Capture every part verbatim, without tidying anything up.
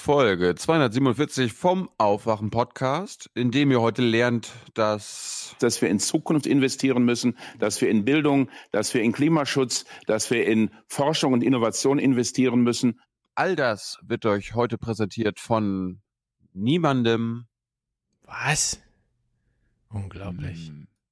Folge zweihundertsiebenundvierzig vom Aufwachen-Podcast, in dem ihr heute lernt, dass, dass wir in Zukunft investieren müssen, dass wir in Bildung, dass wir in Klimaschutz, dass wir in Forschung und Innovation investieren müssen. All das wird euch heute präsentiert von niemandem. Was? Unglaublich.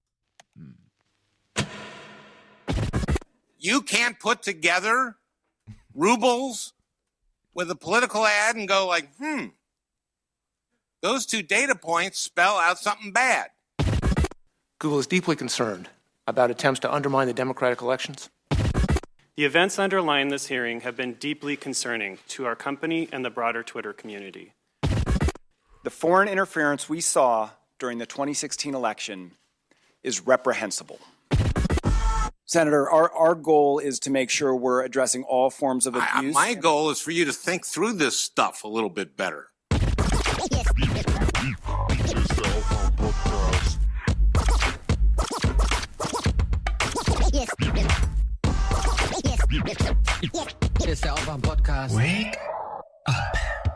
You can't put together rubles with a political ad and go like, hmm, those two data points spell out something bad. Google is deeply concerned about attempts to undermine the democratic elections. The events underlying this hearing have been deeply concerning to our company and the broader Twitter community. The foreign interference we saw during the twenty sixteen election is reprehensible. Senator, our, our goal is to make sure we're addressing all forms of abuse. I, my goal is for you to think through this stuff a little bit better. Hier ist der Aufwachen-Podcast. Wake up.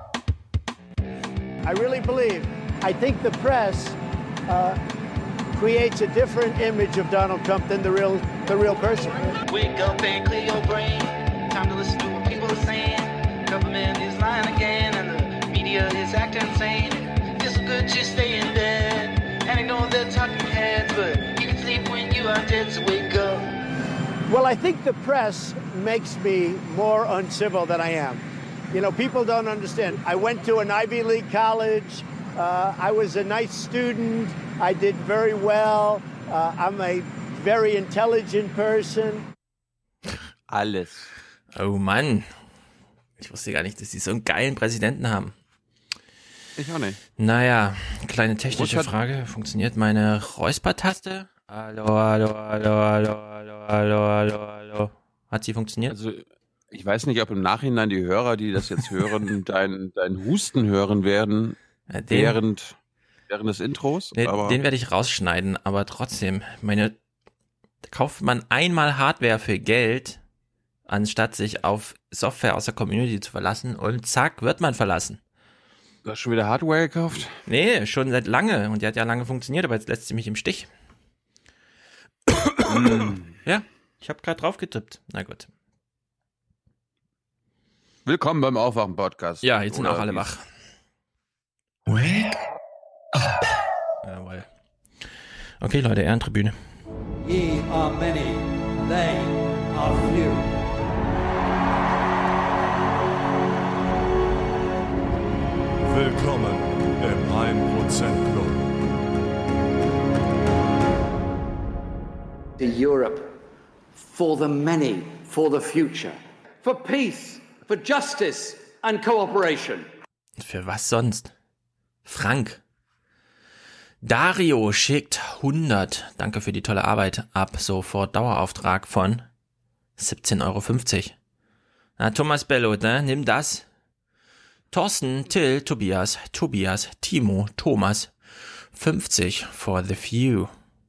I really believe, I think the press uh, creates a different image of Donald Trump than the real the real person. Wake up and clear your brain. Time to listen to what people are saying. Government is lying again and the media is acting insane. It's good to stay in bed and ignore the talking heads, but you can sleep when you are dead, so wake up. Well, I think the press makes me more uncivil than I am. You know, people don't understand. I went to an Ivy League college. Uh, I was a nice student. I did very well. Uh, I'm a very intelligent person. Alles. Oh Mann. Ich wusste gar nicht, dass sie so einen geilen Präsidenten haben. Ich auch nicht. Naja, kleine technische hat... Frage. Funktioniert meine Räuspertaste? Hallo, hallo, hallo, hallo, hallo, hallo, hallo, hallo. Hat sie funktioniert? Also, ich weiß nicht, ob im Nachhinein die Hörer, die das jetzt hören, dein, dein Husten hören werden, ja, den, während, während des Intros. Den, aber den werde ich rausschneiden, aber trotzdem, meine, kauft man einmal Hardware für Geld, anstatt sich auf Software aus der Community zu verlassen und zack, wird man verlassen. Du hast schon wieder Hardware gekauft? Nee, schon seit lange und die hat ja lange funktioniert, aber jetzt lässt sie mich im Stich. Ja, ich habe gerade drauf getippt. Na gut. Willkommen beim Aufwachen-Podcast. Ja, jetzt sind Oder auch alle wie's? wach. Wake up. Jawohl. Okay, Leute, Ehrentribüne. Ye are many, they are few. Willkommen im ein Prozent Club. To Europe, for the many, for the future, for peace, for justice and cooperation. Für was sonst? Frank. Dario schickt hundert. Danke für die tolle Arbeit. Ab sofort Dauerauftrag von siebzehn Euro fünfzig. Na, Thomas Bello, ne? Nimm das. Thorsten, Till, Tobias, Tobias, Timo, Thomas. fünfzig for the few.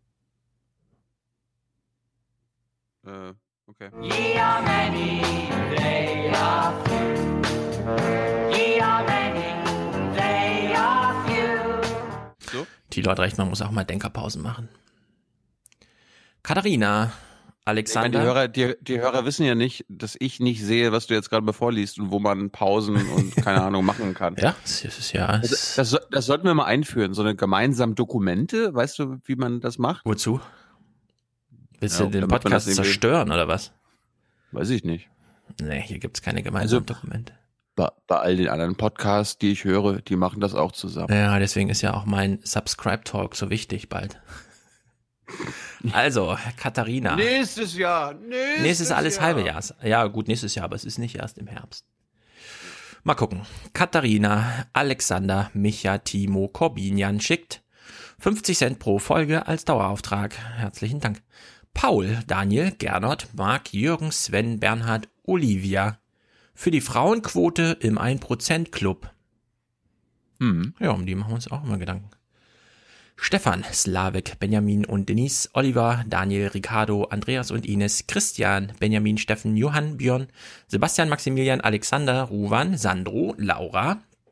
Äh, okay. Ye are many, they are few. Ye are many, they are few. So? Thilo hat recht, man muss auch mal Denkerpausen machen. Katharina, Alexander. Ich meine, die, Hörer, die, die Hörer wissen ja nicht, dass ich nicht sehe, was du jetzt gerade bevorliest und wo man Pausen und keine Ahnung machen kann. Ja, das ist ja. Das, das, das sollten wir mal einführen, so eine gemeinsame Dokumente. Weißt du, wie man das macht? Wozu? Willst Ja, du den damit man Podcast das irgendwie- zerstören oder was? Weiß ich nicht. Nee, hier gibt's keine gemeinsamen Also- Dokumente. Bei, bei all den anderen Podcasts, die ich höre, die machen das auch zusammen. Ja, deswegen ist ja auch mein Subscribe Talk so wichtig bald. Also, Katharina. Nächstes Jahr. Nächstes, Nächstes alles Jahr. halbe Jahr. Ja, gut, nächstes Jahr, aber es ist nicht erst im Herbst. Mal gucken. Katharina, Alexander, Micha, Timo, Corbinian schickt fünfzig Cent pro Folge als Dauerauftrag. Herzlichen Dank. Paul, Daniel, Gernot, Marc, Jürgen, Sven, Bernhard, Olivia. Für die Frauenquote im ein Prozent Club. Mhm. Ja, um die machen wir uns auch immer Gedanken. Stefan, Slavik, Benjamin und Denise, Oliver, Daniel, Ricardo, Andreas und Ines, Christian, Benjamin, Steffen, Johann, Björn, Sebastian, Maximilian, Alexander, Ruwan, Sandro, Laura,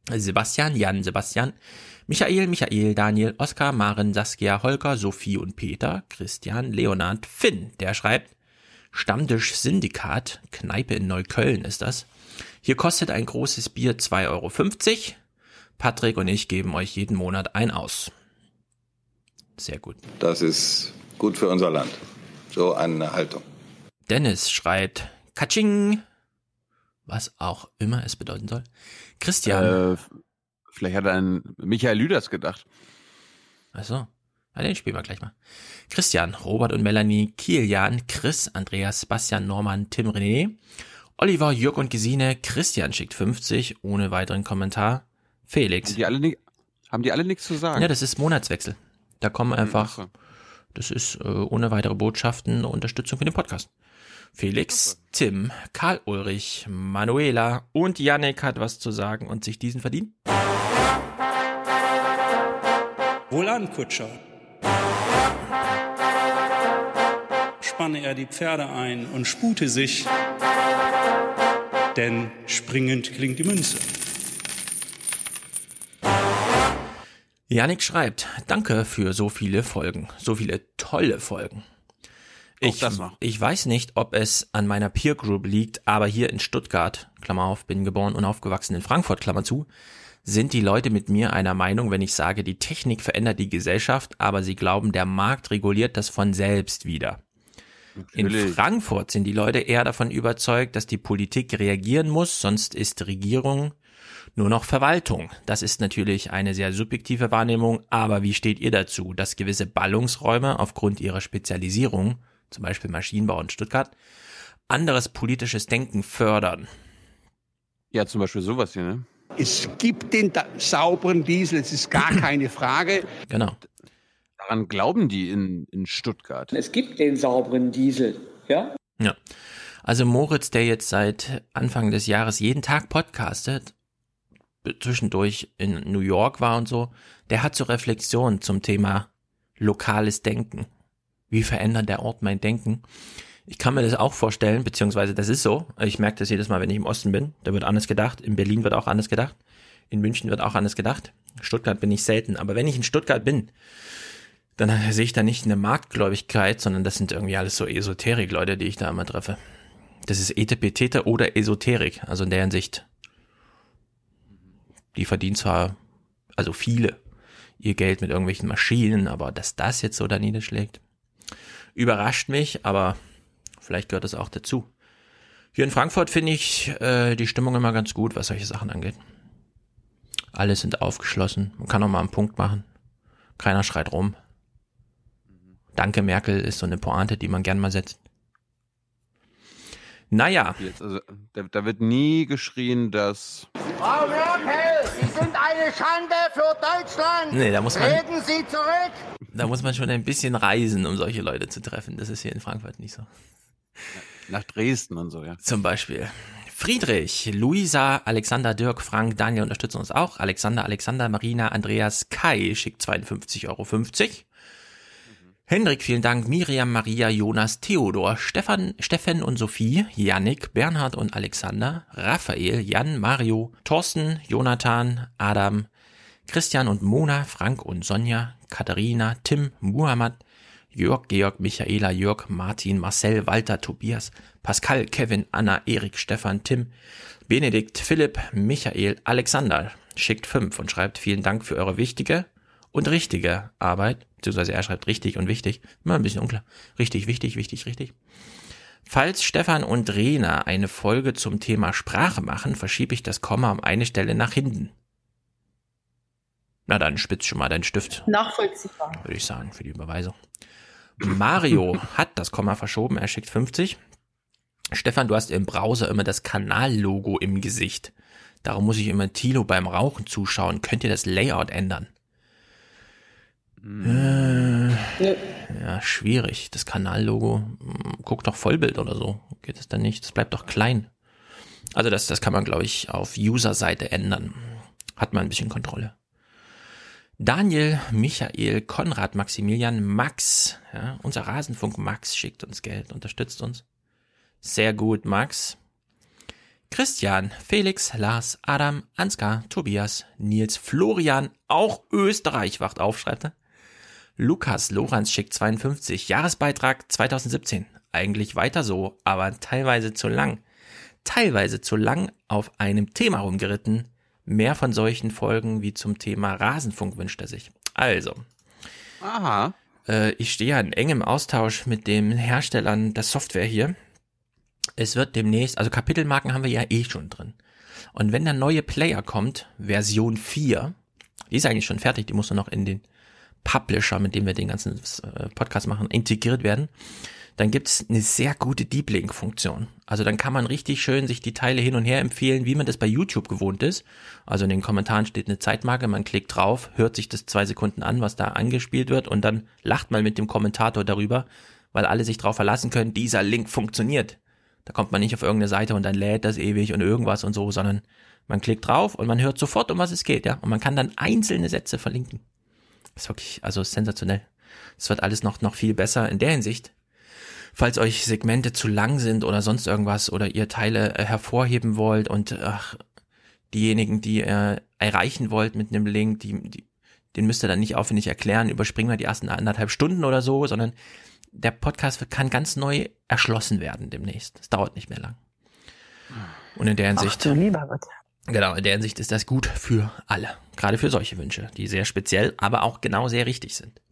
Sebastian, Jan, Sebastian, Michael, Michael, Daniel, Oskar, Maren, Saskia, Holger, Sophie und Peter, Christian, Leonard, Finn, der schreibt, Stammtisch Syndikat, Kneipe in Neukölln ist das. Hier kostet ein großes Bier zwei Euro fünfzig. Patrick und ich geben euch jeden Monat ein aus. Sehr gut. Das ist gut für unser Land. So eine Haltung. Dennis schreibt, Katsching, was auch immer es bedeuten soll. Christian. Äh, vielleicht hat er an Michael Lüders gedacht. Ach so. Ja, den spielen wir gleich mal. Christian, Robert und Melanie, Kilian, Chris, Andreas, Bastian, Norman, Tim, René, Oliver, Jörg und Gesine. Christian schickt fünfzig, ohne weiteren Kommentar. Felix. Haben die alle, ni- haben die alle nichts zu sagen? Ja, das ist Monatswechsel. Da kommen einfach, das ist äh, ohne weitere Botschaften Unterstützung für den Podcast. Felix, Tim, Karl Ulrich, Manuela und Yannick hat was zu sagen und sich diesen verdient. Wohlan, Kutscher. Spanne er die Pferde ein und spute sich, denn springend klingt die Münze. Yannick schreibt, danke für so viele Folgen, so viele tolle Folgen. Ich, das noch. ich weiß nicht, ob es an meiner Peer Group liegt, aber hier in Stuttgart, Klammer auf, bin geboren und aufgewachsen in Frankfurt, Klammer zu, sind die Leute mit mir einer Meinung, wenn ich sage, die Technik verändert die Gesellschaft, aber sie glauben, der Markt reguliert das von selbst wieder. Natürlich. In Frankfurt sind die Leute eher davon überzeugt, dass die Politik reagieren muss, sonst ist Regierung nur noch Verwaltung. Das ist natürlich eine sehr subjektive Wahrnehmung, aber wie steht ihr dazu, dass gewisse Ballungsräume aufgrund ihrer Spezialisierung, zum Beispiel Maschinenbau in Stuttgart, anderes politisches Denken fördern? Ja, zum Beispiel sowas hier, ne? Es gibt den da- sauberen Diesel, es ist gar keine Frage. Genau. Daran glauben die in, in Stuttgart. Es gibt den sauberen Diesel, ja? Ja. Also Moritz, der jetzt seit Anfang des Jahres jeden Tag podcastet, zwischendurch in New York war und so, der hat so Reflexion zum Thema lokales Denken. Wie verändert der Ort mein Denken? Ich kann mir das auch vorstellen, beziehungsweise das ist so. Ich merke das jedes Mal, wenn ich im Osten bin. Da wird anders gedacht. In Berlin wird auch anders gedacht. In München wird auch anders gedacht. In Stuttgart bin ich selten. Aber wenn ich in Stuttgart bin, dann sehe ich da nicht eine Marktgläubigkeit, sondern das sind irgendwie alles so Esoterik-Leute, die ich da immer treffe. Das ist Etepetete oder Esoterik. Also in der Hinsicht, die verdienen zwar, also viele, ihr Geld mit irgendwelchen Maschinen, aber dass das jetzt so da niederschlägt, überrascht mich, aber vielleicht gehört das auch dazu. Hier in Frankfurt finde ich äh, die Stimmung immer ganz gut, was solche Sachen angeht. Alle sind aufgeschlossen, man kann auch mal einen Punkt machen. Keiner schreit rum. Danke Merkel ist so eine Pointe, die man gern mal setzt. Naja. Jetzt, also, da, da wird nie geschrien, dass... Frau Merkel, Sie sind eine Schande für Deutschland. Nee, da muss man, Treten Sie zurück. Da muss man schon ein bisschen reisen, um solche Leute zu treffen. Das ist hier in Frankfurt nicht so. Nach Dresden und so, ja. Zum Beispiel. Friedrich, Luisa, Alexander, Dirk, Frank, Daniel unterstützen uns auch. Alexander, Alexander, Marina, Andreas, Kai schickt zweiundfünfzig Euro fünfzig. Hendrik, vielen Dank. Miriam, Maria, Jonas, Theodor, Stefan, Steffen und Sophie, Yannick, Bernhard und Alexander, Raphael, Jan, Mario, Thorsten, Jonathan, Adam, Christian und Mona, Frank und Sonja, Katharina, Tim, Muhammad, Jörg, Georg, Michaela, Jörg, Martin, Marcel, Walter, Tobias, Pascal, Kevin, Anna, Erik, Stefan, Tim, Benedikt, Philipp, Michael, Alexander schickt fünf und schreibt vielen Dank für eure wichtige und richtige Arbeit, beziehungsweise er schreibt richtig und wichtig, immer ein bisschen unklar, richtig, wichtig, wichtig, richtig. Falls Stefan und Rena eine Folge zum Thema Sprache machen, verschiebe ich das Komma um eine Stelle nach hinten. Na dann spitz schon mal deinen Stift. Nachvollziehbar. Würde ich sagen, für die Überweisung. Mario hat das Komma verschoben, er schickt fünfzig. Stefan, du hast im Browser immer das Kanallogo im Gesicht. Darum muss ich immer Thilo beim Rauchen zuschauen. Könnt ihr das Layout ändern? Hm. Äh, ja, schwierig. Das Kanallogo. Guck doch Vollbild oder so. Geht es dann nicht? Das bleibt doch klein. Also das, das kann man, glaube ich, auf User-Seite ändern. Hat man ein bisschen Kontrolle. Daniel, Michael, Konrad, Maximilian, Max, ja, unser Rasenfunk Max schickt uns Geld, unterstützt uns. Sehr gut, Max. Christian, Felix, Lars, Adam, Ansgar, Tobias, Nils, Florian, auch Österreich wacht auf, schreibt er. Lukas, Lorenz schickt zweiundfünfzig, Jahresbeitrag zweitausendsiebzehn. Eigentlich weiter so, aber teilweise zu lang. Teilweise zu lang auf einem Thema rumgeritten. Mehr von solchen Folgen wie zum Thema Rasenfunk wünscht er sich. Also. Aha. Äh, ich stehe ja in engem Austausch mit den Herstellern der Software hier. Es wird demnächst, also Kapitelmarken haben wir ja eh schon drin. Und wenn der neue Player kommt, Version vier, die ist eigentlich schon fertig, die muss nur noch in den Publisher, mit dem wir den ganzen Podcast machen, integriert werden, dann gibt es eine sehr gute Deep Link Funktion. Also dann kann man richtig schön sich die Teile hin und her empfehlen, wie man das bei YouTube gewohnt ist. Also in den Kommentaren steht eine Zeitmarke, man klickt drauf, hört sich das zwei Sekunden an, was da angespielt wird und dann lacht man mit dem Kommentator darüber, weil alle sich darauf verlassen können, dieser Link funktioniert. Da kommt man nicht auf irgendeine Seite und dann lädt das ewig und irgendwas und so, sondern man klickt drauf und man hört sofort, um was es geht, ja. Und man kann dann einzelne Sätze verlinken. Das ist wirklich, also sensationell. Es wird alles noch, noch viel besser in der Hinsicht. Falls euch Segmente zu lang sind oder sonst irgendwas oder ihr Teile äh, hervorheben wollt und ach, diejenigen, die ihr erreichen wollt mit einem Link, die, die, den müsst ihr dann nicht aufwendig erklären, überspringen wir die ersten anderthalb Stunden oder so, sondern der Podcast kann ganz neu erschlossen werden demnächst. Es dauert nicht mehr lang. Und in der Hinsicht, Ach du lieber Gott. Genau, in der Hinsicht ist das gut für alle. Gerade für solche Wünsche, die sehr speziell, aber auch genau sehr richtig sind.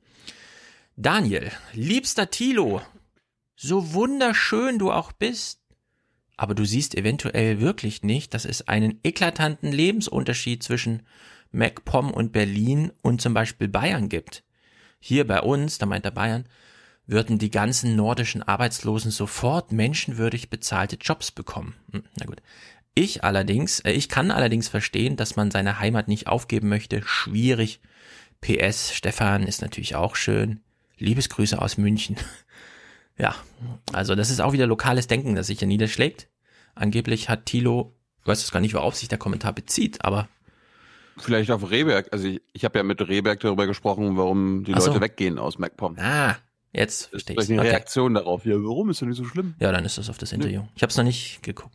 Daniel, liebster Thilo, so wunderschön du auch bist, aber du siehst eventuell wirklich nicht, dass es einen eklatanten Lebensunterschied zwischen MacPom und Berlin und zum Beispiel Bayern gibt. Hier bei uns, da meint er Bayern, würden die ganzen nordischen Arbeitslosen sofort menschenwürdig bezahlte Jobs bekommen. Hm, na gut. Ich allerdings, äh, ich kann allerdings verstehen, dass man seine Heimat nicht aufgeben möchte. Schwierig. P S, Stefan ist natürlich auch schön. Liebesgrüße aus München. Ja, also das ist auch wieder lokales Denken, das sich hier niederschlägt. Angeblich hat Thilo, ich weiß es gar nicht, worauf sich der Kommentar bezieht, aber vielleicht auf Rehberg. Also ich, ich habe ja mit Rehberg darüber gesprochen, warum die Ach so. Leute weggehen aus MacPom. Ah, jetzt verstehe ich. Das ist eine Okay. Reaktion darauf. Ja, warum ist das nicht so schlimm? Ja, dann ist das auf das Interview. Ich habe es noch nicht geguckt.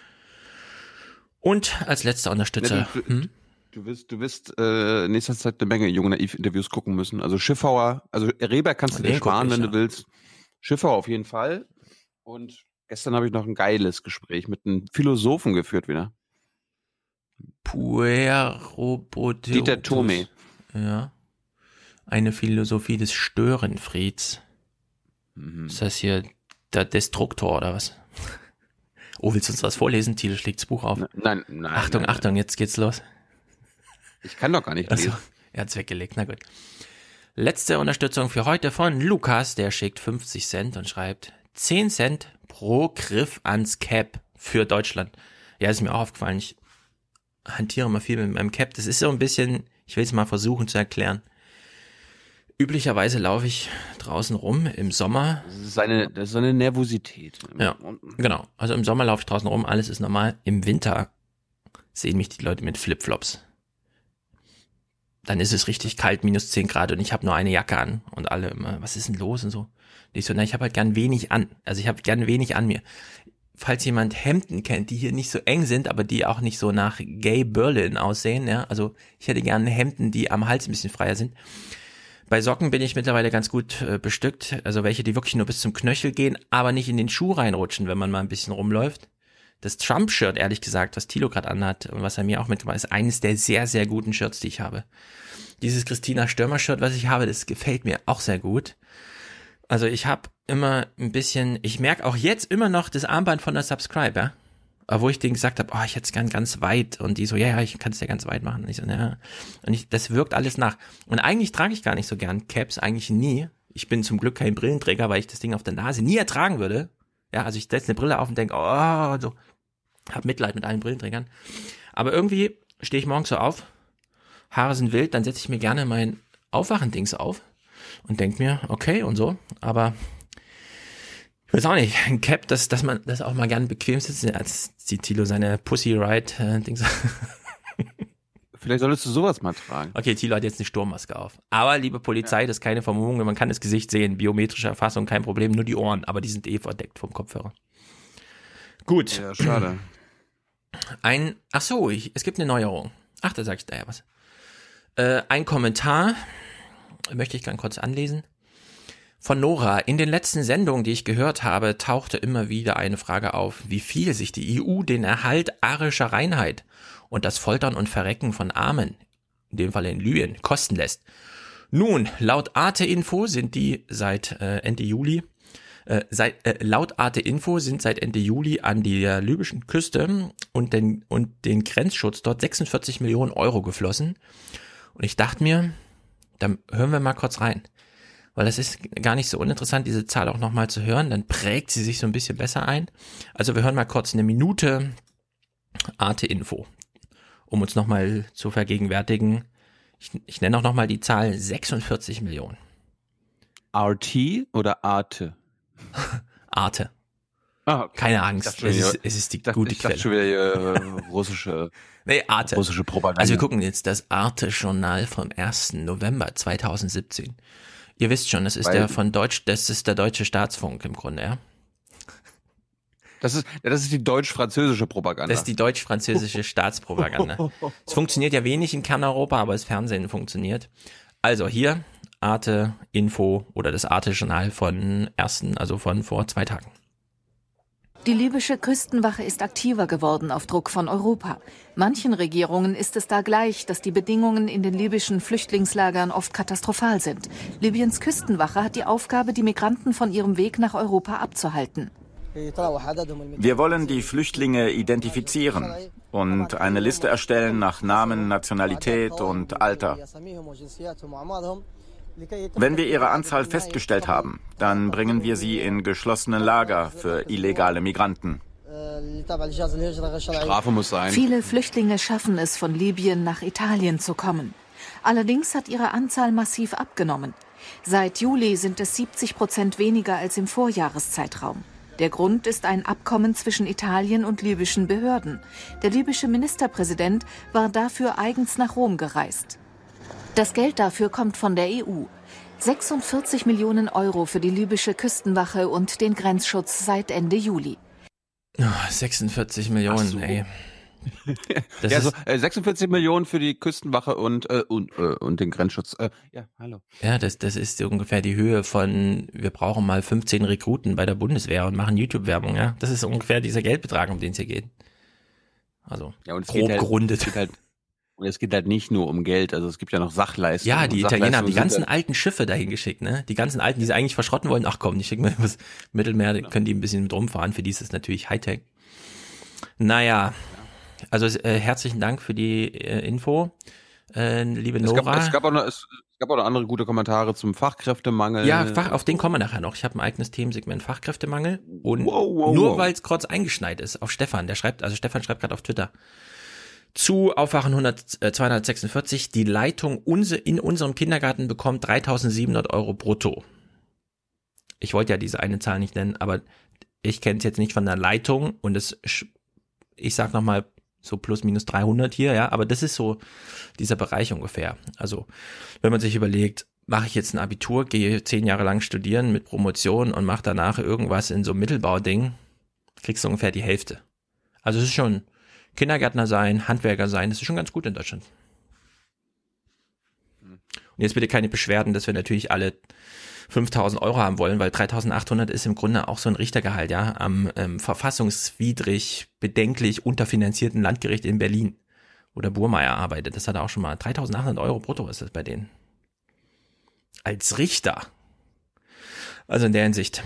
Und als letzter Unterstützer. Ja, du, du, hm? du wirst, du wirst äh, in nächster Zeit eine Menge Junge Naiv-Interviews gucken müssen. Also Schiffauer, also Rehberg kannst du Den dir sparen, guck ich, wenn ja. du willst. Schiffauer auf jeden Fall. Und gestern habe ich noch ein geiles Gespräch mit einem Philosophen geführt wieder. Pueroboteotus. Dieter Thome. Ja. Eine Philosophie des Störenfrieds. Mhm. Ist das hier der Destruktor oder was? Oh, willst du uns was vorlesen? Thiele schlägt das Buch auf. Nein, nein. Achtung, nein, Achtung, jetzt geht's los. Ich kann doch gar nicht Achso, lesen. er hat's weggelegt, na gut. Letzte Unterstützung für heute von Lukas, der schickt fünfzig Cent und schreibt zehn Cent pro Griff ans Cap für Deutschland. Ja, ist mir auch aufgefallen, ich hantiere mal viel mit meinem Cap. Das ist so ein bisschen, ich will es mal versuchen zu erklären. Üblicherweise laufe ich draußen rum im Sommer. Das ist eine, das ist eine Nervosität. Ja, genau. Also im Sommer laufe ich draußen rum, alles ist normal. Im Winter sehen mich die Leute mit Flipflops. Dann ist es richtig kalt, minus zehn Grad und ich habe nur eine Jacke an und alle immer, was ist denn los und so. Und ich so, na, ich habe halt gern wenig an. Also ich habe gern wenig an mir. Falls jemand Hemden kennt, die hier nicht so eng sind, aber die auch nicht so nach Gay Berlin aussehen, ja, also ich hätte gerne Hemden, die am Hals ein bisschen freier sind. Bei Socken bin ich mittlerweile ganz gut äh, bestückt, also welche, die wirklich nur bis zum Knöchel gehen, aber nicht in den Schuh reinrutschen, wenn man mal ein bisschen rumläuft. Das Trump-Shirt, ehrlich gesagt, was Thilo gerade anhat und was er mir auch mitgebracht hat, ist eines der sehr, sehr guten Shirts, die ich habe. Dieses Christina Stürmer-Shirt, was ich habe, das gefällt mir auch sehr gut. Also ich habe immer ein bisschen, ich merke auch jetzt immer noch das Armband von der Subscribe, ja. Wo ich denen gesagt habe, oh, ich hätte es gern ganz weit. Und die so, ja, ja, ich kann es ja ganz weit machen. Und ich so, ja. Und ich, das wirkt alles nach. Und eigentlich trage ich gar nicht so gern Caps, eigentlich nie. Ich bin zum Glück kein Brillenträger, weil ich das Ding auf der Nase nie ertragen würde. Ja, also ich setze eine Brille auf und denke, oh, so. Hab Mitleid mit allen Brillenträgern. Aber irgendwie stehe ich morgens so auf, Haare sind wild, dann setze ich mir gerne mein Aufwachendings auf und denke mir, okay und so. Aber ich weiß auch nicht, ein Cap, dass, dass man das auch mal gerne bequem sitzt, als zieht Thilo seine Pussy-Ride-Dings. Vielleicht solltest du sowas mal tragen. Okay, Thilo hat jetzt eine Sturmmaske auf. Aber, liebe Polizei, ja. Das ist keine Vermummung, man kann das Gesicht sehen, biometrische Erfassung, kein Problem, nur die Ohren, aber die sind eh verdeckt vom Kopfhörer. Gut. Ja, schade. Ein, ach so, ich, es gibt eine Neuerung. Ach, da sag ich da ja was. Äh, ein Kommentar, möchte ich ganz kurz anlesen. Von Nora. In den letzten Sendungen, die ich gehört habe, tauchte immer wieder eine Frage auf, wie viel sich die E U den Erhalt arischer Reinheit und das Foltern und Verrecken von Armen, in dem Fall in Libyen, kosten lässt. Nun, laut Arte Info sind die seit äh, Ende Juli Äh, seit, äh, laut Arte Info sind seit Ende Juli an der libyschen Küste und den, und den Grenzschutz dort sechsundvierzig Millionen Euro geflossen. Und ich dachte mir, dann hören wir mal kurz rein. Weil das ist gar nicht so uninteressant, diese Zahl auch nochmal zu hören. Dann prägt sie sich so ein bisschen besser ein. Also wir hören mal kurz eine Minute Arte Info, um uns nochmal zu vergegenwärtigen. Ich, ich nenne auch nochmal die Zahl sechsundvierzig Millionen. R T oder Arte? Arte. Ah, okay. Keine Angst, es ist, es ist die dachte, gute ich Quelle. Ich dachte schon wieder äh, russische, nee, Arte. russische Propaganda. Also wir gucken jetzt das Arte-Journal vom ersten November zweitausendsiebzehn. Ihr wisst schon, das ist Weil, der von Deutsch, das ist der deutsche Staatsfunk im Grunde, ja. Das ist, ja, das ist die deutsch-französische Propaganda. Das ist die deutsch-französische Staatspropaganda. Es funktioniert ja wenig in Kerneuropa, aber das Fernsehen funktioniert. Also hier Arte Info oder das Arte-Journal von ersten, also von vor zwei Tagen. Die libysche Küstenwache ist aktiver geworden auf Druck von Europa. Manchen Regierungen ist es da gleich, dass die Bedingungen in den libyschen Flüchtlingslagern oft katastrophal sind. Libyens Küstenwache hat die Aufgabe, die Migranten von ihrem Weg nach Europa abzuhalten. Wir wollen die Flüchtlinge identifizieren und eine Liste erstellen nach Namen, Nationalität und Alter. Wenn wir ihre Anzahl festgestellt haben, dann bringen wir sie in geschlossene Lager für illegale Migranten. Strafe muss sein. Viele Flüchtlinge schaffen es, von Libyen nach Italien zu kommen. Allerdings hat ihre Anzahl massiv abgenommen. Seit Juli sind es siebzig Prozent weniger als im Vorjahreszeitraum. Der Grund ist ein Abkommen zwischen Italien und libyschen Behörden. Der libysche Ministerpräsident war dafür eigens nach Rom gereist. Das Geld dafür kommt von der E U. sechsundvierzig Millionen Euro für die libysche Küstenwache und den Grenzschutz seit Ende Juli. Oh, sechsundvierzig Millionen, so. Ey. Das ja, ist, also äh, sechsundvierzig Millionen für die Küstenwache und äh, und, äh, und den Grenzschutz. Äh, ja, hallo. Ja, das, das ist ungefähr die Höhe von, wir brauchen mal fünfzehn Rekruten bei der Bundeswehr und machen YouTube-Werbung, ja. Das ist ungefähr dieser Geldbetrag, um den es hier geht. Also, ja, und es grob geht halt, gerundet. Es geht halt, und es geht halt nicht nur um Geld, also es gibt ja noch Sachleistungen. Ja, die Italiener haben die ganzen halt alten Schiffe dahin geschickt, ne? Die ganzen alten, die sie eigentlich verschrotten wollen. Ach komm, die schicken wir was Mittelmeer, genau. Können die ein bisschen mit rumfahren. Für die ist es natürlich Hightech. Naja, also äh, herzlichen Dank für die äh, Info, äh, liebe es Nora. Gab, es, gab auch noch, es, es gab auch noch andere gute Kommentare zum Fachkräftemangel. Ja, Fach, auf den kommen wir nachher noch. Ich habe ein eigenes Themensegment Fachkräftemangel. Und wow, wow, nur wow. weil es kurz eingeschneit ist, auf Stefan, der schreibt, also Stefan schreibt gerade auf Twitter, zu Aufwachen zweihundertsechsundvierzig, die Leitung in unserem Kindergarten bekommt dreitausendsiebenhundert Euro brutto. Ich wollte ja diese eine Zahl nicht nennen, aber ich kenne es jetzt nicht von der Leitung und es, ich sag nochmal so plus minus dreihundert hier, ja, aber das ist so dieser Bereich ungefähr. Also wenn man sich überlegt, mache ich jetzt ein Abitur, gehe zehn Jahre lang studieren mit Promotion und mache danach irgendwas in so einem Mittelbauding, kriegst du ungefähr die Hälfte. Also es ist schon Kindergärtner sein, Handwerker sein, das ist schon ganz gut in Deutschland. Und jetzt bitte keine Beschwerden, dass wir natürlich alle fünftausend Euro haben wollen, weil dreitausendachthundert ist im Grunde auch so ein Richtergehalt, ja, am ähm, verfassungswidrig, bedenklich unterfinanzierten Landgericht in Berlin, wo der Burmeier arbeitet. Das hat er auch schon mal. dreitausendachthundert Euro brutto ist das bei denen. Als Richter. Also in der Hinsicht.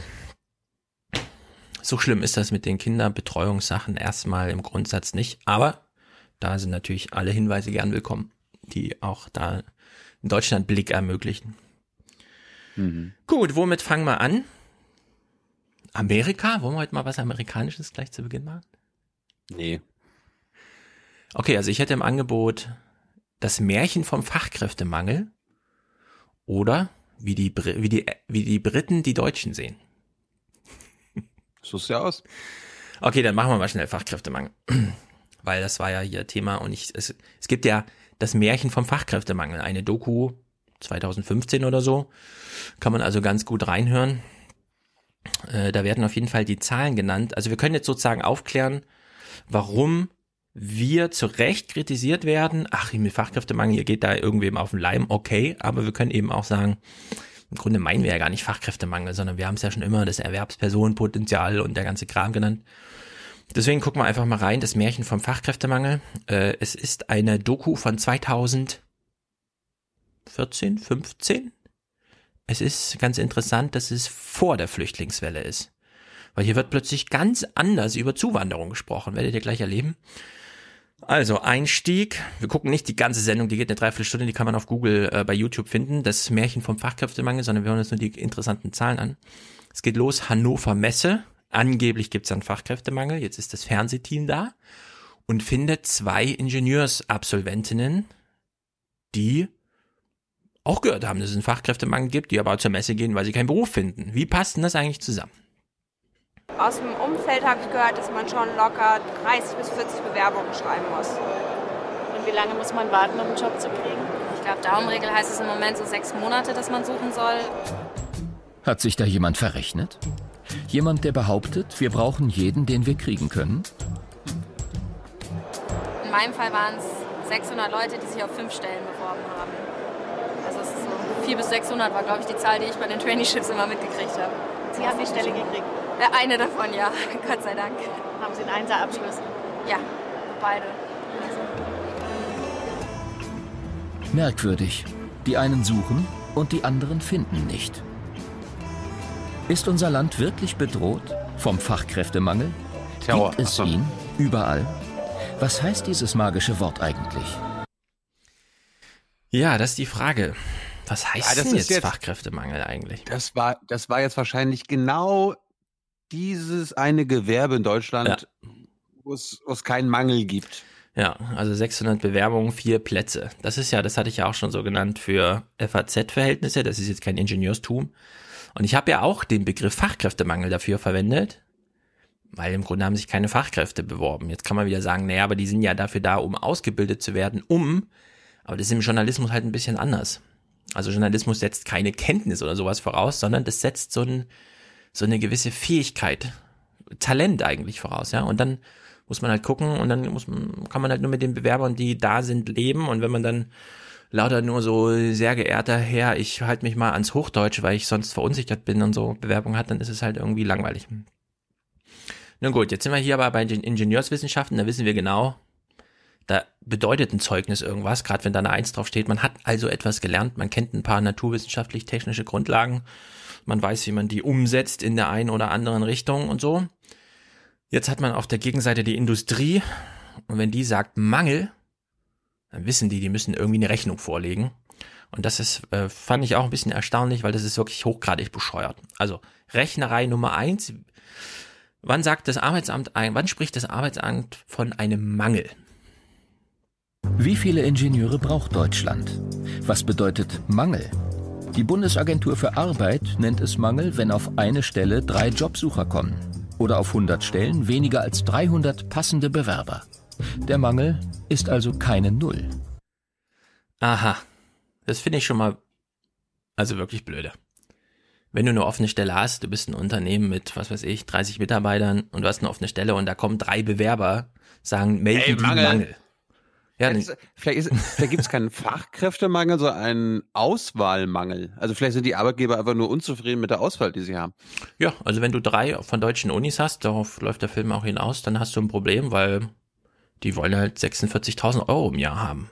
So schlimm ist das mit den Kinderbetreuungssachen erstmal im Grundsatz nicht, aber da sind natürlich alle Hinweise gern willkommen, die auch da in Deutschland Blick ermöglichen. Mhm. Gut, womit fangen wir an? Amerika? Wollen wir heute mal was Amerikanisches gleich zu Beginn machen? Nee. Okay, also ich hätte im Angebot das Märchen vom Fachkräftemangel oder wie die, wie die, wie die Briten die Deutschen sehen. So sieht's ja aus. Okay, dann machen wir mal schnell Fachkräftemangel. Weil das war ja hier Thema und ich, es, es gibt ja das Märchen vom Fachkräftemangel, eine Doku zweitausendfünfzehn oder so, kann man also ganz gut reinhören. Äh, da werden auf jeden Fall die Zahlen genannt. Also wir können jetzt sozusagen aufklären, warum wir zu Recht kritisiert werden, ach, mit Fachkräftemangel, ihr geht da irgendwem auf den Leim, okay, aber wir können eben auch sagen, im Grunde meinen wir ja gar nicht Fachkräftemangel, sondern wir haben es ja schon immer das Erwerbspersonenpotenzial und der ganze Kram genannt. Deswegen gucken wir einfach mal rein, das Märchen vom Fachkräftemangel. Äh, es ist eine Doku von zweitausendvierzehn, fünfzehn. Es ist ganz interessant, dass es vor der Flüchtlingswelle ist. Weil hier wird plötzlich ganz anders über Zuwanderung gesprochen, werdet ihr gleich erleben. Also Einstieg, wir gucken nicht die ganze Sendung, die geht eine Dreiviertelstunde, die kann man auf Google äh, bei YouTube finden, das Märchen vom Fachkräftemangel, sondern wir hören uns nur die interessanten Zahlen an. Es geht los, Hannover Messe, angeblich gibt es einen Fachkräftemangel, jetzt ist das Fernsehteam da und findet zwei Ingenieursabsolventinnen, die auch gehört haben, dass es einen Fachkräftemangel gibt, die aber auch zur Messe gehen, weil sie keinen Beruf finden. Wie passt denn das eigentlich zusammen? Aus dem Umfeld habe ich gehört, dass man schon locker dreißig bis vierzig Bewerbungen schreiben muss. Und wie lange muss man warten, um einen Job zu kriegen? Ich glaube, Daumenregel heißt es im Moment so sechs Monate, dass man suchen soll. Hat sich da jemand verrechnet? Jemand, der behauptet, wir brauchen jeden, den wir kriegen können? In meinem Fall waren es sechshundert Leute, die sich auf fünf Stellen beworben haben. Also es ist so vierhundert bis sechshundert war, glaube ich, die Zahl, die ich bei den Traineeships immer mitgekriegt habe. Sie haben die Stelle gekriegt? Eine davon, ja. Gott sei Dank. Haben Sie einen Einser-Abschluss? Ja, beide. Merkwürdig. Die einen suchen und die anderen finden nicht. Ist unser Land wirklich bedroht vom Fachkräftemangel? Terror. Gibt es ihn überall? Was heißt dieses magische Wort eigentlich? Ja, das ist die Frage. Was heißt ja, das denn ist jetzt, jetzt Fachkräftemangel eigentlich? Das war, das war jetzt wahrscheinlich genau dieses eine Gewerbe in Deutschland, ja. wo es, wo es keinen Mangel gibt. Ja, also sechshundert Bewerbungen, vier Plätze. Das ist ja, das hatte ich ja auch schon so genannt für F A Z-Verhältnisse. Das ist jetzt kein Ingenieurstum. Und ich habe ja auch den Begriff Fachkräftemangel dafür verwendet, weil im Grunde haben sich keine Fachkräfte beworben. Jetzt kann man wieder sagen, naja, aber die sind ja dafür da, um ausgebildet zu werden, um, aber das ist im Journalismus halt ein bisschen anders. Also Journalismus setzt keine Kenntnis oder sowas voraus, sondern das setzt so, ein, so eine gewisse Fähigkeit, Talent eigentlich voraus, ja. Und dann muss man halt gucken und dann muss man, kann man halt nur mit den Bewerbern, die da sind, leben. Und wenn man dann lauter nur so, sehr geehrter Herr, ich halte mich mal ans Hochdeutsche, weil ich sonst verunsichert bin und so Bewerbung hat, dann ist es halt irgendwie langweilig. Nun gut, jetzt sind wir hier aber bei den Ingenieurswissenschaften, da wissen wir genau, da bedeutet ein Zeugnis irgendwas, gerade wenn da eine Eins drauf steht. Man hat also etwas gelernt, man kennt ein paar naturwissenschaftlich-technische Grundlagen, man weiß, wie man die umsetzt in der einen oder anderen Richtung und so. Jetzt hat man auf der Gegenseite die Industrie und wenn die sagt Mangel, dann wissen die, die müssen irgendwie eine Rechnung vorlegen. Und das ist, äh, fand ich auch ein bisschen erstaunlich, weil das ist wirklich hochgradig bescheuert. Also Rechnerei Nummer eins, wann sagt das Arbeitsamt ein, wann spricht das Arbeitsamt von einem Mangel? Wie viele Ingenieure braucht Deutschland? Was bedeutet Mangel? Die Bundesagentur für Arbeit nennt es Mangel, wenn auf eine Stelle drei Jobsucher kommen. Oder auf hundert Stellen weniger als dreihundert passende Bewerber. Der Mangel ist also keine Null. Aha, das finde ich schon mal, also wirklich blöde. Wenn du eine offene Stelle hast, du bist ein Unternehmen mit, was weiß ich, dreißig Mitarbeitern und du hast eine offene Stelle und da kommen drei Bewerber, sagen, melden hey, die Mangel. Mangel. Ja, jetzt, vielleicht vielleicht gibt es keinen Fachkräftemangel, sondern einen Auswahlmangel. Also vielleicht sind die Arbeitgeber einfach nur unzufrieden mit der Auswahl, die sie haben. Ja, also wenn du drei von deutschen Unis hast, darauf läuft der Film auch hinaus, dann hast du ein Problem, weil die wollen halt sechsundvierzigtausend Euro im Jahr haben.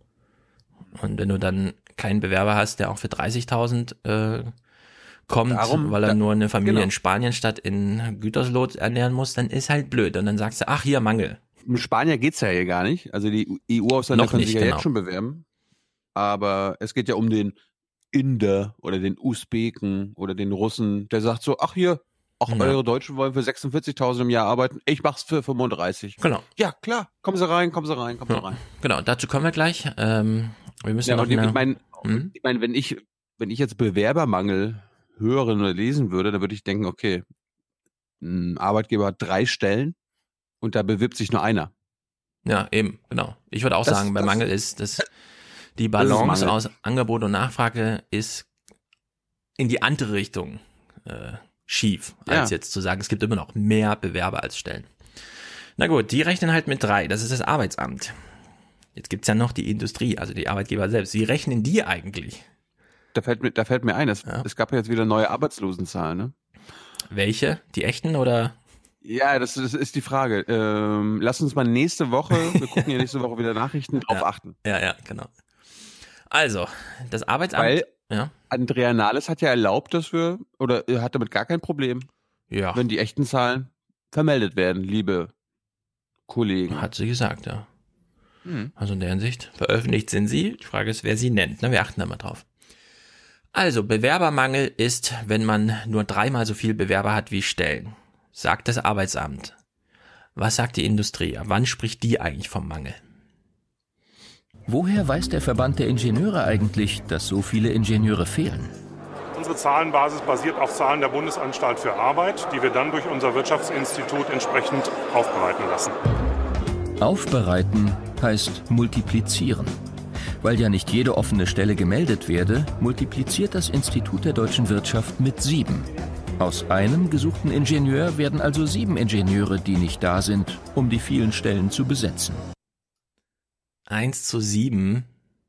Und wenn du dann keinen Bewerber hast, der auch für dreißigtausend äh, kommt, Darum, weil er da, nur eine Familie genau. in Spanien statt in Gütersloh ernähren muss, dann ist halt blöd. Und dann sagst du, ach hier, Mangel. Um Spanier geht's ja hier gar nicht. Also die E U-Ausländer können sich ja genau. jetzt schon bewerben. Aber es geht ja um den Inder oder den Usbeken oder den Russen, der sagt so, ach hier, ach ja. eure Deutschen wollen für sechsundvierzigtausend im Jahr arbeiten, ich mach's für fünfunddreißig. Genau. Ja, klar, kommen Sie rein, kommen Sie rein, kommen ja. Sie rein. Genau, dazu kommen wir gleich. Ähm, wir müssen ja, noch eine... Ich meine, hm? ich mein, wenn ich wenn ich jetzt Bewerbermangel hören oder lesen würde, dann würde ich denken, okay, ein Arbeitgeber hat drei Stellen und da bewirbt sich nur einer. Ja, eben, genau. Ich würde auch das, sagen, bei das, Mangel ist, dass die Balance aus Angebot und Nachfrage ist in die andere Richtung äh, schief, als ja. jetzt zu sagen, es gibt immer noch mehr Bewerber als Stellen. Na gut, die rechnen halt mit drei. Das ist das Arbeitsamt. Jetzt gibt's ja noch die Industrie, also die Arbeitgeber selbst. Wie rechnen die eigentlich? Da fällt mir, da fällt mir ein, es, ja. es gab ja jetzt wieder neue Arbeitslosenzahlen, ne? Welche? Die echten oder? Ja, das, das ist die Frage. Ähm, lass uns mal nächste Woche, wir gucken ja nächste Woche wieder Nachrichten, drauf ja. achten. Ja, ja, genau. Also, das Arbeitsamt. Weil ja. Andrea Nahles hat ja erlaubt, dass wir, oder hat damit gar kein Problem, ja. wenn die echten Zahlen vermeldet werden, liebe Kollegen. Hat sie gesagt, ja. Hm. Also in der Hinsicht, veröffentlicht sind sie. Die Frage ist, wer sie nennt. Na, wir achten da mal drauf. Also, Bewerbermangel ist, wenn man nur dreimal so viel Bewerber hat wie Stellen, sagt das Arbeitsamt. Was sagt die Industrie? Wann spricht die eigentlich vom Mangel? Woher weiß der Verband der Ingenieure eigentlich, dass so viele Ingenieure fehlen? Unsere Zahlenbasis basiert auf Zahlen der Bundesanstalt für Arbeit, die wir dann durch unser Wirtschaftsinstitut entsprechend aufbereiten lassen. Aufbereiten heißt multiplizieren. Weil ja nicht jede offene Stelle gemeldet werde, multipliziert das Institut der deutschen Wirtschaft mit sieben. Aus einem gesuchten Ingenieur werden also sieben Ingenieure, die nicht da sind, um die vielen Stellen zu besetzen. Eins zu sieben.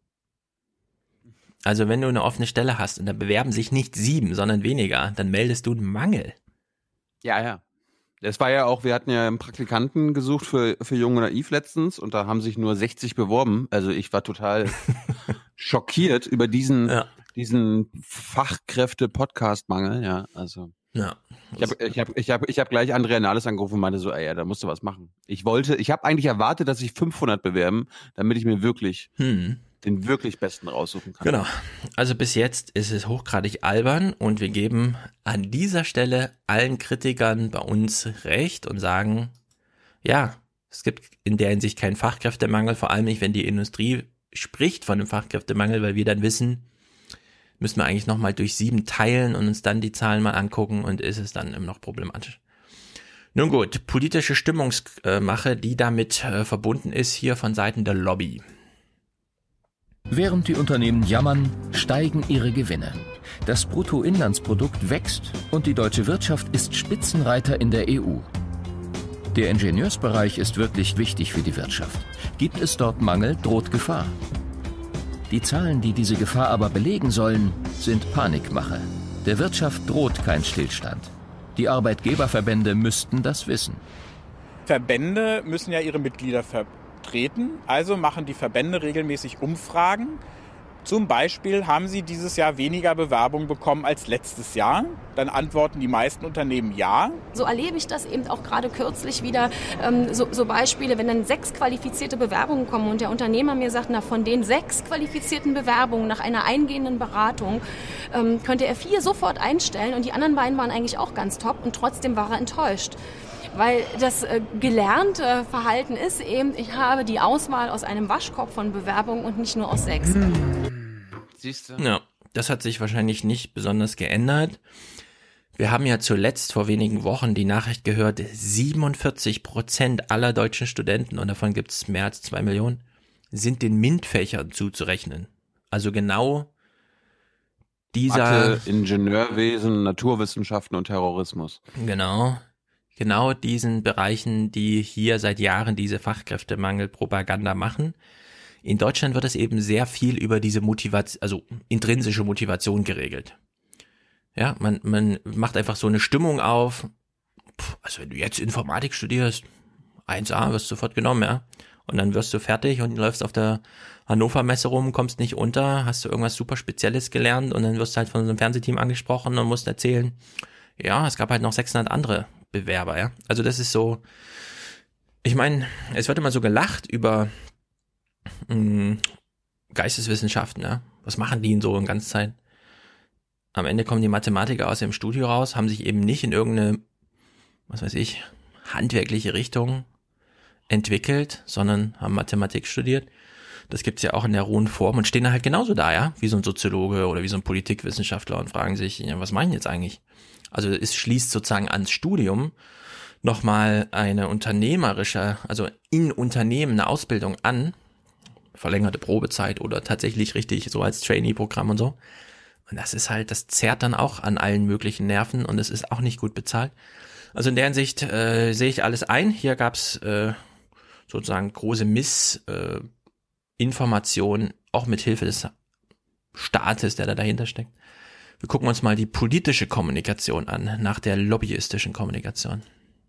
Also wenn du eine offene Stelle hast und da bewerben sich nicht sieben, sondern weniger, dann meldest du einen Mangel. Ja, ja. Das war ja auch, wir hatten ja einen Praktikanten gesucht für, für Jung und Naiv letztens und da haben sich nur sechzig beworben. Also ich war total schockiert über diesen, ja. diesen Fachkräfte-Podcast-Mangel. Ja, also. Ja. Ich habe ich hab, ich hab, ich hab gleich Andrea Nahles angerufen und meinte so, ey, ja, da musst du was machen. Ich wollte, ich habe eigentlich erwartet, dass sich fünfhundert bewerben, damit ich mir wirklich hm. den wirklich Besten raussuchen kann. Genau. Also bis jetzt ist es hochgradig albern und wir geben an dieser Stelle allen Kritikern bei uns recht und sagen, ja, es gibt in der Hinsicht keinen Fachkräftemangel, vor allem nicht, wenn die Industrie spricht von einem Fachkräftemangel, weil wir dann wissen, müssen wir eigentlich nochmal durch sieben teilen und uns dann die Zahlen mal angucken und ist es dann immer noch problematisch. Nun gut, politische Stimmungsmache, die damit äh, verbunden ist, hier von Seiten der Lobby. Während die Unternehmen jammern, steigen ihre Gewinne. Das Bruttoinlandsprodukt wächst und die deutsche Wirtschaft ist Spitzenreiter in der E U. Der Ingenieursbereich ist wirklich wichtig für die Wirtschaft. Gibt es dort Mangel, droht Gefahr. Die Zahlen, die diese Gefahr aber belegen sollen, sind Panikmache. Der Wirtschaft droht kein Stillstand. Die Arbeitgeberverbände müssten das wissen. Verbände müssen ja ihre Mitglieder vertreten, also machen die Verbände regelmäßig Umfragen. Zum Beispiel haben sie dieses Jahr weniger Bewerbungen bekommen als letztes Jahr. Dann antworten die meisten Unternehmen ja. So erlebe ich das eben auch gerade kürzlich wieder. Ähm, so, so Beispiele, wenn dann sechs qualifizierte Bewerbungen kommen und der Unternehmer mir sagt, na, von den sechs qualifizierten Bewerbungen nach einer eingehenden Beratung ähm, könnte er vier sofort einstellen und die anderen beiden waren eigentlich auch ganz top und trotzdem war er enttäuscht. Weil das äh, gelernte Verhalten ist eben, ich habe die Auswahl aus einem Waschkorb von Bewerbungen und nicht nur aus sechs. Hm. Siehst du? Ja, das hat sich wahrscheinlich nicht besonders geändert. Wir haben ja zuletzt vor wenigen Wochen die Nachricht gehört, siebenundvierzig Prozent aller deutschen Studenten, und davon gibt es mehr als zwei Millionen, sind den MINT-Fächern zuzurechnen. Also genau dieser... Mathe, Ingenieurwesen, Naturwissenschaften und Terrorismus. Genau. Genau diesen Bereichen, die hier seit Jahren diese Fachkräftemangelpropaganda machen. In Deutschland wird es eben sehr viel über diese Motivation, also intrinsische Motivation geregelt. Ja, man, man macht einfach so eine Stimmung auf. Puh, also wenn du jetzt Informatik studierst, eins A, wirst du sofort genommen, ja. Und dann wirst du fertig und läufst auf der Hannover Messe rum, kommst nicht unter, hast du irgendwas super Spezielles gelernt und dann wirst du halt von so einem Fernsehteam angesprochen und musst erzählen, ja, es gab halt noch sechshundert andere Bewerber, ja. Also das ist so, ich meine, es wird immer so gelacht über mh, Geisteswissenschaften, ja. Was machen die in so eine ganze Zeit? Am Ende kommen die Mathematiker aus dem Studio raus, haben sich eben nicht in irgendeine, was weiß ich, handwerkliche Richtung entwickelt, sondern haben Mathematik studiert. Das gibt's ja auch in der rohen Form und stehen da halt genauso da, ja, wie so ein Soziologe oder wie so ein Politikwissenschaftler und fragen sich, ja, was meinen jetzt eigentlich? Also es schließt sozusagen ans Studium nochmal eine unternehmerische, also in Unternehmen eine Ausbildung an, verlängerte Probezeit oder tatsächlich richtig so als Trainee-Programm und so. Und das ist halt, das zerrt dann auch an allen möglichen Nerven und es ist auch nicht gut bezahlt. Also in der Hinsicht äh, sehe ich alles ein. Hier gab es äh, sozusagen große Missinformationen, äh, auch mit Hilfe des Staates, der da dahinter steckt. Wir gucken uns mal die politische Kommunikation an, nach der lobbyistischen Kommunikation.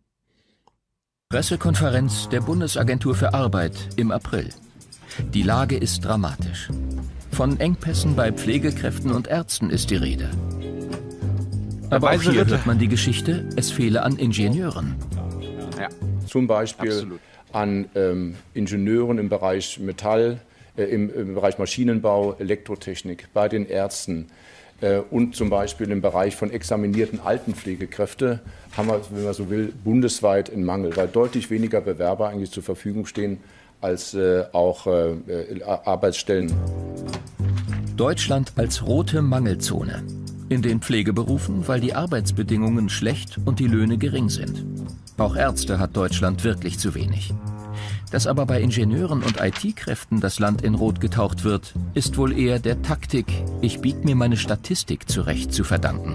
Pressekonferenz der Bundesagentur für Arbeit im April. Die Lage ist dramatisch. Von Engpässen bei Pflegekräften und Ärzten ist die Rede. Aber auch hier hört man die Geschichte, es fehle an Ingenieuren. Ja, zum Beispiel Absolut. an ähm, Ingenieuren im Bereich Metall, äh, im, im Bereich Maschinenbau, Elektrotechnik, bei den Ärzten äh, und zum Beispiel im Bereich von examinierten Altenpflegekräften haben wir, wenn man so will, bundesweit einen Mangel, weil deutlich weniger Bewerber eigentlich zur Verfügung stehen als äh, auch äh, Arbeitsstellen. Deutschland als rote Mangelzone. In den Pflegeberufen, weil die Arbeitsbedingungen schlecht und die Löhne gering sind. Auch Ärzte hat Deutschland wirklich zu wenig. Dass aber bei Ingenieuren und I T-Kräften das Land in Rot getaucht wird, ist wohl eher der Taktik, ich bieg mir meine Statistik zurecht, zu verdanken.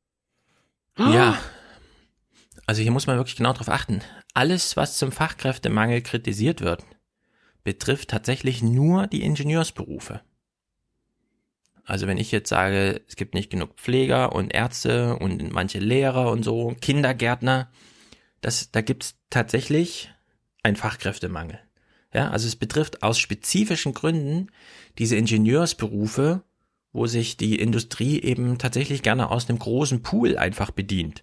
Ja, also hier muss man wirklich genau drauf achten. Alles, was zum Fachkräftemangel kritisiert wird, betrifft tatsächlich nur die Ingenieursberufe. Also wenn ich jetzt sage, es gibt nicht genug Pfleger und Ärzte und manche Lehrer und so, Kindergärtner, das, da gibt es tatsächlich einen Fachkräftemangel. Ja, also es betrifft aus spezifischen Gründen diese Ingenieursberufe, wo sich die Industrie eben tatsächlich gerne aus einem großen Pool einfach bedient.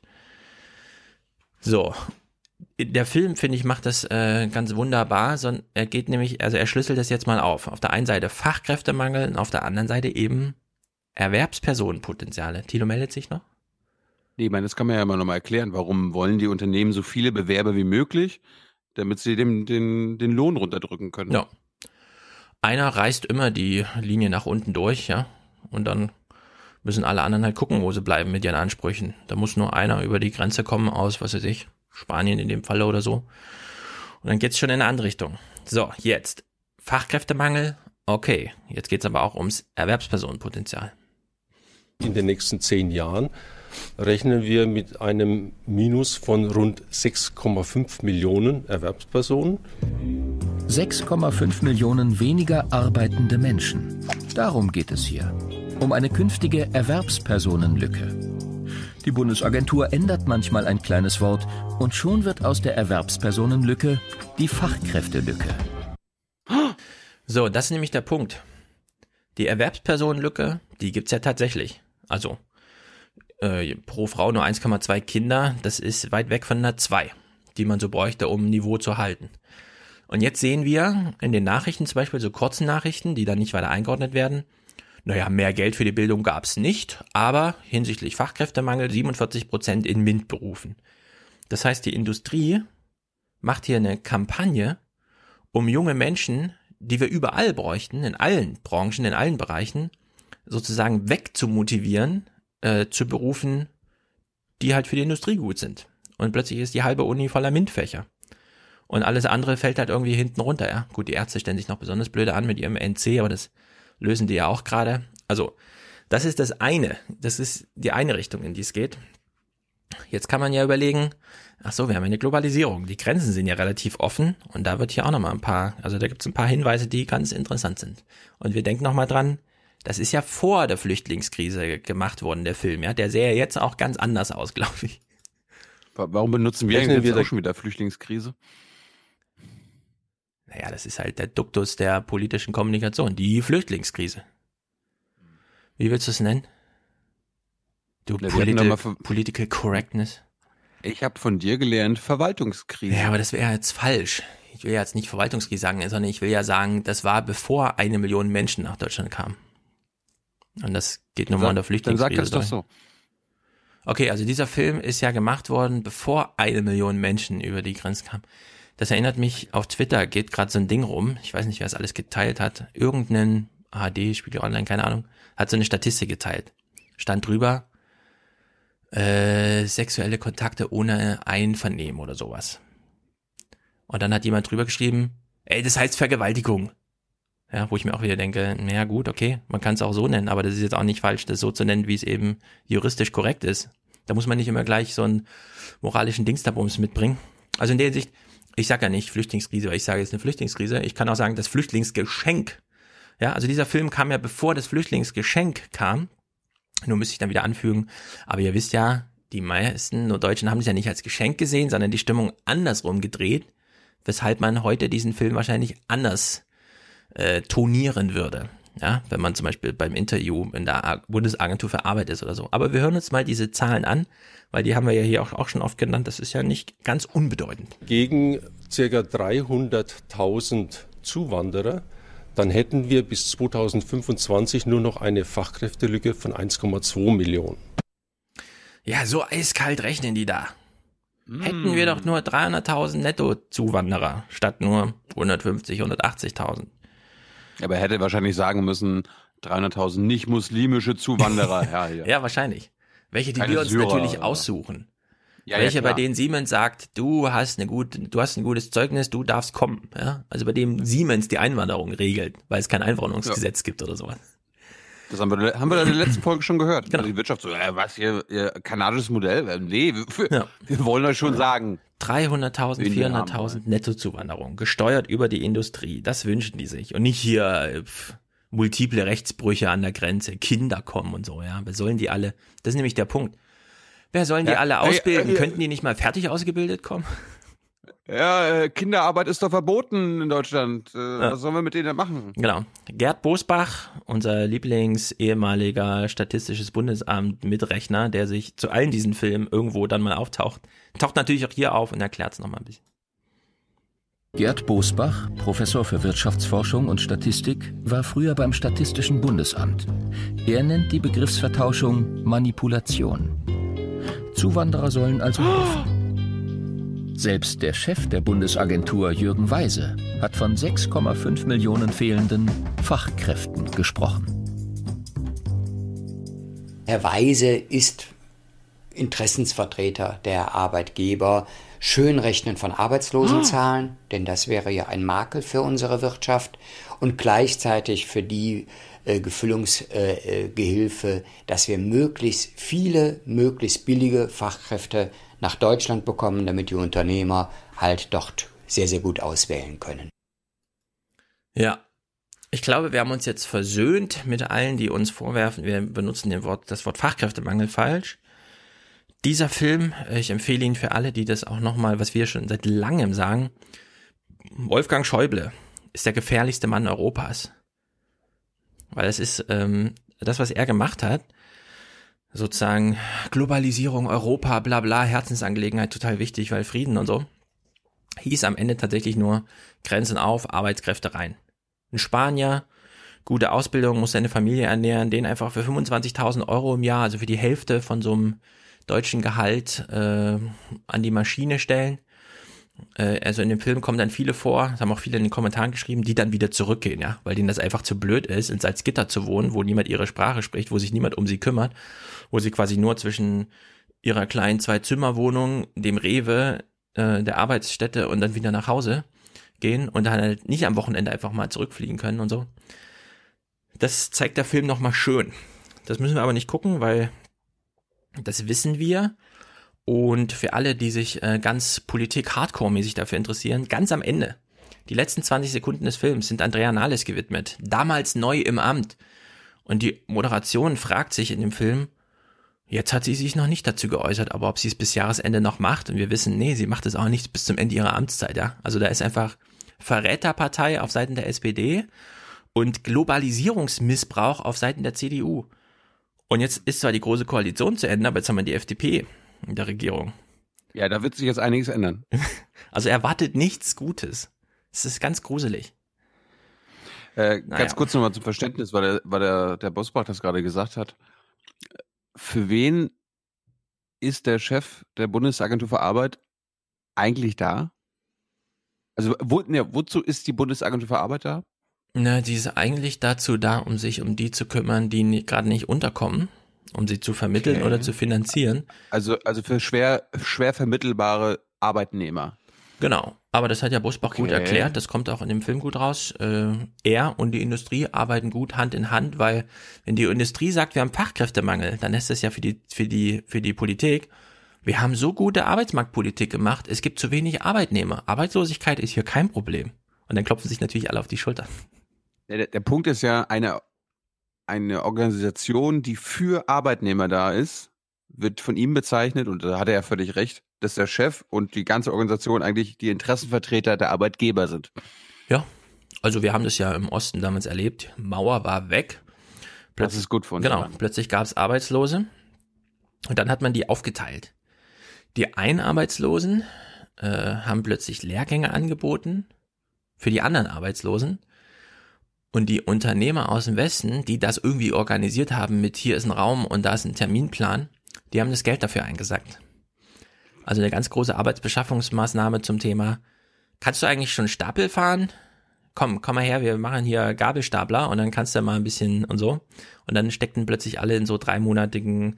So, der Film, finde ich, macht das äh, ganz wunderbar, sondern er geht nämlich, also er schlüsselt das jetzt mal auf. Auf der einen Seite Fachkräftemangel und auf der anderen Seite eben Erwerbspersonenpotenziale. Thilo meldet sich noch? Nee, ich meine, das kann man ja immer noch mal erklären. Warum wollen die Unternehmen so viele Bewerber wie möglich, damit sie dem, den, den Lohn runterdrücken können? Ja. Einer reißt immer die Linie nach unten durch, ja, und dann müssen alle anderen halt gucken, wo sie bleiben mit ihren Ansprüchen. Da muss nur einer über die Grenze kommen aus, was weiß ich, Spanien in dem Falle oder so. Und dann geht's schon in eine andere Richtung. So, jetzt Fachkräftemangel. Okay, jetzt geht's aber auch ums Erwerbspersonenpotenzial. In den nächsten zehn Jahren rechnen wir mit einem Minus von rund sechs Komma fünf Millionen Erwerbspersonen. sechs Komma fünf Millionen weniger arbeitende Menschen. Darum geht es hier. Um eine künftige Erwerbspersonenlücke. Die Bundesagentur ändert manchmal ein kleines Wort und schon wird aus der Erwerbspersonenlücke die Fachkräftelücke. So, das ist nämlich der Punkt. Die Erwerbspersonenlücke, die gibt's ja tatsächlich. Also äh, pro Frau nur eins Komma zwei Kinder, das ist weit weg von einer zwei, die man so bräuchte, um ein Niveau zu halten. Und jetzt sehen wir in den Nachrichten zum Beispiel so kurzen Nachrichten, die dann nicht weiter eingeordnet werden. Naja, mehr Geld für die Bildung gab's nicht, aber hinsichtlich Fachkräftemangel siebenundvierzig Prozent in MINT-Berufen. Das heißt, die Industrie macht hier eine Kampagne, um junge Menschen, die wir überall bräuchten, in allen Branchen, in allen Bereichen, sozusagen wegzumotivieren äh, zu Berufen, die halt für die Industrie gut sind. Und plötzlich ist die halbe Uni voller MINT-Fächer. Und alles andere fällt halt irgendwie hinten runter, ja. Gut, die Ärzte stellen sich noch besonders blöde an mit ihrem N C, aber das lösen die ja auch gerade. Also, das ist das eine. Das ist die eine Richtung, in die es geht. Jetzt kann man ja überlegen, ach so, wir haben eine Globalisierung. Die Grenzen sind ja relativ offen und da wird hier auch nochmal ein paar, also da gibt es ein paar Hinweise, die ganz interessant sind. Und wir denken nochmal dran, das ist ja vor der Flüchtlingskrise gemacht worden, der Film, ja. Der sähe ja jetzt auch ganz anders aus, glaube ich. Warum benutzen wir eigentlich jetzt auch schon wieder Flüchtlingskrise? Naja, das ist halt der Duktus der politischen Kommunikation, die Flüchtlingskrise. Wie willst du es nennen? Du Na, Politi- Political Correctness. Ich habe von dir gelernt, Verwaltungskrise. Ja, aber das wäre jetzt falsch. Ich will ja jetzt nicht Verwaltungskrise sagen, sondern ich will ja sagen, das war bevor eine Million Menschen nach Deutschland kamen. Und das geht nun mal in der Flüchtlingskrise. Dann sag das doch so. Okay, also dieser Film ist ja gemacht worden, bevor eine Million Menschen über die Grenze kamen. Das erinnert mich, auf Twitter geht gerade so ein Ding rum, ich weiß nicht, wer es alles geteilt hat, irgendein A H D-Spiegel Online, keine Ahnung, hat so eine Statistik geteilt. Stand drüber, äh, sexuelle Kontakte ohne Einvernehmen oder sowas. Und dann hat jemand drüber geschrieben, ey, das heißt Vergewaltigung. Ja, wo ich mir auch wieder denke, naja gut, okay, man kann es auch so nennen, aber das ist jetzt auch nicht falsch, das so zu nennen, wie es eben juristisch korrekt ist. Da muss man nicht immer gleich so einen moralischen Dingsdabums mitbringen. Also in der Hinsicht, ich sage ja nicht Flüchtlingskrise, weil ich sage, es ist eine Flüchtlingskrise. Ich kann auch sagen, das Flüchtlingsgeschenk. Ja, also dieser Film kam ja, bevor das Flüchtlingsgeschenk kam. Nur müsste ich dann wieder anfügen. Aber ihr wisst ja, die meisten Deutschen haben es ja nicht als Geschenk gesehen, sondern die Stimmung andersrum gedreht, weshalb man heute diesen Film wahrscheinlich anders äh, tonieren würde. Ja, wenn man zum Beispiel beim Interview in der Bundesagentur für Arbeit ist oder so. Aber wir hören uns mal diese Zahlen an, weil die haben wir ja hier auch, auch schon oft genannt. Das ist ja nicht ganz unbedeutend. Gegen ca. dreihunderttausend Zuwanderer, dann hätten wir bis zweitausendfünfundzwanzig nur noch eine Fachkräftelücke von eins Komma zwei Millionen. Ja, so eiskalt rechnen die da. Mm. Hätten wir doch nur dreihunderttausend Netto-Zuwanderer statt nur hundertfünfzig, hundertachtzigtausend. Aber er hätte wahrscheinlich sagen müssen, dreihunderttausend nicht-muslimische Zuwanderer. Ja, ja. Ja, wahrscheinlich. Welche, die Keine wir uns Syrer, natürlich oder? aussuchen. Ja, Welche, ja, bei denen Siemens sagt, du hast eine gute, du hast ein gutes Zeugnis, du darfst kommen. Ja? Also bei dem Siemens die Einwanderung regelt, weil es kein Einwanderungsgesetz ja. gibt oder sowas. Das haben wir, haben wir in der letzten Folge schon gehört. Genau. Die Wirtschaft so, äh, was hier, ihr kanadisches Modell? Nee, wir, ja. wir wollen euch schon sagen. dreihunderttausend, vierhunderttausend Nettozuwanderung, gesteuert über die Industrie. Das wünschen die sich. Und nicht hier pff, multiple Rechtsbrüche an der Grenze, Kinder kommen und so. Ja, wer sollen die alle? Das ist nämlich der Punkt. Wer sollen die ja, alle ausbilden? Äh, äh, Könnten die nicht mal fertig ausgebildet kommen? Ja, Kinderarbeit ist doch verboten in Deutschland. Ja. Was sollen wir mit denen machen? Genau. Gerd Bosbach, unser Lieblings-ehemaliger Statistisches Bundesamt-Mitrechner, der sich zu allen diesen Filmen irgendwo dann mal auftaucht, taucht natürlich auch hier auf und erklärt es nochmal ein bisschen. Gerd Bosbach, Professor für Wirtschaftsforschung und Statistik, war früher beim Statistischen Bundesamt. Er nennt die Begriffsvertauschung Manipulation. Zuwanderer sollen also helfen. Selbst der Chef der Bundesagentur, Jürgen Weise, hat von sechs Komma fünf Millionen fehlenden Fachkräften gesprochen. Herr Weise ist Interessensvertreter der Arbeitgeber. Schönrechnen von Arbeitslosenzahlen, oh. denn das wäre ja ein Makel für unsere Wirtschaft. Und gleichzeitig für die äh, Gefüllungsgehilfe, äh, dass wir möglichst viele, möglichst billige Fachkräfte nach Deutschland bekommen, damit die Unternehmer halt dort sehr, sehr gut auswählen können. Ja, ich glaube, wir haben uns jetzt versöhnt mit allen, die uns vorwerfen, wir benutzen den Wort, das Wort Fachkräftemangel falsch. Dieser Film, ich empfehle ihn für alle, die das auch nochmal, was wir schon seit langem sagen, Wolfgang Schäuble ist der gefährlichste Mann Europas. Weil es ist ähm, das, was er gemacht hat, sozusagen Globalisierung, Europa, bla bla, Herzensangelegenheit, total wichtig, weil Frieden und so, hieß am Ende tatsächlich nur Grenzen auf, Arbeitskräfte rein. Ein Spanier, gute Ausbildung, muss seine Familie ernähren, den einfach für fünfundzwanzigtausend Euro im Jahr, also für die Hälfte von so einem deutschen Gehalt äh, an die Maschine stellen. Äh, also in dem Film kommen dann viele vor, das haben auch viele in den Kommentaren geschrieben, die dann wieder zurückgehen, ja, weil denen das einfach zu blöd ist, in Salzgitter zu wohnen, wo niemand ihre Sprache spricht, wo sich niemand um sie kümmert, wo sie quasi nur zwischen ihrer kleinen Zwei-Zimmer-Wohnung, dem Rewe, äh, der Arbeitsstätte und dann wieder nach Hause gehen und dann halt nicht am Wochenende einfach mal zurückfliegen können und so. Das zeigt der Film nochmal schön. Das müssen wir aber nicht gucken, weil das wissen wir. Und für alle, die sich äh, ganz Politik-Hardcore-mäßig dafür interessieren, ganz am Ende, die letzten zwanzig Sekunden des Films sind Andrea Nahles gewidmet, damals neu im Amt. Und die Moderation fragt sich in dem Film, jetzt hat sie sich noch nicht dazu geäußert, aber ob sie es bis Jahresende noch macht. Und wir wissen, nee, sie macht es auch nicht bis zum Ende ihrer Amtszeit. Ja? Also da ist einfach Verräterpartei auf Seiten der S P D und Globalisierungsmissbrauch auf Seiten der C D U. Und jetzt ist zwar die große Koalition zu Ende, aber jetzt haben wir die F D P in der Regierung. Ja, da wird sich jetzt einiges ändern. Also erwartet nichts Gutes. Es ist ganz gruselig. Äh, naja. Ganz kurz nochmal zum Verständnis, weil der, weil der, der Bosbach das gerade gesagt hat. Für wen ist der Chef der Bundesagentur für Arbeit eigentlich da? Also wo, ne, wozu ist die Bundesagentur für Arbeit da? Na, die ist eigentlich dazu da, um sich um die zu kümmern, die gerade nicht unterkommen, um sie zu vermitteln okay. oder zu finanzieren. Also also für schwer schwer vermittelbare Arbeitnehmer. Genau, aber das hat ja Busbach gut okay. erklärt, das kommt auch in dem Film gut raus. Äh, er und die Industrie arbeiten gut Hand in Hand, weil wenn die Industrie sagt, wir haben Fachkräftemangel, dann ist das ja für die, für die, für die Politik, wir haben so gute Arbeitsmarktpolitik gemacht, es gibt zu wenig Arbeitnehmer. Arbeitslosigkeit ist hier kein Problem. Und dann klopfen sich natürlich alle auf die Schulter. Der, der Punkt ist ja, eine, eine Organisation, die für Arbeitnehmer da ist, wird von ihm bezeichnet, und da hat er ja völlig recht, dass der Chef und die ganze Organisation eigentlich die Interessenvertreter der Arbeitgeber sind. Ja, also wir haben das ja im Osten damals erlebt. Mauer war weg. Plötzlich, das ist gut von uns. Genau, plötzlich gab es Arbeitslose und dann hat man die aufgeteilt. Die einen Arbeitslosen äh, haben plötzlich Lehrgänge angeboten für die anderen Arbeitslosen. Und die Unternehmer aus dem Westen, die das irgendwie organisiert haben mit hier ist ein Raum und da ist ein Terminplan, die haben das Geld dafür eingesackt. Also eine ganz große Arbeitsbeschaffungsmaßnahme zum Thema, kannst du eigentlich schon Stapel fahren? Komm, komm mal her, wir machen hier Gabelstapler und dann kannst du mal ein bisschen und so. Und dann steckten plötzlich alle in so dreimonatigen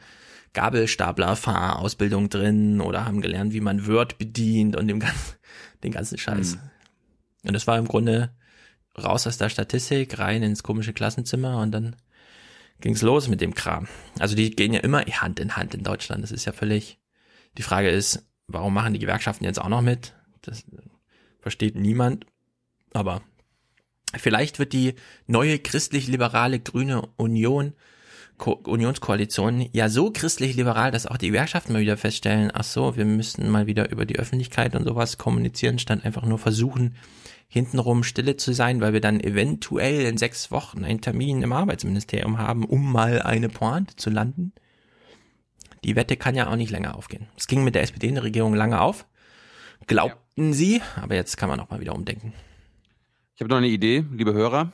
Gabelstapler-Fahrausbildung drin oder haben gelernt, wie man Word bedient und dem ganzen, den ganzen Scheiß. Mhm. Und das war im Grunde raus aus der Statistik, rein ins komische Klassenzimmer und dann ging's los mit dem Kram. Also die gehen ja immer Hand in Hand in Deutschland. Das ist ja völlig, die Frage ist, warum machen die Gewerkschaften jetzt auch noch mit? Das versteht niemand. Aber vielleicht wird die neue christlich-liberale grüne Union, Ko- Unionskoalition ja so christlich-liberal, dass auch die Gewerkschaften mal wieder feststellen, ach so, wir müssten mal wieder über die Öffentlichkeit und sowas kommunizieren, statt einfach nur versuchen, hintenrum stille zu sein, weil wir dann eventuell in sechs Wochen einen Termin im Arbeitsministerium haben, um mal eine Pointe zu landen. Die Wette kann ja auch nicht länger aufgehen. Es ging mit der S P D in der Regierung lange auf. Glaubten ja. sie, aber jetzt kann man auch mal wieder umdenken. Ich habe noch eine Idee, liebe Hörer.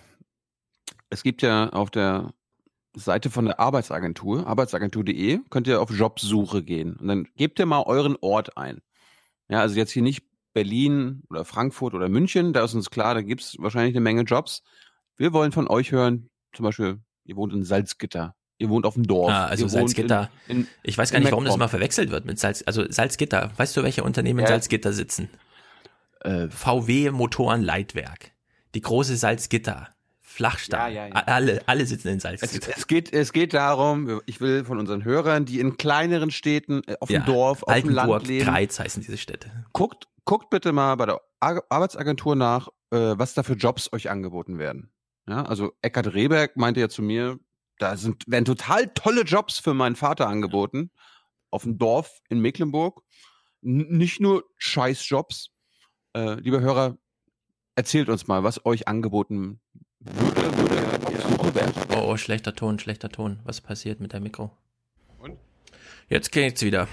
Es gibt ja auf der Seite von der Arbeitsagentur, arbeitsagentur punkt de, könnt ihr auf Jobsuche gehen. Und dann gebt ihr mal euren Ort ein. Ja, also jetzt hier nicht Berlin oder Frankfurt oder München, da ist uns klar, da gibt es wahrscheinlich eine Menge Jobs. Wir wollen von euch hören, zum Beispiel, ihr wohnt in Salzgitter, ihr wohnt auf dem Dorf. Ah, also Salzgitter, in, in, ich weiß gar nicht, warum das immer verwechselt wird mit Salz, also Salzgitter, weißt du, welche Unternehmen in ja. Salzgitter sitzen? Äh, V W Motorenleitwerk, die große Salzgitter, Flachstahl, ja, ja, ja. alle, alle sitzen in Salzgitter. Es, es, geht, es geht darum, ich will von unseren Hörern, die in kleineren Städten, auf dem ja, Dorf, auf dem Land leben. Greiz heißen diese Städte. Guckt, Guckt bitte mal bei der Ar- Arbeitsagentur nach, äh, was da für Jobs euch angeboten werden. Ja, also Eckhard Rehberg meinte ja zu mir, da sind, werden total tolle Jobs für meinen Vater angeboten, auf dem Dorf in Mecklenburg. N- nicht nur Scheißjobs. Äh, liebe Hörer, erzählt uns mal, was euch angeboten würde, würde ja, oh, oh, schlechter Ton, schlechter Ton. Was passiert mit dem Mikro? Und? Jetzt geht's wieder.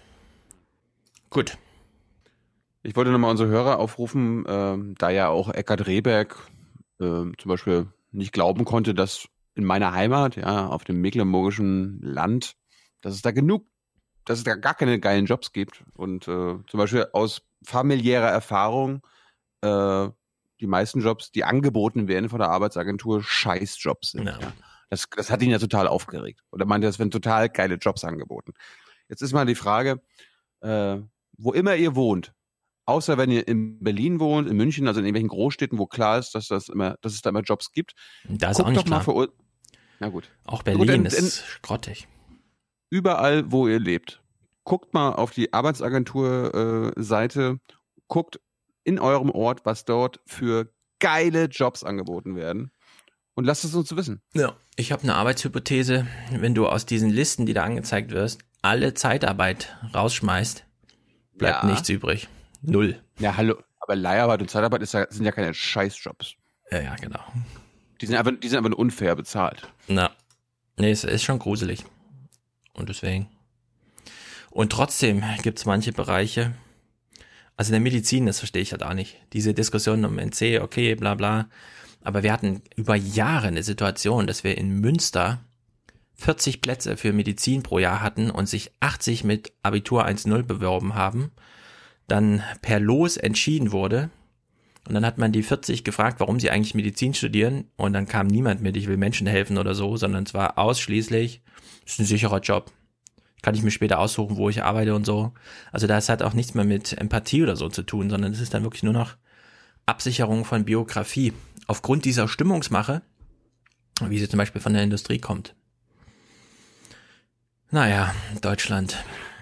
Gut. Ich wollte nochmal unsere Hörer aufrufen, äh, da ja auch Eckhard Rehberg äh, zum Beispiel nicht glauben konnte, dass in meiner Heimat, ja, auf dem mecklenburgischen Land, dass es da genug, dass es da gar keine geilen Jobs gibt. Und äh, zum Beispiel aus familiärer Erfahrung, äh, die meisten Jobs, die angeboten werden von der Arbeitsagentur, Scheißjobs sind. Ja. Ja. Das, das hat ihn ja total aufgeregt. Und er meinte, es werden total geile Jobs angeboten. Jetzt ist mal die Frage, äh, wo immer ihr wohnt, außer wenn ihr in Berlin wohnt, in München, also in irgendwelchen Großstädten, wo klar ist, dass, das immer, dass es da immer Jobs gibt. Da ist auch nicht klar. Für, na gut. Auch Berlin gut, in, in, ist grottig. Überall, wo ihr lebt. Guckt mal auf die Arbeitsagentur-Seite, äh, guckt in eurem Ort, was dort für geile Jobs angeboten werden. Und lasst es uns wissen. Ja, ich habe eine Arbeitshypothese. Wenn du aus diesen Listen, die da angezeigt wirst, alle Zeitarbeit rausschmeißt, bleibt ja. nichts übrig. Null. Ja, hallo. Aber Leiharbeit und Zeitarbeit ist ja, sind ja keine Scheißjobs. Ja, ja, genau. Die sind einfach, die sind einfach nur unfair bezahlt. Na, nee, es ist schon gruselig. Und deswegen. Und trotzdem gibt es manche Bereiche, also in der Medizin, das verstehe ich halt auch nicht. Diese Diskussion um N C, okay, bla bla. Aber wir hatten über Jahre eine Situation, dass wir in Münster vierzig Plätze für Medizin pro Jahr hatten und sich achtzig mit Abitur eins Komma null beworben haben. Dann per Los entschieden wurde und dann hat man die vierzig gefragt, warum sie eigentlich Medizin studieren und dann kam niemand mit, ich will Menschen helfen oder so, sondern es war ausschließlich, ist ein sicherer Job. Kann ich mir später aussuchen, wo ich arbeite und so. Also das hat auch nichts mehr mit Empathie oder so zu tun, sondern es ist dann wirklich nur noch Absicherung von Biografie. Aufgrund dieser Stimmungsmache, wie sie zum Beispiel von der Industrie kommt. Naja, Deutschland.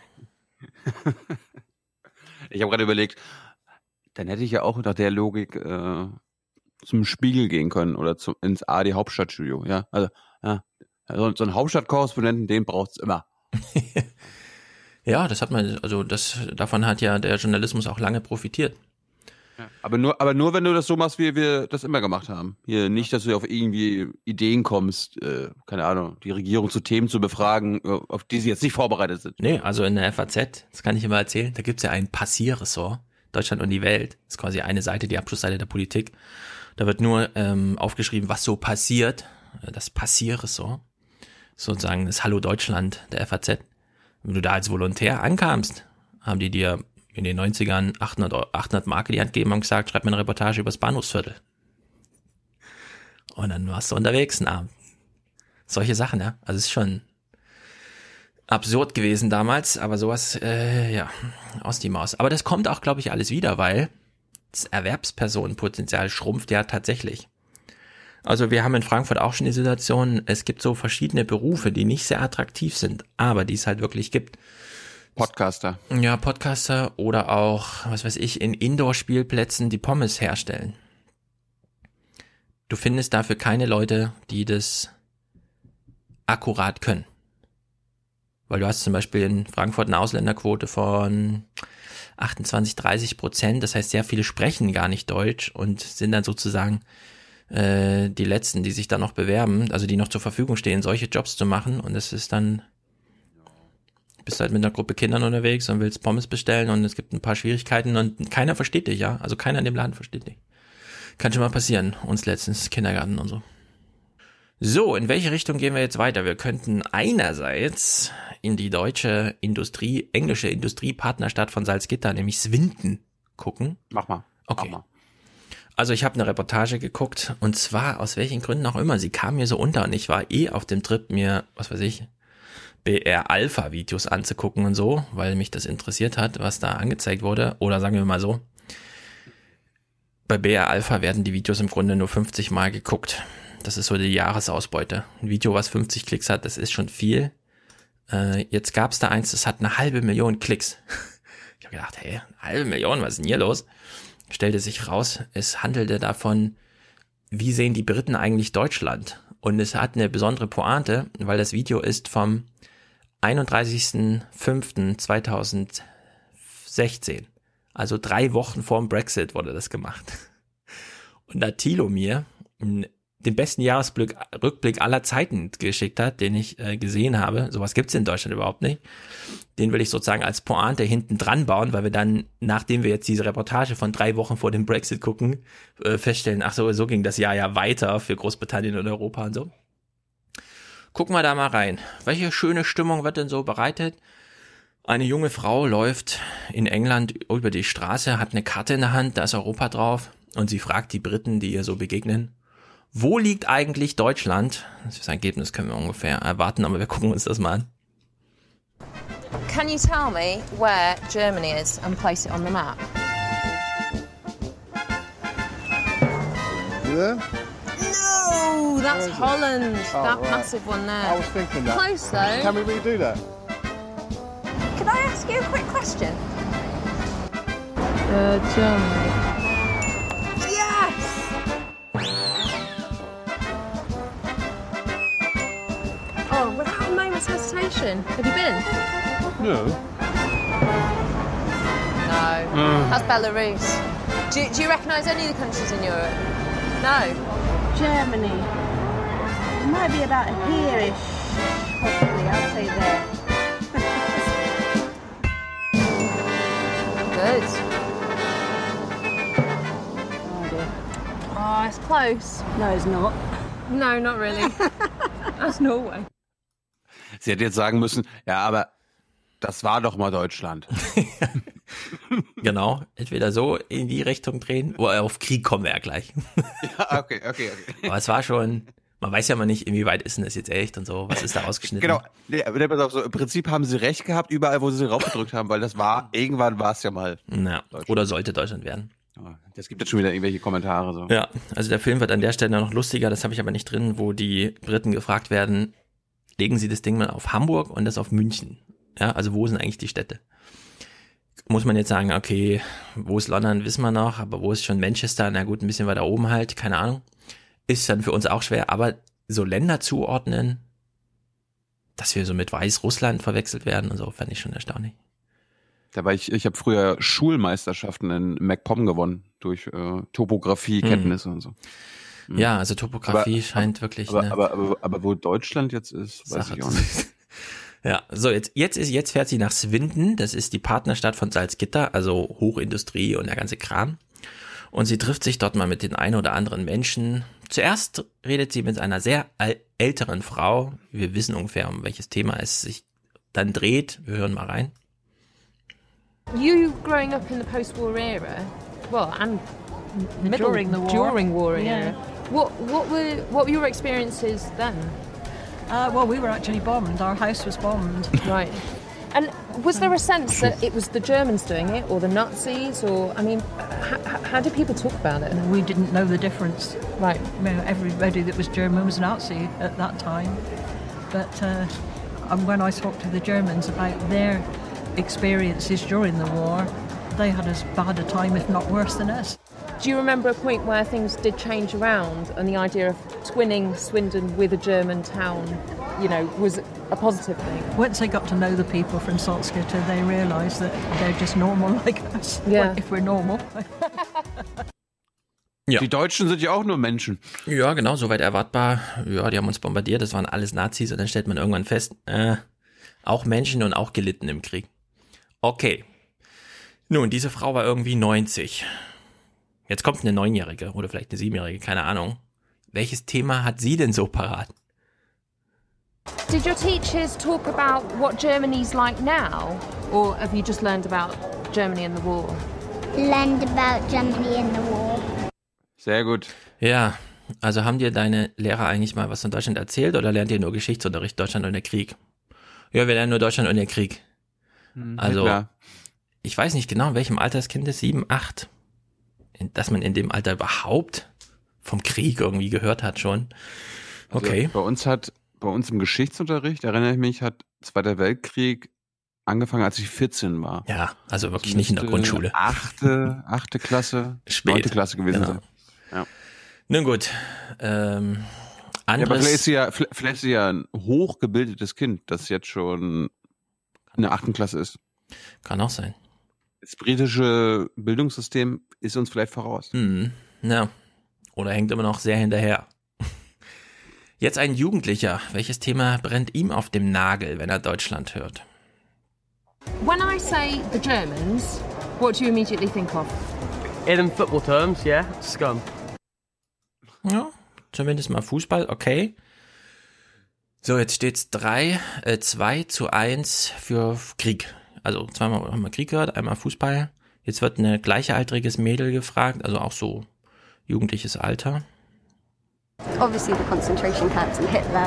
Ich habe gerade überlegt, dann hätte ich ja auch nach der Logik äh, zum Spiegel gehen können oder zum, ins A R D Hauptstadtstudio. Ja, also ja, so, so einen Hauptstadtkorrespondenten, den braucht es immer. Ja, das hat man, also das davon hat ja der Journalismus auch lange profitiert. Ja, aber nur, aber nur wenn du das so machst, wie wir das immer gemacht haben. Hier nicht, dass du auf irgendwie Ideen kommst, äh, keine Ahnung, die Regierung zu Themen zu befragen, auf die sie jetzt nicht vorbereitet sind. Nee, also in der F A Z, das kann ich immer erzählen, da gibt's ja ein Passierressort, Deutschland und die Welt. Das ist quasi eine Seite, die Abschlussseite der Politik. Da wird nur ähm, aufgeschrieben, was so passiert. Das Passierressort, sozusagen das Hallo Deutschland der F A Z. Wenn du da als Volontär ankamst, haben die dir in den neunzigern achthundert Mark in die Hand gegeben und gesagt, schreib mir eine Reportage über das Bahnhofsviertel. Und dann warst du unterwegs einen Abend. Solche Sachen, ja. Also es ist schon absurd gewesen damals, aber sowas, äh, ja, aus die Maus. Aber das kommt auch, glaube ich, alles wieder, weil das Erwerbspersonenpotenzial schrumpft ja tatsächlich. Also wir haben in Frankfurt auch schon die Situation, es gibt so verschiedene Berufe, die nicht sehr attraktiv sind, aber die es halt wirklich gibt. Podcaster. Ja, Podcaster oder auch, was weiß ich, in Indoor-Spielplätzen die Pommes herstellen. Du findest dafür keine Leute, die das akkurat können. Weil du hast zum Beispiel in Frankfurt eine Ausländerquote von achtundzwanzig, dreißig Prozent. Das heißt, sehr viele sprechen gar nicht Deutsch und sind dann sozusagen äh, die Letzten, die sich dann noch bewerben, also die noch zur Verfügung stehen, solche Jobs zu machen. Und es ist dann, bist halt mit einer Gruppe Kindern unterwegs und willst Pommes bestellen und es gibt ein paar Schwierigkeiten und keiner versteht dich, ja. Also keiner in dem Laden versteht dich. Kann schon mal passieren. Uns letztens Kindergarten und so. So, in welche Richtung gehen wir jetzt weiter? Wir könnten einerseits in die deutsche Industrie, englische Industriepartnerstadt von Salzgitter, nämlich Swinton, gucken. Mach mal. Okay. Mach mal. Also ich habe eine Reportage geguckt und zwar aus welchen Gründen auch immer. Sie kam mir so unter und ich war eh auf dem Trip, mir, was weiß ich, B R-Alpha-Videos anzugucken und so, weil mich das interessiert hat, was da angezeigt wurde. Oder sagen wir mal so, bei B R-Alpha werden die Videos im Grunde nur fünfzig Mal geguckt. Das ist so die Jahresausbeute. Ein Video, was fünfzig Klicks hat, das ist schon viel. Äh, jetzt gab es da eins, das hat eine halbe Million Klicks. Ich habe gedacht, hey, eine halbe Million, was ist denn hier los? Stellte sich raus, es handelte davon, wie sehen die Briten eigentlich Deutschland? Und es hat eine besondere Pointe, weil das Video ist vom einunddreißigsten fünften zweitausendsechzehn. Also drei Wochen vorm Brexit wurde das gemacht. Und da Thilo mir den besten Jahresrückblick aller Zeiten geschickt hat, den ich äh, gesehen habe, sowas gibt's in Deutschland überhaupt nicht, den will ich sozusagen als Pointe hinten dran bauen, weil wir dann, nachdem wir jetzt diese Reportage von drei Wochen vor dem Brexit gucken, äh, feststellen, ach so, so ging das Jahr ja weiter für Großbritannien und Europa und so. Gucken wir da mal rein. Welche schöne Stimmung wird denn so bereitet? Eine junge Frau läuft in England über die Straße, hat eine Karte in der Hand, da ist Europa drauf und sie fragt die Briten, die ihr so begegnen, wo liegt eigentlich Deutschland? Das Ergebnis können wir ungefähr erwarten, aber wir gucken uns das mal an. Can you tell me where Germany is and place it on the map? Yeah? No, that's Holland. Oh, that right. massive one there. I was thinking that. Close though. Can we redo that? Can I ask you a quick question? Uh, Germany. Yes! Oh, without a moment's hesitation. Have you been? No. No. Mm. That's Belarus. Do, do you recognise any of the countries in Europe? No. Germany. It might be about here-ish. Possibly, I'll say there. Good. Oh dear. Oh, it's close. No, it's not. No, not really. That's Norway. Sie hätte jetzt sagen müssen, ja, aber das war doch mal Deutschland. Genau, entweder so in die Richtung drehen, oder auf Krieg kommen wir ja gleich. Ja, okay, okay, okay. Aber es war schon, Man weiß ja mal nicht, inwieweit ist denn das jetzt echt und so, was ist da ausgeschnitten. Genau, nee, aber pass auf, so, im Prinzip haben sie recht gehabt, überall, wo sie raufgedrückt haben, weil das war, irgendwann war es ja mal. Na, oder sollte Deutschland werden. Das gibt jetzt schon wieder irgendwelche Kommentare. So. Ja, also der Film wird an der Stelle noch lustiger, das habe ich aber nicht drin, wo die Briten gefragt werden, legen sie das Ding mal auf Hamburg und das auf München. Ja, also wo sind eigentlich die Städte? Muss man jetzt sagen, okay, wo ist London, wissen wir noch, aber wo ist schon Manchester? Na gut, ein bisschen weiter oben halt, keine Ahnung. Ist dann für uns auch schwer, aber so Länder zuordnen, dass wir so mit Weißrussland verwechselt werden und so, fand ich schon erstaunlich. Da war ich, ich habe früher Schulmeisterschaften in MacPom gewonnen, durch äh, Topografie-Kenntnisse hm. und so. Hm. Ja, also Topografie aber, aber, scheint wirklich... Aber, eine aber, aber, aber wo Deutschland jetzt ist, weiß Sache ich auch nicht. Ja, so jetzt, jetzt ist, jetzt fährt sie nach Swindon, das ist die Partnerstadt von Salzgitter, also Hochindustrie und der ganze Kram. Und sie trifft sich dort mal mit den ein oder anderen Menschen. Zuerst redet sie mit einer sehr älteren Frau. Wir wissen ungefähr, um welches Thema es sich dann dreht. Wir hören mal rein. You growing up in the post-war era, well, and middle, during the war, during war yeah. era, what what were what were your experiences then? Uh, well, we were actually bombed. Our house was bombed. Right. And was there a sense that it was the Germans doing it, or the Nazis, or, I mean, h- how did people talk about it? We didn't know the difference. Right. You know, everybody that was German was Nazi at that time. But uh, and when I talked to the Germans about their experiences during the war, they had as bad a time, if not worse, than us. Do you remember a point where things did change around and the idea of twinning Swindon with a German town, you know, was a positive thing? Once they got to know the people from Salzgitter, they realised that they're just normal like us, yeah. if we're normal. Ja. Die Deutschen sind ja auch nur Menschen. Ja, genau, soweit erwartbar. Ja, die haben uns bombardiert, das waren alles Nazis und dann stellt man irgendwann fest, äh, auch Menschen und auch gelitten im Krieg. Okay. Nun, diese Frau war irgendwie neunzig. Jetzt kommt eine Neunjährige oder vielleicht eine Siebenjährige, keine Ahnung. Welches Thema hat sie denn so parat? Did your teachers talk about what Germany's like now? Or have you just learned about Germany in the war? Learned about Germany in the war. Sehr gut. Ja, also haben dir deine Lehrer eigentlich mal was von Deutschland erzählt oder lernt ihr nur Geschichtsunterricht, Deutschland und der Krieg? Ja, wir lernen nur Deutschland und der Krieg. Hm, also, ja. Ich weiß nicht genau, in welchem Alter das Kind ist, sieben, acht. Dass man in dem Alter überhaupt vom Krieg irgendwie gehört hat schon. Okay. Also bei uns hat, bei uns im Geschichtsunterricht, erinnere ich mich, hat Zweiter Weltkrieg angefangen, als ich vierzehn war. Ja, also wirklich nicht in der Grundschule. Achte, achte Klasse, Spät. neunte Klasse gewesen Genau. sein. Ja. Nun gut. Ähm, anderes, ja, aber vielleicht ist, sie ja, vielleicht ist sie ja ein hochgebildetes Kind, das jetzt schon in der achten Klasse ist. Kann auch sein. Das britische Bildungssystem ist uns vielleicht voraus. Mhm. Ja. Oder hängt immer noch sehr hinterher. Jetzt ein Jugendlicher. Welches Thema brennt ihm auf dem Nagel, wenn er Deutschland hört? When I say the Germans, what do you immediately think of? In football terms, yeah, scum. Ja, zumindest mal Fußball, okay. So, jetzt steht's drei, äh, zwei zu eins für Krieg. Also zweimal haben wir Krieg gehört, einmal Fußball. Jetzt wird eine gleichaltriges Mädel gefragt, also auch so jugendliches Alter. Obviously the concentration camps and Hitler.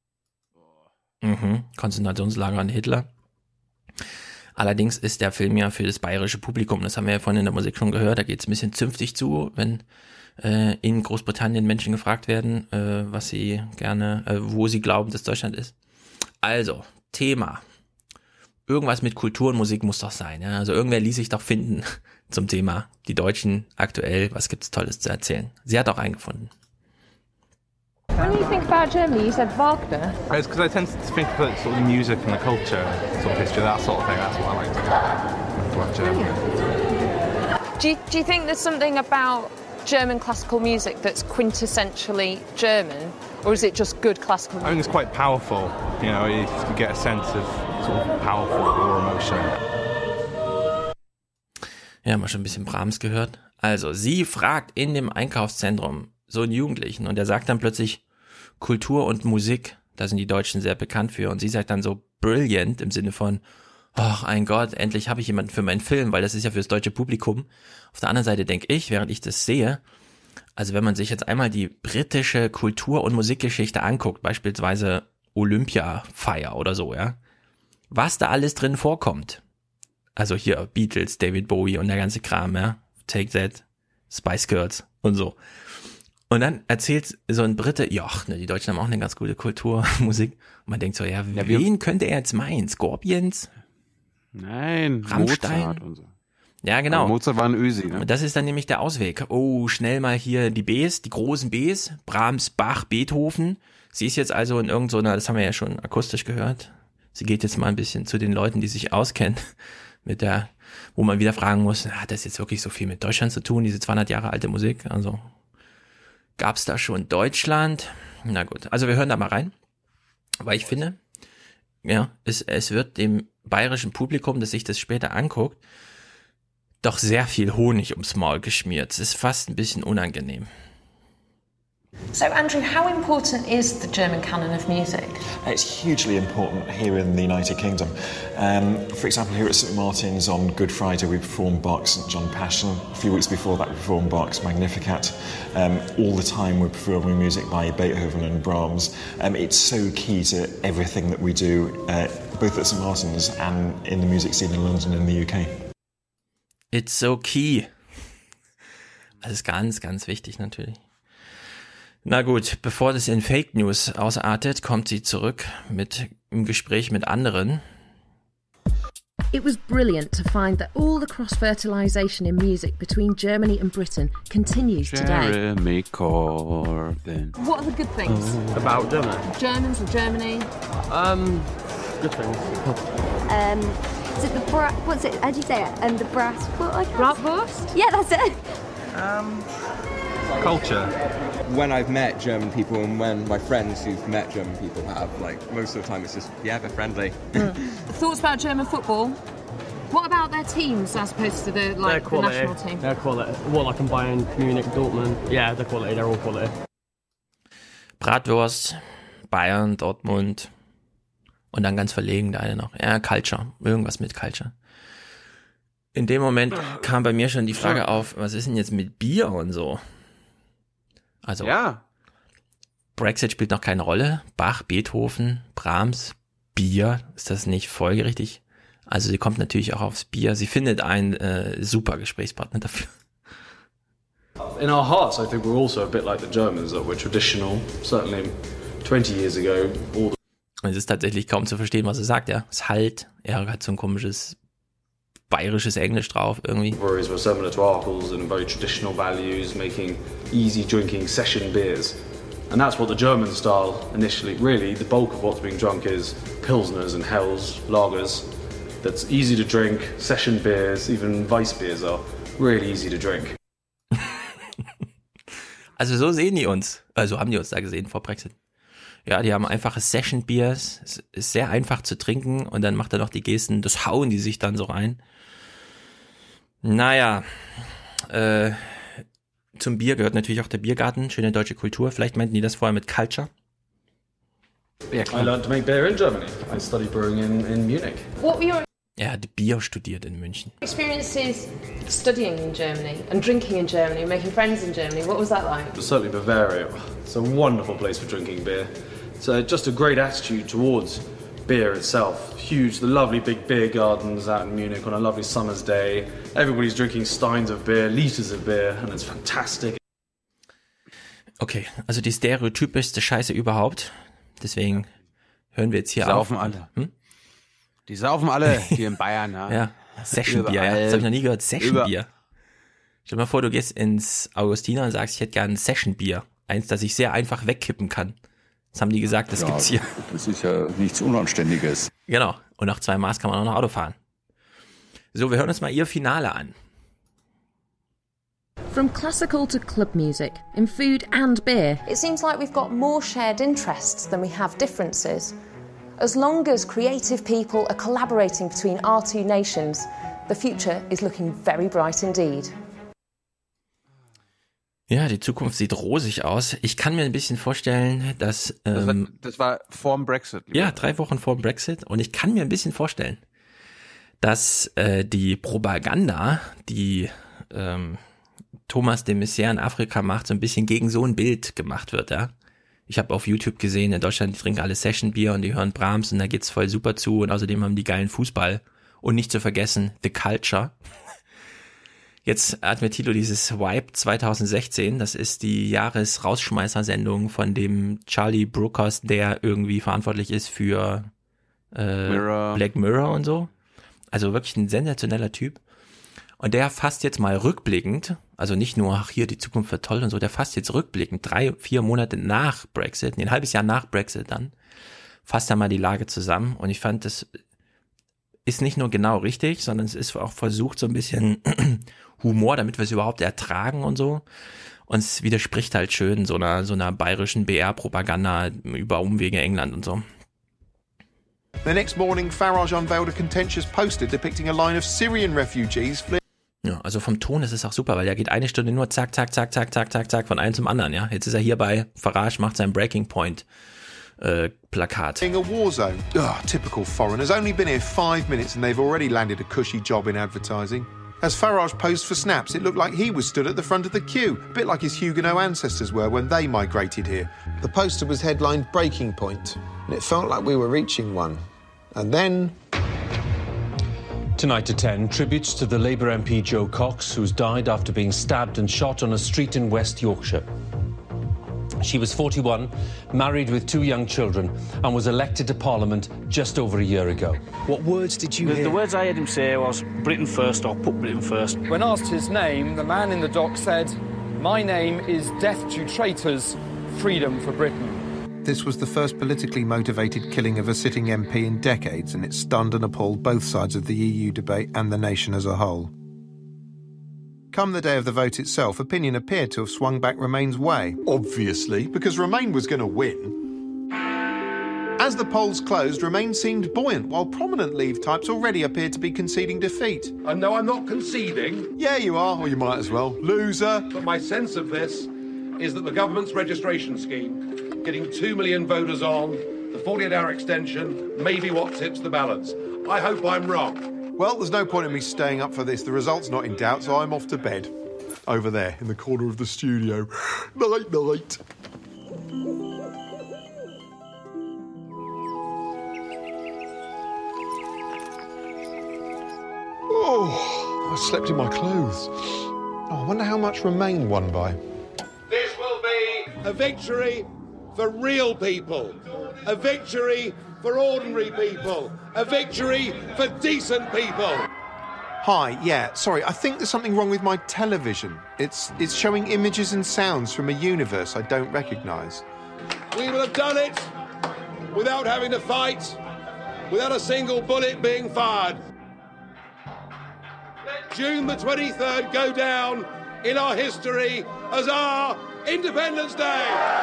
Mhm, Konzentrationslager und Hitler. Allerdings ist der Film ja für das bayerische Publikum, das haben wir ja vorhin in der Musik schon gehört, da geht es ein bisschen zünftig zu, wenn äh, in Großbritannien Menschen gefragt werden, äh, was sie gerne, äh, wo sie glauben, dass Deutschland ist. Also, Thema. Irgendwas mit Kultur und Musik muss doch sein. Ja? Also irgendwer ließ sich doch finden zum Thema. Die Deutschen aktuell, was gibt's Tolles zu erzählen? Sie hat auch einen gefunden. When you think about Germany, you said Wagner. It's because I tend to think of sort of the music and the culture, sort of history, that sort of thing. That's what I like to do about Germany. Do you, do you think there's something about German classical music that's quintessentially German, or is it just good classical music? I think it's quite powerful. You know, you get a sense of sort of powerful raw emotion. Ja, haben wir schon ein bisschen Brahms gehört. Also, sie fragt in dem Einkaufszentrum so einen Jugendlichen und der sagt dann plötzlich Kultur und Musik, da sind die Deutschen sehr bekannt für. Und sie sagt dann so brilliant im Sinne von, ach ein Gott, endlich habe ich jemanden für meinen Film, weil das ist ja für das deutsche Publikum. Auf der anderen Seite denke ich, während ich das sehe, Also wenn man sich jetzt einmal die britische Kultur- und Musikgeschichte anguckt, beispielsweise Olympia-Feier oder so, ja, was da alles drin vorkommt. Also hier Beatles, David Bowie und der ganze Kram, ja, Take That, Spice Girls und so. Und dann erzählt so ein Brite, ja, ne, die Deutschen haben auch eine ganz gute Kultur, Musik. Und man denkt so, ja, ja wen könnte er jetzt meinen? Scorpions? Nein, Rammstein? Mozart und so. Ja, genau. Aber Mozart war ein Ösi, ne? Das ist dann nämlich der Ausweg. Oh, schnell mal hier die Bs, die großen Bs, Brahms, Bach, Beethoven. Sie ist jetzt also in irgend so einer, das haben wir ja schon akustisch gehört. Sie geht jetzt mal ein bisschen zu den Leuten, die sich auskennen mit der, wo man wieder fragen muss, hat das jetzt wirklich so viel mit Deutschland zu tun, diese zweihundert Jahre alte Musik? Also gab's da schon Deutschland? Na gut, also wir hören da mal rein, weil ich finde, ja, es, es wird dem bayerischen Publikum, das sich das später anguckt, doch sehr viel Honig ums Maul geschmiert. Es ist fast ein bisschen unangenehm. So, Andrew, how important is the German canon of music? It's hugely important here in the United Kingdom. Um, for example, here at Saint Martin's on Good Friday, we perform Bach's Saint John Passion. A few weeks before that, we performed Bach's Magnificat. Um, all the time, we're performing music by Beethoven and Brahms. Um, it's so key to everything that we do, uh, both at Saint Martin's and in the music scene in London and the U K. It's so key. Das ist ganz, ganz wichtig natürlich. Na gut, bevor das in Fake News ausartet, kommt sie zurück mit im Gespräch mit anderen. It was brilliant to find that all the cross-fertilization in music between Germany and Britain continues today. Jeremy Corbyn. What are the good things uh, about Germany? Germans or Germany? Um, good things. Um, is it the bra- what's it? How do you say it? And um, the brass. What I Bratwurst? Yeah, that's it. Um, culture. When I've met German people and when my friends who've met German people have, like, most of the time it's just, yeah, they're friendly. Mm. Thoughts about German football? What about their teams as opposed to the, like, the national team? Their quality. What, like in Bayern, Munich, Dortmund? Yeah, their quality, they're all quality. Bratwurst, Bayern, Dortmund und dann ganz verlegen der eine noch. Ja, Culture, irgendwas mit Culture. In dem Moment kam bei mir schon die Frage auf, was ist denn jetzt mit Bier und so? Also, ja. Brexit spielt noch keine Rolle. Bach, Beethoven, Brahms, Bier, ist das nicht folgerichtig? Also sie kommt natürlich auch aufs Bier. Sie findet einen äh, super Gesprächspartner dafür. In our hearts, I think we're also a bit like the Germans, that we're traditional. Certainly twenty years ago, all the Es ist tatsächlich kaum zu verstehen, was er sagt, ja. Es halt, er hat so ein komisches bayerisches Englisch drauf irgendwie. Breweries were similar to ours and very traditional values, making easy drinking session beers. And that's what the German style initially, really, the bulk of what's being drunk is Pilsners and Hells, lagers. That's easy to drink, session beers, even Weiss beers are really easy to drink. Also so sehen die uns, also haben die uns da gesehen vor Brexit. Ja, die haben einfache Session Beers, es ist sehr einfach zu trinken und dann macht er noch die Gesten, das hauen die sich dann so rein. Naja, äh, zum Bier gehört natürlich auch der Biergarten, schöne deutsche Kultur. Vielleicht meinten die das vorher mit Culture. Ja, I learned to make beer in Germany. I studied brewing in, in Munich. What were your Er hat Bier studiert in München. experiences studying in Germany and drinking in Germany, making friends in Germany? What was that like? Certainly Bavaria. It's a wonderful place for drinking beer. It's uh, just a great attitude towards beer itself. Huge, the lovely big beer gardens out in Munich on a lovely summer's day. Everybody's drinking steins of beer, liters of beer, and it's fantastic. Okay, also die stereotypischste Scheiße überhaupt. Deswegen hören wir jetzt hier Die auf. saufen alle. Hm? Die saufen alle hier in Bayern. Ja, ja. Sessionbier, ja. Das habe ich noch nie gehört. Sessionbier. Stell dir mal vor, du gehst ins Augustiner und sagst, ich hätte gerne ein Sessionbier. Eins, das ich sehr einfach wegkippen kann. Das haben die gesagt, das ja, gibt's hier. Das ist ja nichts Unanständiges. Genau. Und nach zwei Maß kann man auch noch Auto fahren. So, wir hören uns mal ihr Finale an. From classical to club music, in food and beer. It seems like we've got more shared interests than we have differences. As long as creative people are collaborating between our two nations, the future is looking very bright indeed. Ja, die Zukunft sieht rosig aus. Ich kann mir ein bisschen vorstellen, dass... Ähm, das, war, das war vorm Brexit. Ja, drei Wochen vorm Brexit. Und ich kann mir ein bisschen vorstellen, dass äh, die Propaganda, die ähm, Thomas de Maizière in Afrika macht, so ein bisschen gegen so ein Bild gemacht wird, ja. Ich habe auf YouTube gesehen, in Deutschland, die trinken alle Session-Bier und die hören Brahms und da geht's voll super zu und außerdem haben die geilen Fußball und nicht zu vergessen, The Culture. Jetzt hat mir Tilo dieses Wipe zwanzig sechzehn, das ist die Jahres-Rausschmeißer-Sendung von dem Charlie Brookhurst, der irgendwie verantwortlich ist für äh, Mirror. Black Mirror und so. Also wirklich ein sensationeller Typ. Und der fasst jetzt mal rückblickend, also nicht nur, ach hier, die Zukunft wird toll und so, der fasst jetzt rückblickend, drei, vier Monate nach Brexit, nee, ein halbes Jahr nach Brexit dann, fasst er mal die Lage zusammen und ich fand, das ist nicht nur genau richtig, sondern es ist auch versucht, so ein bisschen Humor, damit wir es überhaupt ertragen und so. Und es widerspricht halt schön so einer, so einer bayerischen B R-Propaganda über Umwege England und so. The next morning, Farage unveiled a contentious poster depicting a line of Syrian refugees fleeing. Ja, also vom Ton ist es auch super, weil der geht eine Stunde nur zack, zack, zack, zack, zack, zack, zack, von einem zum anderen, ja. Jetzt ist er hier bei Farage, macht sein Breaking Point äh, Plakat. A war zone. Ugh, typical foreigners. Only been here five minutes and they've already landed a cushy job in advertising. As Farage posed for snaps, it looked like he was stood at the front of the queue, a bit like his Huguenot ancestors were when they migrated here. The poster was headlined Breaking Point, and it felt like we were reaching one. And then... Tonight at ten, tributes to the Labour M P Jo Cox, who's died after being stabbed and shot on a street in West Yorkshire. She was forty-one, married with two young children, and was elected to Parliament just over a year ago. What words did you the, hear? The words I heard him say was, Britain first, or put Britain first. When asked his name, the man in the dock said, "My name is death to traitors, freedom for Britain." This was the first politically motivated killing of a sitting M P in decades, and it stunned and appalled both sides of the E U debate and the nation as a whole. Come the day of the vote itself, opinion appeared to have swung back Remain's way. Obviously, because Remain was going to win. As the polls closed, Remain seemed buoyant, while prominent Leave types already appeared to be conceding defeat. And no, I'm not conceding. Yeah, you are, or you might as well. Loser. But my sense of this is that the government's registration scheme, getting two million voters on, the forty-eight hour extension, may be what tips the balance. I hope I'm wrong. Well, there's no point in me staying up for this. The result's not in doubt, so I'm off to bed. Over there, in the corner of the studio. Night, night. Oh, I slept in my clothes. Oh, I wonder how much Remain won by. This will be a victory for real people. A victory for ordinary people. A victory for decent people. Hi, yeah, sorry, I think there's something wrong with my television. It's it's showing images and sounds from a universe I don't recognise. We will have done it without having to fight, without a single bullet being fired. Let June the twenty-third go down in our history as our Independence Day.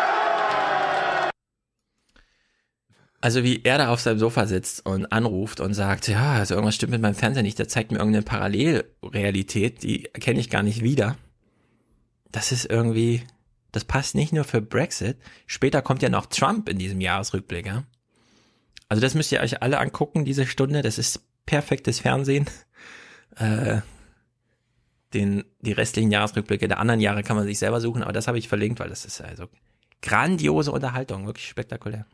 Also wie er da auf seinem Sofa sitzt und anruft und sagt, ja, also irgendwas stimmt mit meinem Fernseher nicht, der zeigt mir irgendeine Parallelrealität, die erkenne ich gar nicht wieder. Das ist irgendwie, das passt nicht nur für Brexit, später kommt ja noch Trump in diesem Jahresrückblick, ja. Also das müsst ihr euch alle angucken, diese Stunde, das ist perfektes Fernsehen. Äh, den, die restlichen Jahresrückblicke der anderen Jahre kann man sich selber suchen, aber das habe ich verlinkt, weil das ist also grandiose Unterhaltung, wirklich spektakulär.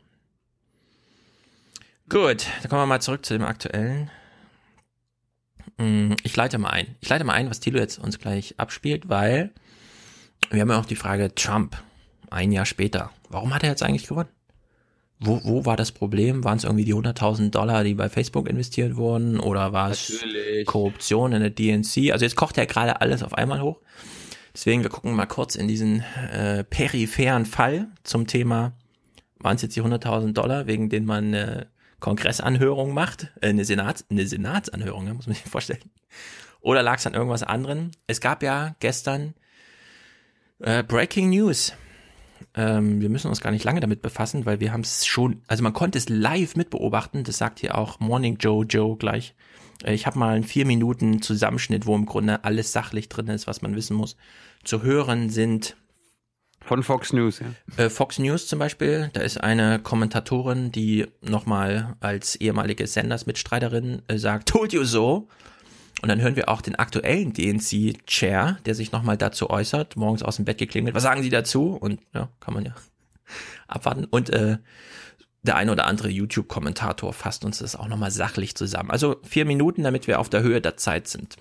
Gut, dann kommen wir mal zurück zu dem Aktuellen. Ich leite mal ein. Ich leite mal ein, was Thilo jetzt uns gleich abspielt, weil wir haben ja auch die Frage Trump, ein Jahr später. Warum hat er jetzt eigentlich gewonnen? Wo, wo war das Problem? Waren es irgendwie die hunderttausend Dollar, die bei Facebook investiert wurden? Oder war es Natürlich. Korruption in der D N C? Also jetzt kocht ja gerade alles auf einmal hoch. Deswegen, wir gucken mal kurz in diesen äh, peripheren Fall zum Thema, waren es jetzt die hunderttausend Dollar, wegen denen man eine Kongressanhörung macht, äh, eine, Senats, eine Senatsanhörung, muss man sich vorstellen. Oder lag es an irgendwas anderem? Es gab ja gestern äh, Breaking News. Ähm, wir müssen uns gar nicht lange damit befassen, weil wir haben es schon, also man konnte es live mitbeobachten, das sagt hier auch Morning Joe Joe gleich. Äh, ich habe mal einen vier Minuten Zusammenschnitt, wo im Grunde alles sachlich drin ist, was man wissen muss. Zu hören sind von Fox News, ja. Äh, Fox News zum Beispiel, da ist eine Kommentatorin, die nochmal als ehemalige Sanders-Mitstreiterin äh, sagt, told you so. Und dann hören wir auch den aktuellen D N C-Chair, der sich nochmal dazu äußert, morgens aus dem Bett geklingelt. Was sagen Sie dazu? Und ja, kann man ja abwarten. Und äh, der eine oder andere YouTube-Kommentator fasst uns das auch nochmal sachlich zusammen. Also vier Minuten, damit wir auf der Höhe der Zeit sind.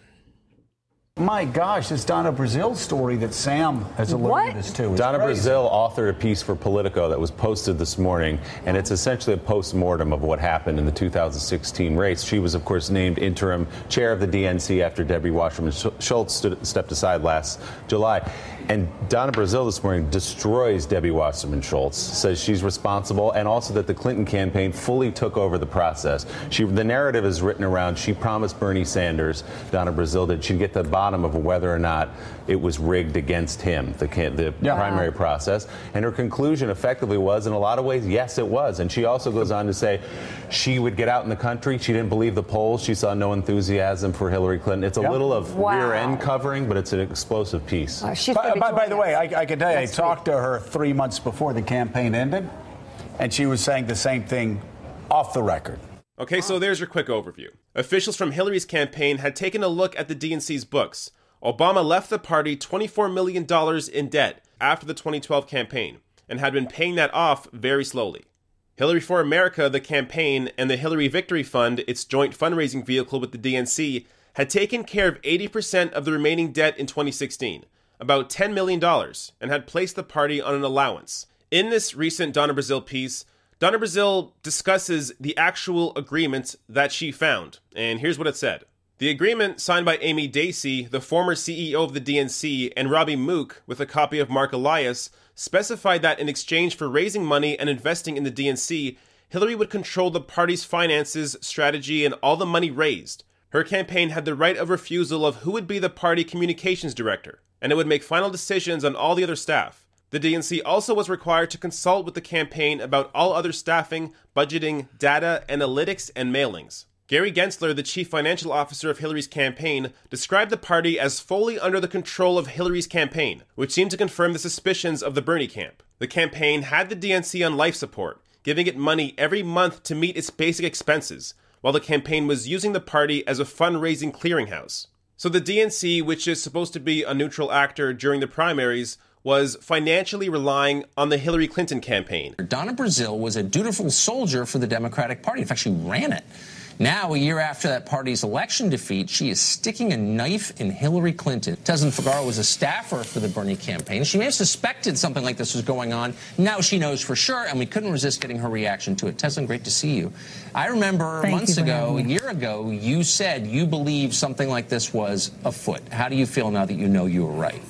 My gosh, this Donna Brazile story that Sam has alerted what? us to. Donna crazy. Brazile authored a piece for Politico that was posted this morning, and it's essentially a post-mortem of what happened in the two thousand sixteen race. She was, of course, named interim chair of the D N C after Debbie Wasserman Schultz stood, stepped aside last July. And Donna Brazile this morning destroys Debbie Wasserman Schultz, says she's responsible, and also that the Clinton campaign fully took over the process. She, the narrative is written around, she promised Bernie Sanders, Donna Brazile, that she'd get to the bottom of whether or not it was rigged against him, the, the yeah. primary process. And her conclusion effectively was, in a lot of ways, yes, it was. And she also goes on to say she would get out in the country. She didn't believe the polls. She saw no enthusiasm for Hillary Clinton. It's a yep. little of wow. rear end covering, but it's an explosive piece. Uh, by, by, by the way, I, I can tell you, I talked to her three months before the campaign ended, and she was saying the same thing off the record. Okay, so there's your quick overview. Officials from Hillary's campaign had taken a look at the D N C's books. Obama left the party twenty-four million dollars in debt after the twenty twelve campaign and had been paying that off very slowly. Hillary for America, the campaign, and the Hillary Victory Fund, its joint fundraising vehicle with the D N C, had taken care of eighty percent of the remaining debt in twenty sixteen, about ten million dollars, and had placed the party on an allowance. In this recent Donna Brazile piece, Donna Brazile discusses the actual agreement that she found, and here's what it said. The agreement, signed by Amy Dacey, the former C E O of the D N C, and Robbie Mook, with a copy of Mark Elias, specified that in exchange for raising money and investing in the D N C, Hillary would control the party's finances, strategy, and all the money raised. Her campaign had the right of refusal of who would be the party communications director, and it would make final decisions on all the other staff. The D N C also was required to consult with the campaign about all other staffing, budgeting, data, analytics, and mailings. Gary Gensler, the chief financial officer of Hillary's campaign, described the party as fully under the control of Hillary's campaign, which seemed to confirm the suspicions of the Bernie camp. The campaign had the D N C on life support, giving it money every month to meet its basic expenses, while the campaign was using the party as a fundraising clearinghouse. So the D N C, which is supposed to be a neutral actor during the primaries, was financially relying on the Hillary Clinton campaign. Donna Brazile was a dutiful soldier for the Democratic Party. In fact, she ran it. Now, a year after that party's election defeat, she is sticking a knife in Hillary Clinton. Tezin Figaro was a staffer for the Bernie campaign. She may have suspected something like this was going on. Now she knows for sure, and we couldn't resist getting her reaction to it. Tezin, great to see you. I remember Thank months ago, a year ago, you said you believed something like this was afoot. How do you feel now that you know you were right?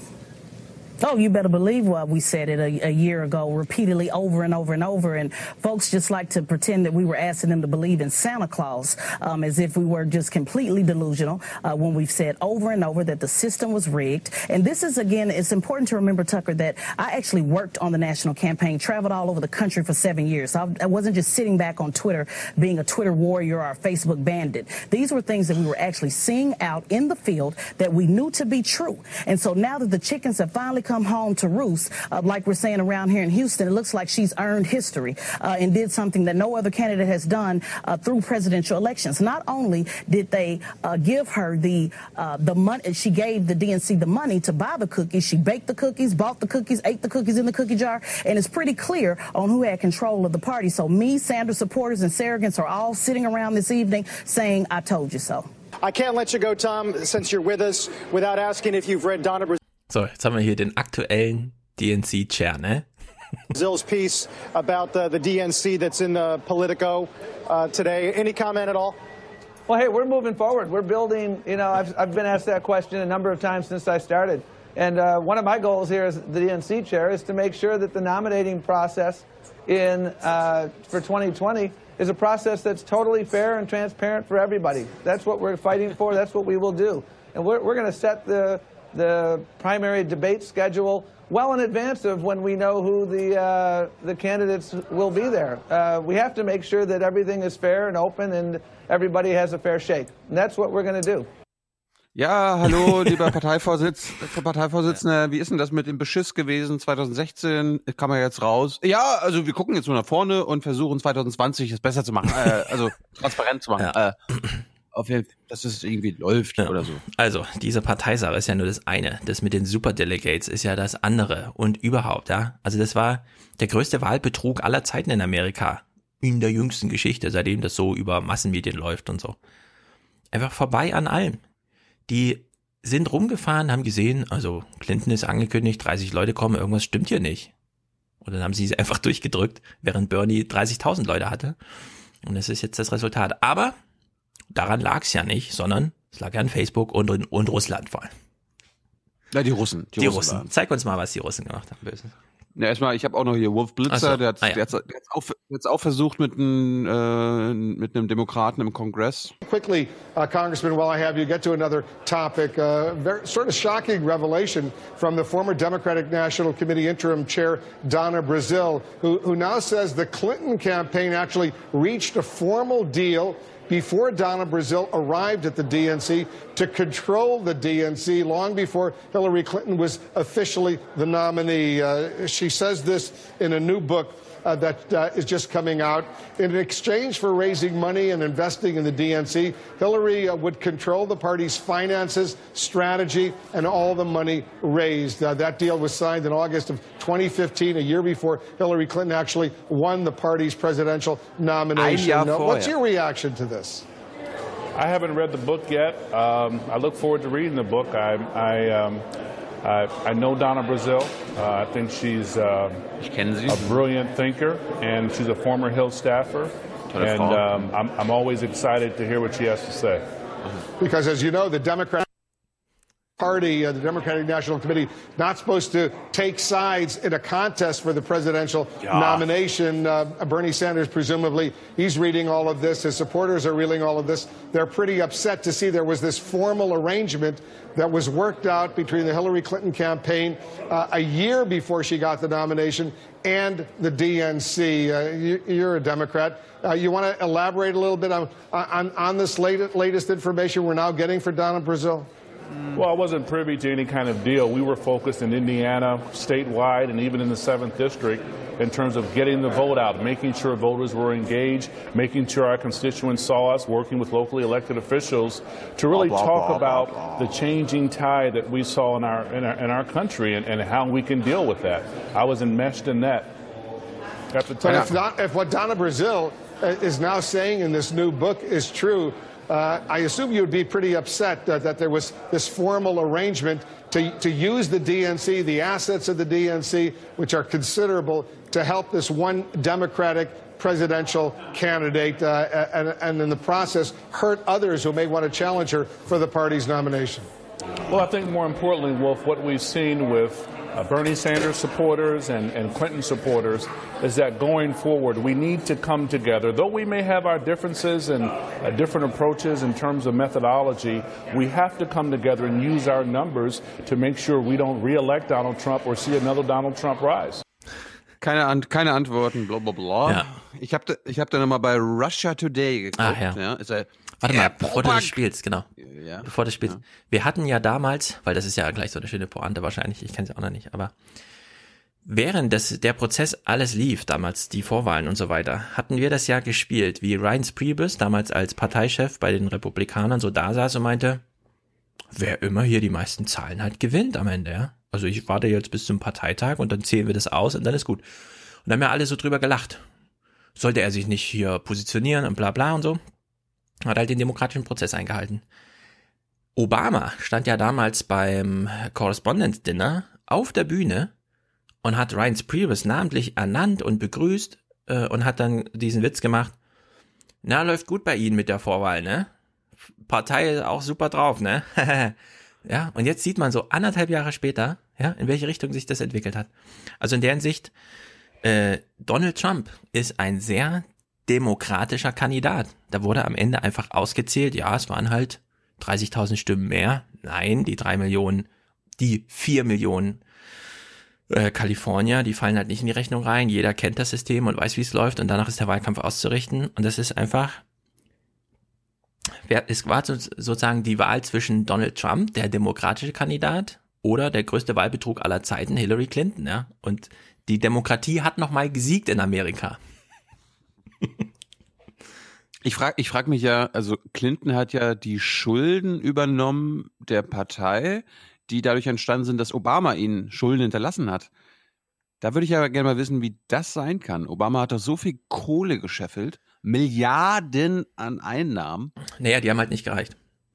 Oh, you better believe what we said it a, a year ago, repeatedly over and over and over. And folks just like to pretend that we were asking them to believe in Santa Claus, um, as if we were just completely delusional uh, when we've said over and over that the system was rigged. And this is, again, it's important to remember, Tucker, that I actually worked on the national campaign, traveled all over the country for seven years. So I, I wasn't just sitting back on Twitter being a Twitter warrior or a Facebook bandit. These were things that we were actually seeing out in the field that we knew to be true. And so now that the chickens have finally come home to roost, uh, like we're saying around here in Houston, it looks like she's earned history uh, and did something that no other candidate has done uh, through presidential elections. Not only did they uh, give her the uh, the money, she gave the D N C the money to buy the cookies. She baked the cookies, bought the cookies, ate the cookies in the cookie jar, and it's pretty clear on who had control of the party. So me, Sanders supporters, and surrogates are all sitting around this evening saying, "I told you so." I can't let you go, Tom, since you're with us, without asking if you've read Donna Brazile. So, jetzt haben wir hier den aktuellen D N C-Chair, ne? Brazile's piece about the, the D N C that's in the Politico uh, today. Any comment at all? Well, hey, we're moving forward. We're building, you know, I've, I've been asked that question a number of times since I started. And uh, one of my goals here as the D N C chair is to make sure that the nominating process in uh, for twenty twenty is a process that's totally fair and transparent for everybody. That's what we're fighting for. That's what we will do. And we're, we're going to set the the primary debate schedule well in advance of when we know who the uh, the candidates will be there. Uh, we have to make sure that everything is fair and open and everybody has a fair shake. And that's what we're going to do. Ja, hallo, lieber Parteivorsitz, Parteivorsitzender, wie ist denn das mit dem Beschiss gewesen zwanzig sechzehn? Kann man jetzt raus? Ja, also wir gucken jetzt nur nach vorne und versuchen zwanzig zwanzig es besser zu machen, äh, also transparent zu machen. Ja. Äh, auf jeden Fall, dass es irgendwie läuft ja. oder so. Also, diese Parteisache ist ja nur das eine. Das mit den Superdelegates ist ja das andere. Und überhaupt, ja. Also, das war der größte Wahlbetrug aller Zeiten in Amerika. In der jüngsten Geschichte, seitdem das so über Massenmedien läuft und so. Einfach vorbei an allem. Die sind rumgefahren, haben gesehen, also Clinton ist angekündigt, dreißig Leute kommen, irgendwas stimmt hier nicht. Und dann haben sie es einfach durchgedrückt, während Bernie dreißigtausend Leute hatte. Und das ist jetzt das Resultat. Aber daran lag es ja nicht, sondern es lag ja an Facebook und, und Russland vor allem. Ja, die Russen. Die, die Russen. Russen. Zeig uns mal, was die Russen gemacht haben. Böse. Ja, erstmal, ich habe auch noch hier Wolf Blitzer, so. der hat ah, ja. der hat's, der hat's auch, der hat's auch versucht mit einem äh, mit einem Demokraten im Kongress. Quickly, uh, Congressman, while I have you, get to another topic. Uh, very, sort of shocking revelation from the former Democratic National Committee interim chair, Donna Brazile, who, who now says the Clinton campaign actually reached a formal deal before Donna Brazile arrived at the D N C to control the D N C long before Hillary Clinton was officially the nominee. Uh, she says this in a new book uh, that uh, is just coming out. In exchange for raising money and investing in the D N C, Hillary uh, would control the party's finances, strategy, and all the money raised. Uh, that deal was signed in August of twenty fifteen, a year before Hillary Clinton actually won the party's presidential nomination. Uh, what's your reaction to this? I haven't read the book yet. Um, I look forward to reading the book. I, I, um, I, I know Donna Brazile. Uh, I think she's uh, a brilliant thinker, and she's a former Hill staffer. And um, I'm, I'm always excited to hear what she has to say. Because, as you know, the Democrat Party, uh, the Democratic National Committee, not supposed to take sides in a contest for the presidential yeah. nomination. Uh, Bernie Sanders, presumably, he's reading all of this. His supporters are reading all of this. They're pretty upset to see there was this formal arrangement that was worked out between the Hillary Clinton campaign uh, a year before she got the nomination and the D N C. Uh, you, you're a Democrat. Uh, you want to elaborate a little bit on, on, on this latest, latest information we're now getting for Donna Brazile? Well, I wasn't privy to any kind of deal. We were focused in Indiana, statewide, and even in the seventh District in terms of getting the vote out, making sure voters were engaged, making sure our constituents saw us, working with locally elected officials to really blah, blah, talk blah, about blah, blah. the changing tide that we saw in our in our, in our country and, and how we can deal with that. I was enmeshed in that at the time. But if, not, if what Donna Brazile is now saying in this new book is true, Uh, I assume you would be pretty upset uh, that there was this formal arrangement to, to use the D N C, the assets of the D N C, which are considerable, to help this one Democratic presidential candidate uh, and, and in the process hurt others who may want to challenge her for the party's nomination. Well, I think more importantly, Wolf, what we've seen with Uh, Bernie Sanders supporters and, and Clinton supporters is that going forward, we need to come together. Though we may have our differences and uh, different approaches in terms of methodology, we have to come together and use our numbers to make sure we don't re-elect Donald Trump or see another Donald Trump rise. Keine, An- keine Antworten, bla bla bla. Ja. Ich habe da, ich hab da nochmal bei Russia Today geguckt. Ach ja. ja ist er, Warte mal, bevor du das spielst, genau. Ja. Bevor du spielst. Ja. Wir hatten ja damals, weil das ist ja gleich so eine schöne Pointe wahrscheinlich, ich kenne sie auch noch nicht, aber während das, der Prozess alles lief, damals die Vorwahlen und so weiter, hatten wir das ja gespielt, wie Reince Priebus damals als Parteichef bei den Republikanern so da saß und meinte, wer immer hier die meisten Zahlen hat, gewinnt am Ende, ja. Also ich warte jetzt bis zum Parteitag und dann zählen wir das aus und dann ist gut. Und dann haben ja alle so drüber gelacht. Sollte er sich nicht hier positionieren und bla bla und so. Hat halt den demokratischen Prozess eingehalten. Obama stand ja damals beim Correspondence Dinner auf der Bühne und hat Reince Priebus namentlich ernannt und begrüßt äh, und hat dann diesen Witz gemacht. Na, läuft gut bei Ihnen mit der Vorwahl, ne? Partei ist auch super drauf, ne? Ja, und jetzt sieht man so anderthalb Jahre später, ja, in welche Richtung sich das entwickelt hat. Also in der Hinsicht, äh, Donald Trump ist ein sehr demokratischer Kandidat. Da wurde am Ende einfach ausgezählt, ja, es waren halt dreißigtausend Stimmen mehr. Nein, die drei Millionen, die vier Millionen äh, Kalifornier, die fallen halt nicht in die Rechnung rein. Jeder kennt das System und weiß, wie es läuft und danach ist der Wahlkampf auszurichten und das ist einfach, es war sozusagen die Wahl zwischen Donald Trump, der demokratische Kandidat, oder der größte Wahlbetrug aller Zeiten, Hillary Clinton, ja. Und die Demokratie hat nochmal gesiegt in Amerika. Ich frage ich frag mich ja, also Clinton hat ja die Schulden übernommen der Partei, die dadurch entstanden sind, dass Obama ihnen Schulden hinterlassen hat. Da würde ich aber gerne mal wissen, wie das sein kann. Obama hat doch so viel Kohle gescheffelt, Milliarden an Einnahmen. Naja, die haben halt nicht gereicht.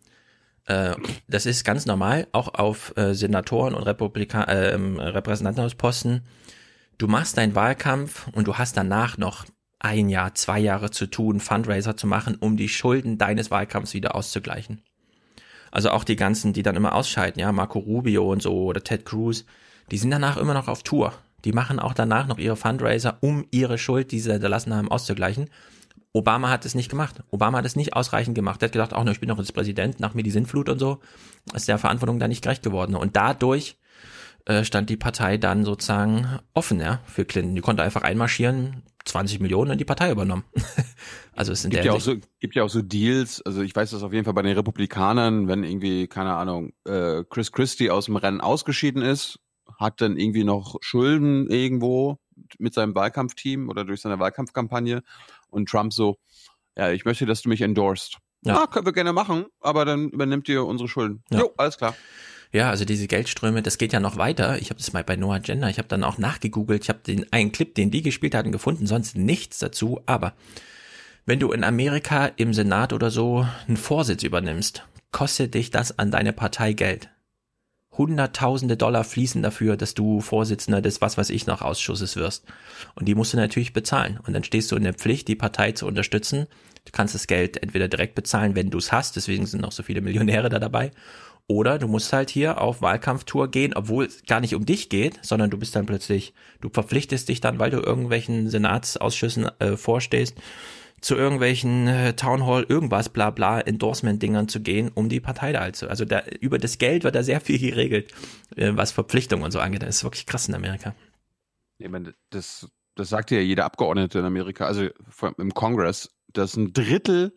Äh, das ist ganz normal, auch auf äh, Senatoren und Republika- äh, Repräsentantenhausposten. Du machst deinen Wahlkampf und du hast danach noch ein Jahr, zwei Jahre zu tun, Fundraiser zu machen, um die Schulden deines Wahlkampfs wieder auszugleichen. Also auch die ganzen, die dann immer ausscheiden, ja, Marco Rubio und so oder Ted Cruz, die sind danach immer noch auf Tour. Die machen auch danach noch ihre Fundraiser, um ihre Schuld, die sie hinterlassen haben, auszugleichen. Obama hat es nicht gemacht. Obama hat es nicht ausreichend gemacht. Er hat gedacht, ach, ne, ich bin doch jetzt Präsident, nach mir die Sintflut und so. Ist der Verantwortung da nicht gerecht geworden. Und dadurch äh, stand die Partei dann sozusagen offen, ja, für Clinton. Die konnte einfach einmarschieren, zwanzig Millionen in die Partei übernommen. Also es sind gibt ja auch so gibt ja auch so Deals. Also ich weiß das auf jeden Fall bei den Republikanern, wenn irgendwie keine Ahnung äh, Chris Christie aus dem Rennen ausgeschieden ist, hat dann irgendwie noch Schulden irgendwo mit seinem Wahlkampfteam oder durch seine Wahlkampfkampagne und Trump so, ja, ich möchte, dass du mich endorst. Ja, ah, können wir gerne machen, aber dann übernimmt ihr unsere Schulden. Ja. Jo, alles klar. Ja, also diese Geldströme, das geht ja noch weiter. Ich habe das mal bei Noah Gender, ich habe dann auch nachgegoogelt, ich habe den einen Clip, den die gespielt hatten, gefunden, sonst nichts dazu. Aber wenn du in Amerika im Senat oder so einen Vorsitz übernimmst, kostet dich das an deine Partei Geld. Hunderttausende Dollar fließen dafür, dass du Vorsitzender des was weiß ich noch Ausschusses wirst. Und die musst du natürlich bezahlen. Und dann stehst du in der Pflicht, die Partei zu unterstützen. Du kannst das Geld entweder direkt bezahlen, wenn du es hast, deswegen sind noch so viele Millionäre da dabei. Oder du musst halt hier auf Wahlkampftour gehen, obwohl es gar nicht um dich geht, sondern du bist dann plötzlich, du verpflichtest dich dann, weil du irgendwelchen Senatsausschüssen äh, vorstehst, zu irgendwelchen äh, Townhall, irgendwas, bla bla, Endorsement-Dingern zu gehen, um die Partei da halt zu. Also da, über das Geld wird da sehr viel geregelt, äh, was Verpflichtungen und so angeht. Das ist wirklich krass in Amerika. Ich meine, das, das sagt ja jeder Abgeordnete in Amerika, also im Kongress, dass ein Drittel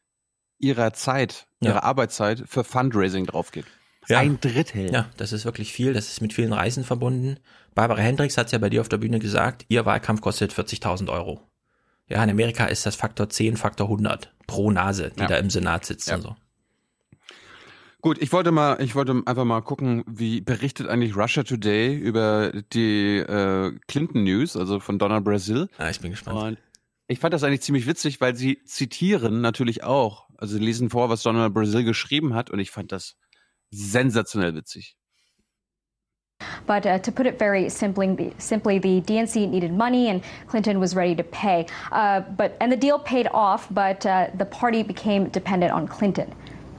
ihrer Zeit, ihrer ja. Arbeitszeit für Fundraising drauf geht. Ja. Ein Drittel. Ja, das ist wirklich viel. Das ist mit vielen Reisen verbunden. Barbara Hendricks hat es ja bei dir auf der Bühne gesagt, ihr Wahlkampf kostet vierzigtausend Euro. Ja, in Amerika ist das Faktor zehn, Faktor hundert pro Nase, die ja. da im Senat sitzt ja. und so. Gut, ich wollte mal, ich wollte einfach mal gucken, wie berichtet eigentlich Russia Today über die äh, Clinton News, also von Donna Brazile. Ja, ich bin gespannt. Und ich fand das eigentlich ziemlich witzig, weil sie zitieren natürlich auch, also sie lesen vor, was Donna Brazile geschrieben hat, und ich fand das sensationell witzig. But uh, to put it very simply, simply, the D N C needed money, and Clinton was ready to pay. Uh, but and the deal paid off, but uh, the party became dependent on Clinton.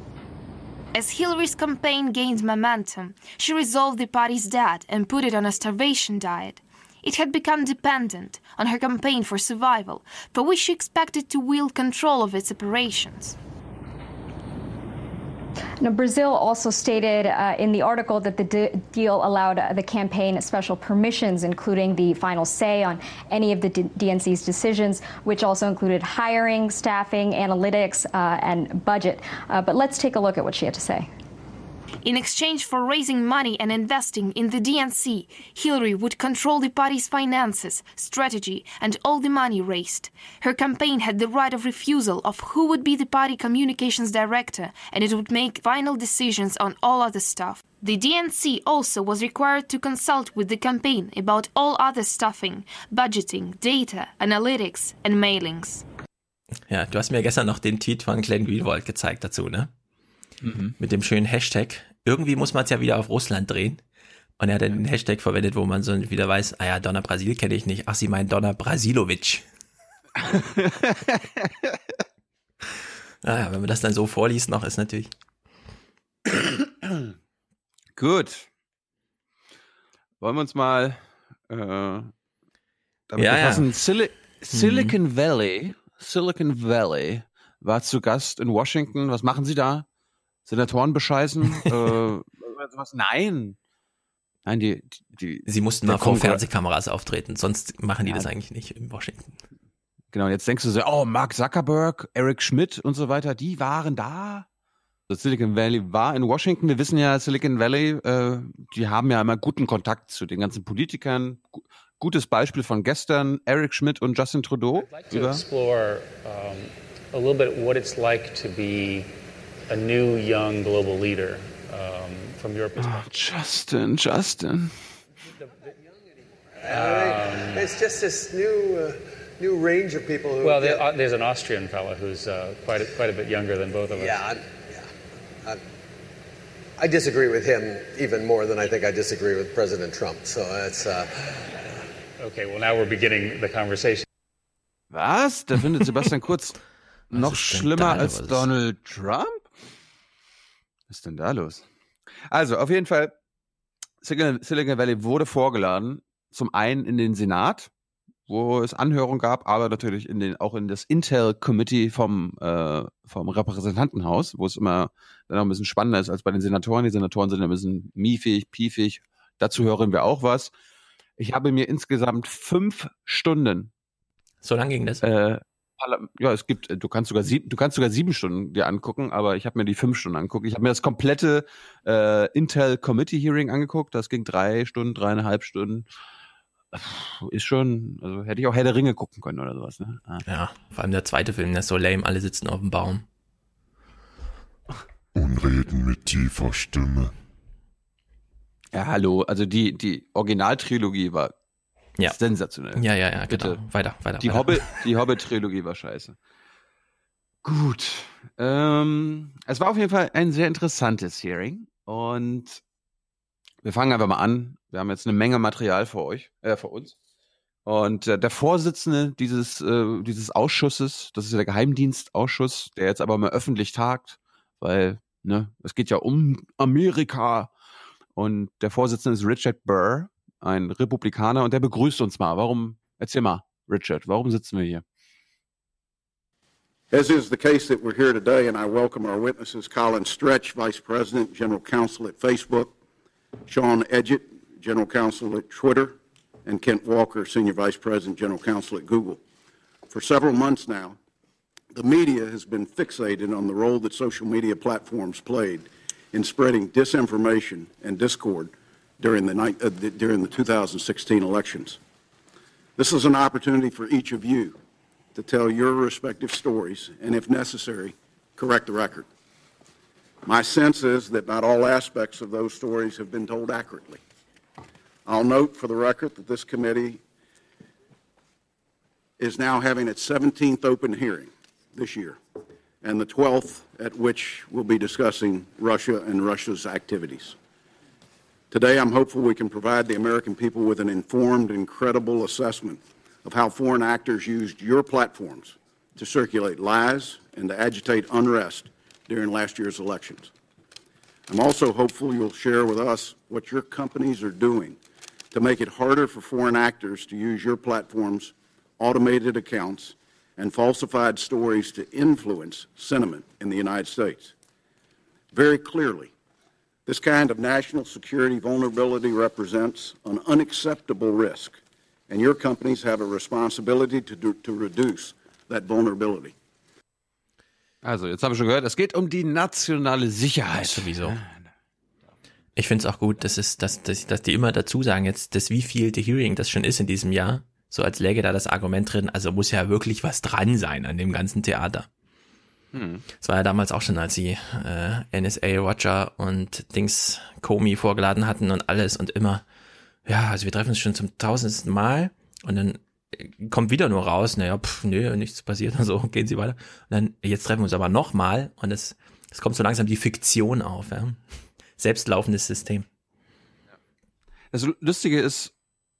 As Hillary's campaign gained momentum, she resolved the party's debt and put it on a starvation diet. It had become dependent on her campaign for survival, for which she expected to wield control of its operations. Now, Brazile also stated uh, in the article that the de- deal allowed uh, the campaign special permissions, including the final say on any of the D- DNC's decisions, which also included hiring, staffing, analytics, uh, and budget. Uh, but let's take a look at what she had to say. In exchange for raising money and investing in the D N C, Hillary would control the party's finances, strategy, and all the money raised. Her campaign had the right of refusal of who would be the party communications director, and it would make final decisions on all other stuff. The D N C also was required to consult with the campaign about all other stuffing, budgeting, data, analytics, and mailings. Ja, du hast mir gestern noch den Tweet von Glenn Greenwald gezeigt dazu, ne? Mhm. Mit dem schönen Hashtag. Irgendwie muss man es ja wieder auf Russland drehen. Und er hat dann den Hashtag verwendet, wo man so wieder weiß, ah ja, Donna Brazile kenne ich nicht. Ach, sie meint Donna Brasilovic. Naja, wenn man das dann so vorliest noch, ist natürlich... Gut. Wollen wir uns mal äh, damit ja, befassen? ja. Sil- Silicon mhm. Valley, Silicon Valley war zu Gast in Washington. Was machen sie da? Senatoren bescheißen? äh, was? Nein. Nein, die, die Sie mussten mal vor Fernsehkameras auftreten, sonst machen die ja. das eigentlich nicht in Washington. Genau, jetzt denkst du so, oh, Mark Zuckerberg, Eric Schmidt und so weiter, die waren da. Das Silicon Valley war in Washington. Wir wissen ja, Silicon Valley, äh, die haben ja immer guten Kontakt zu den ganzen Politikern. G- gutes Beispiel von gestern, Eric Schmidt und Justin Trudeau. I'd like to explore um, a little bit what it's like to be a new, young global leader um, from your perspective? Oh, Justin, Justin. Um, it's just this new, uh, new range of people who. Well, there, uh, there's an Austrian fellow who's uh, quite a, quite a bit younger than both of us. Yeah, I'm, yeah. I'm, I disagree with him even more than I think I disagree with President Trump. So it's. Uh, okay, well now we're beginning the conversation. Was? Da findet Sebastian Kurz noch schlimmer als los? Donald Trump? Was ist denn da los? Also, auf jeden Fall, Silicon Valley wurde vorgeladen, zum einen in den Senat, wo es Anhörungen gab, aber natürlich in den, auch in das Intel Committee vom, äh, vom Repräsentantenhaus, wo es immer dann auch ein bisschen spannender ist als bei den Senatoren. Die Senatoren sind ein bisschen miefig, piefig. Dazu hören wir auch was. Ich habe mir insgesamt fünf Stunden. So lang ging das? Äh, ja, es gibt, du kannst sogar sieben, du kannst sogar sieben Stunden dir angucken, aber ich habe mir die fünf Stunden angeguckt. Ich habe mir das komplette äh, Intel Committee Hearing angeguckt. Das ging drei Stunden, dreieinhalb Stunden. Ist schon, also hätte ich auch Herr der Ringe gucken können oder sowas, ne? Ah. Ja, vor allem der zweite Film, der ist so lame, alle sitzen auf dem Baum. Und reden mit tiefer Stimme. Ja, hallo, also die, die Originaltrilogie war ja. sensationell. Ja, ja, ja, bitte. Genau. Weiter, weiter. Die weiter. Hobbit, die Hobbit-Trilogie war scheiße. Gut. Ähm, es war auf jeden Fall ein sehr interessantes Hearing und wir fangen einfach mal an. Wir haben jetzt eine Menge Material für euch, äh, für uns. Und äh, der Vorsitzende dieses, äh, dieses Ausschusses, das ist der Geheimdienstausschuss, der jetzt aber mal öffentlich tagt, weil, ne, es geht ja um Amerika. Und der Vorsitzende ist Richard Burr, ein Republikaner, und der begrüßt uns mal. Warum, erzähl mal, Richard, warum sitzen wir hier? As is the case that we're here today, and I welcome our witnesses, Colin Stretch, Vice President, General Counsel at Facebook, Sean Edgett, General Counsel at Twitter, and Kent Walker, Senior Vice President, General Counsel at Google. For several months now, the media has been fixated on the role that social media platforms played in spreading disinformation and discord during the, night, uh, the, during the two thousand sixteen elections. This is an opportunity for each of you to tell your respective stories and, if necessary, correct the record. My sense is that not all aspects of those stories have been told accurately. I'll note for the record that this committee is now having its seventeenth open hearing this year, and the twelfth at which we'll be discussing Russia and Russia's activities. Today, I'm hopeful we can provide the American people with an informed and credible assessment of how foreign actors used your platforms to circulate lies and to agitate unrest during last year's elections. I'm also hopeful you'll share with us what your companies are doing to make it harder for foreign actors to use your platforms, automated accounts, and falsified stories to influence sentiment in the United States. Very clearly, this kind of national security vulnerability represents an unacceptable risk, and your companies have a responsibility to, do, to reduce that vulnerability. Also, jetzt haben wir schon gehört, es geht um die nationale Sicherheit. Sowieso. Ich finde es auch gut, dass, es, dass, dass, dass die immer dazu sagen, jetzt, dass wie viel die Hearing das schon ist in diesem Jahr, so als läge da das Argument drin, also muss ja wirklich was dran sein an dem ganzen Theater. Hm. Das war ja damals auch schon, als sie äh, N S A, Roger und Dings Comey vorgeladen hatten und alles und immer, ja, also wir treffen uns schon zum tausendsten Mal und dann kommt wieder nur raus, naja, pff, nö, nichts passiert und so, gehen sie weiter. Und dann, jetzt treffen wir uns aber nochmal und es, es kommt so langsam die Fiktion auf, ja. Selbstlaufendes System. Das Lustige ist,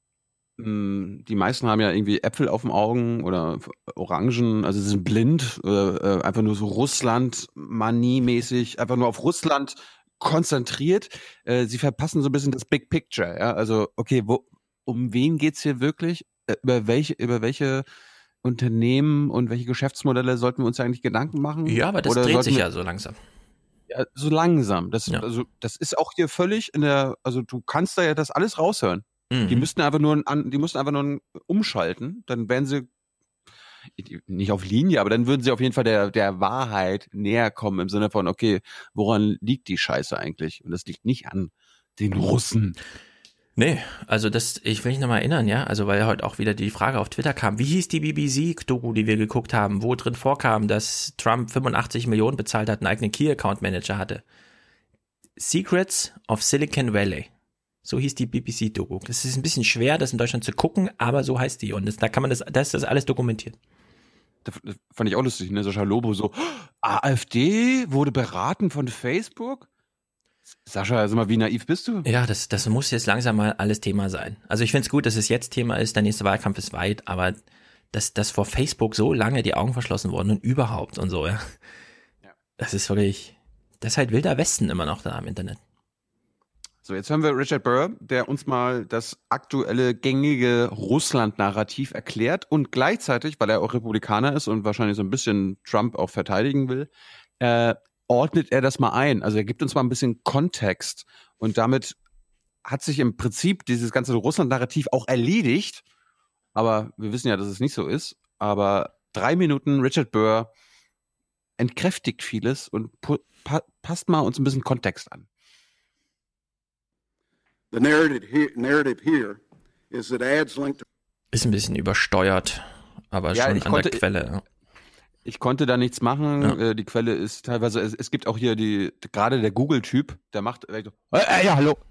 die meisten haben ja irgendwie Äpfel auf den Augen oder Orangen, also sie sind blind, äh, einfach nur so Russland-Manie-mäßig, einfach nur auf Russland konzentriert. Äh, sie verpassen so ein bisschen das Big Picture, ja. Also, okay, wo, um wen geht's hier wirklich? Äh, über welche, über welche Unternehmen und welche Geschäftsmodelle sollten wir uns eigentlich Gedanken machen? Ja, aber das Oder dreht sich wir, ja so langsam. Ja, so langsam. Das, ja. also, das ist auch hier völlig in der, also du kannst da ja das alles raushören. Mhm. Die müssten einfach nur, an, die müssten einfach nur umschalten, dann wären sie nicht auf Linie, aber dann würden sie auf jeden Fall der, der Wahrheit näher kommen im Sinne von, okay, woran liegt die Scheiße eigentlich? Und das liegt nicht an den Russen. Nee, also das, ich will mich nochmal erinnern, ja, also weil heute auch wieder die Frage auf Twitter kam, wie hieß die B B C-Doku, die wir geguckt haben, wo drin vorkam, dass Trump fünfundachtzig Millionen bezahlt hat, einen eigenen Key-Account-Manager hatte. Secrets of Silicon Valley. So hieß die B B C-Doku. Das ist ein bisschen schwer, das in Deutschland zu gucken, aber so heißt die und das, da kann man das, das ist das alles dokumentiert. Das fand ich auch lustig, ne, Sascha Lobo so, AfD wurde beraten von Facebook? Sascha, also mal, wie naiv bist du? Ja, das, das muss jetzt langsam mal alles Thema sein. Also ich finde es gut, dass es jetzt Thema ist, der nächste Wahlkampf ist weit, aber dass, dass vor Facebook so lange die Augen verschlossen wurden und überhaupt und so, ja. ja. Das ist wirklich, das ist halt wilder Westen immer noch da im Internet. So, jetzt haben wir Richard Burr, der uns mal das aktuelle gängige Russland-Narrativ erklärt und gleichzeitig, weil er auch Republikaner ist und wahrscheinlich so ein bisschen Trump auch verteidigen will, äh, ordnet er das mal ein. Also er gibt uns mal ein bisschen Kontext und damit hat sich im Prinzip dieses ganze Russland-Narrativ auch erledigt, aber wir wissen ja, dass es nicht so ist, aber drei Minuten Richard Burr entkräftigt vieles und pa- passt mal uns ein bisschen Kontext an. The narrative here, narrative here is that ads linked to ist ein bisschen übersteuert, aber ja, schon an konnte, der Quelle. Ja. Ich konnte da nichts machen. Ja. Die Quelle ist teilweise, es, es gibt auch hier die, gerade der Google-Typ, der macht, äh, äh, ja, hallo.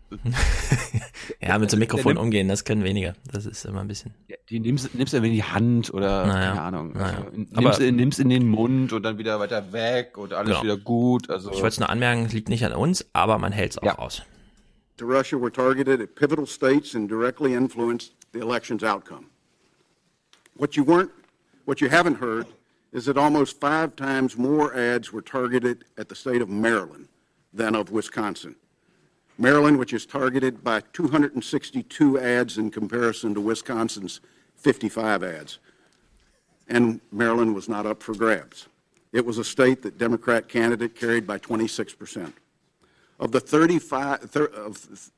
Ja, mit so einem Mikrofon nimmt, umgehen, das können weniger. Das ist immer ein bisschen. Ja, die nimmst, nimmst du in die Hand oder, naja. keine Ahnung. Naja. Also, nimmst, Aber, in, nimmst in den Mund und dann wieder weiter weg und alles genau. wieder gut. Also. Ich wollte es nur anmerken, es liegt nicht an uns, aber man hält es auch ja. aus. To Russia were targeted at pivotal states and directly influenced the election's outcome. What you weren't, what you haven't heard is that almost five times more ads were targeted at the state of Maryland than of Wisconsin. Maryland, which is targeted by two hundred sixty-two ads in comparison to Wisconsin's fifty-five ads. And Maryland was not up for grabs. It was a state that Democrat candidate carried by twenty-six percent. Of the thirty-five, thir, of,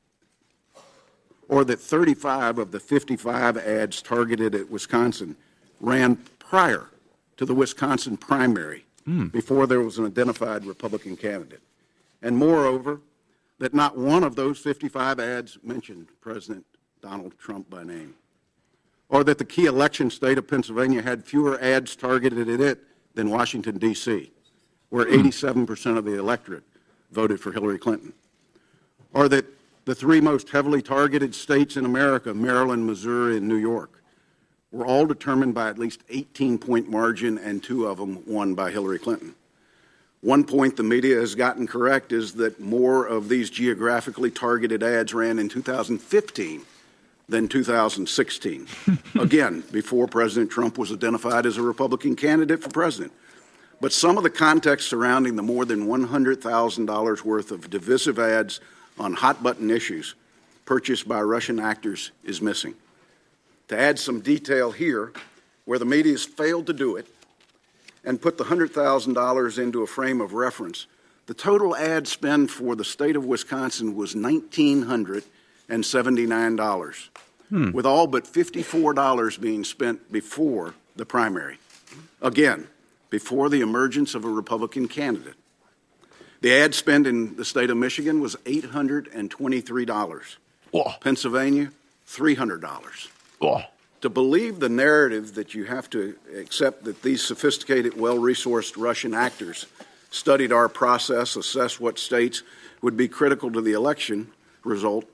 or that thirty-five of the fifty-five ads targeted at Wisconsin ran prior to the Wisconsin primary mm. before there was an identified Republican candidate. And moreover, that not one of those fifty-five ads mentioned President Donald Trump by name. Or that the key election state of Pennsylvania had fewer ads targeted at it than Washington, D C, where mm. eighty-seven percent of the electorate voted for Hillary Clinton. Or that the three most heavily targeted states in America, Maryland, Missouri, and New York, were all determined by at least eighteen-point margin, and two of them won by Hillary Clinton. One point the media has gotten correct is that more of these geographically targeted ads ran in two thousand fifteen than two thousand sixteen. Again, before President Trump was identified as a Republican candidate for president. But some of the context surrounding the more than one hundred thousand dollars worth of divisive ads on hot-button issues purchased by Russian actors is missing. To add some detail here, where the media has failed to do it and put the one hundred thousand dollars into a frame of reference, the total ad spend for the state of Wisconsin was one thousand nine hundred seventy-nine dollars, hmm. with all but fifty-four dollars being spent before the primary. Again, before the emergence of a Republican candidate. The ad spend in the state of Michigan was eight hundred twenty-three dollars. Oh. Pennsylvania, three hundred dollars. Oh. To believe the narrative that you have to accept that these sophisticated, well-resourced Russian actors studied our process, assessed what states would be critical to the election result,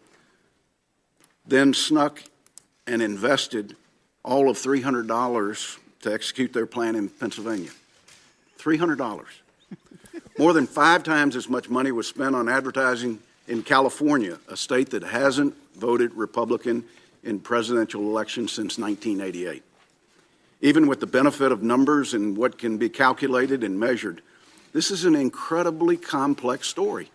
then snuck and invested all of three hundred dollars to execute their plan in Pennsylvania. three hundred dollars. More than five times as much money was spent on advertising in California, a state that hasn't voted Republican in presidential elections since nineteen eighty-eight. Even with the benefit of numbers and what can be calculated and measured, this is an incredibly complex story.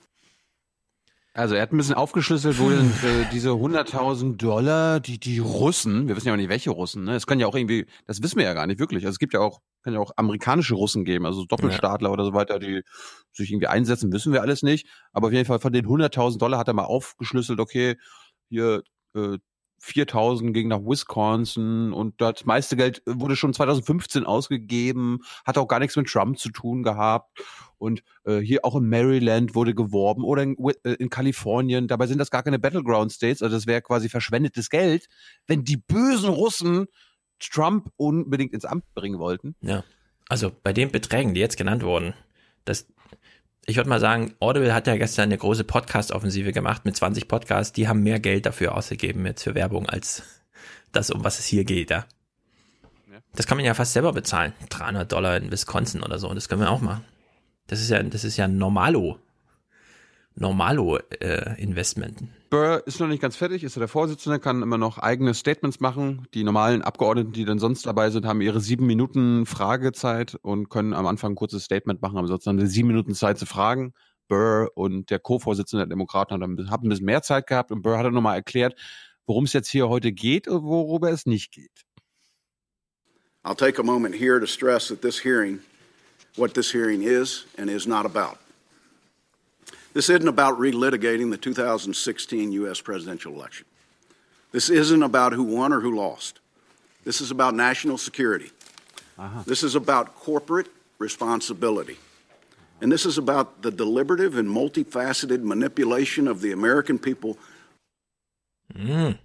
Also er hat ein bisschen aufgeschlüsselt, wo denn äh, diese hunderttausend Dollar, die die Russen, wir wissen ja auch nicht, welche Russen, ne? Es kann ja auch irgendwie, das wissen wir ja gar nicht wirklich. Also es gibt ja auch, kann ja auch amerikanische Russen geben, also Doppelstaatler ja. oder so weiter, die sich irgendwie einsetzen, wissen wir alles nicht. Aber auf jeden Fall von den hunderttausend Dollar hat er mal aufgeschlüsselt, okay, hier äh, viertausend ging nach Wisconsin und das meiste Geld wurde schon zweitausendfünfzehn ausgegeben, hat auch gar nichts mit Trump zu tun gehabt. Und äh, hier auch in Maryland wurde geworben oder in, äh, in Kalifornien. Dabei sind das gar keine Battleground States, also das wäre quasi verschwendetes Geld, wenn die bösen Russen Trump unbedingt ins Amt bringen wollten. Ja, also bei den Beträgen, die jetzt genannt wurden, das, ich würde mal sagen, Audible hat ja gestern eine große Podcast-Offensive gemacht mit zwanzig Podcasts, die haben mehr Geld dafür ausgegeben jetzt für Werbung als das, um was es hier geht, ja. ja. Das kann man ja fast selber bezahlen. dreihundert Dollar in Wisconsin oder so, das können wir auch machen. Das ist ja, das ist ja ein Normalo, Normalo äh, Investment. Burr ist noch nicht ganz fertig, ist ja der Vorsitzende, kann immer noch eigene Statements machen. Die normalen Abgeordneten, die dann sonst dabei sind, haben ihre sieben Minuten Fragezeit und können am Anfang ein kurzes Statement machen, aber sonst haben sie sieben Minuten Zeit zu fragen. Burr und der Co-Vorsitzende der Demokraten haben ein bisschen mehr Zeit gehabt und Burr hat dann nochmal erklärt, worum es jetzt hier heute geht und worüber es nicht geht. I'll take a moment here to stress that this hearing what this hearing is and is not about. This isn't about relitigating the two thousand sixteen U S presidential election. This isn't about who won or who lost. This is about national security. Uh-huh. This is about corporate responsibility. And this is about the deliberative and multifaceted manipulation of the American people. Mm.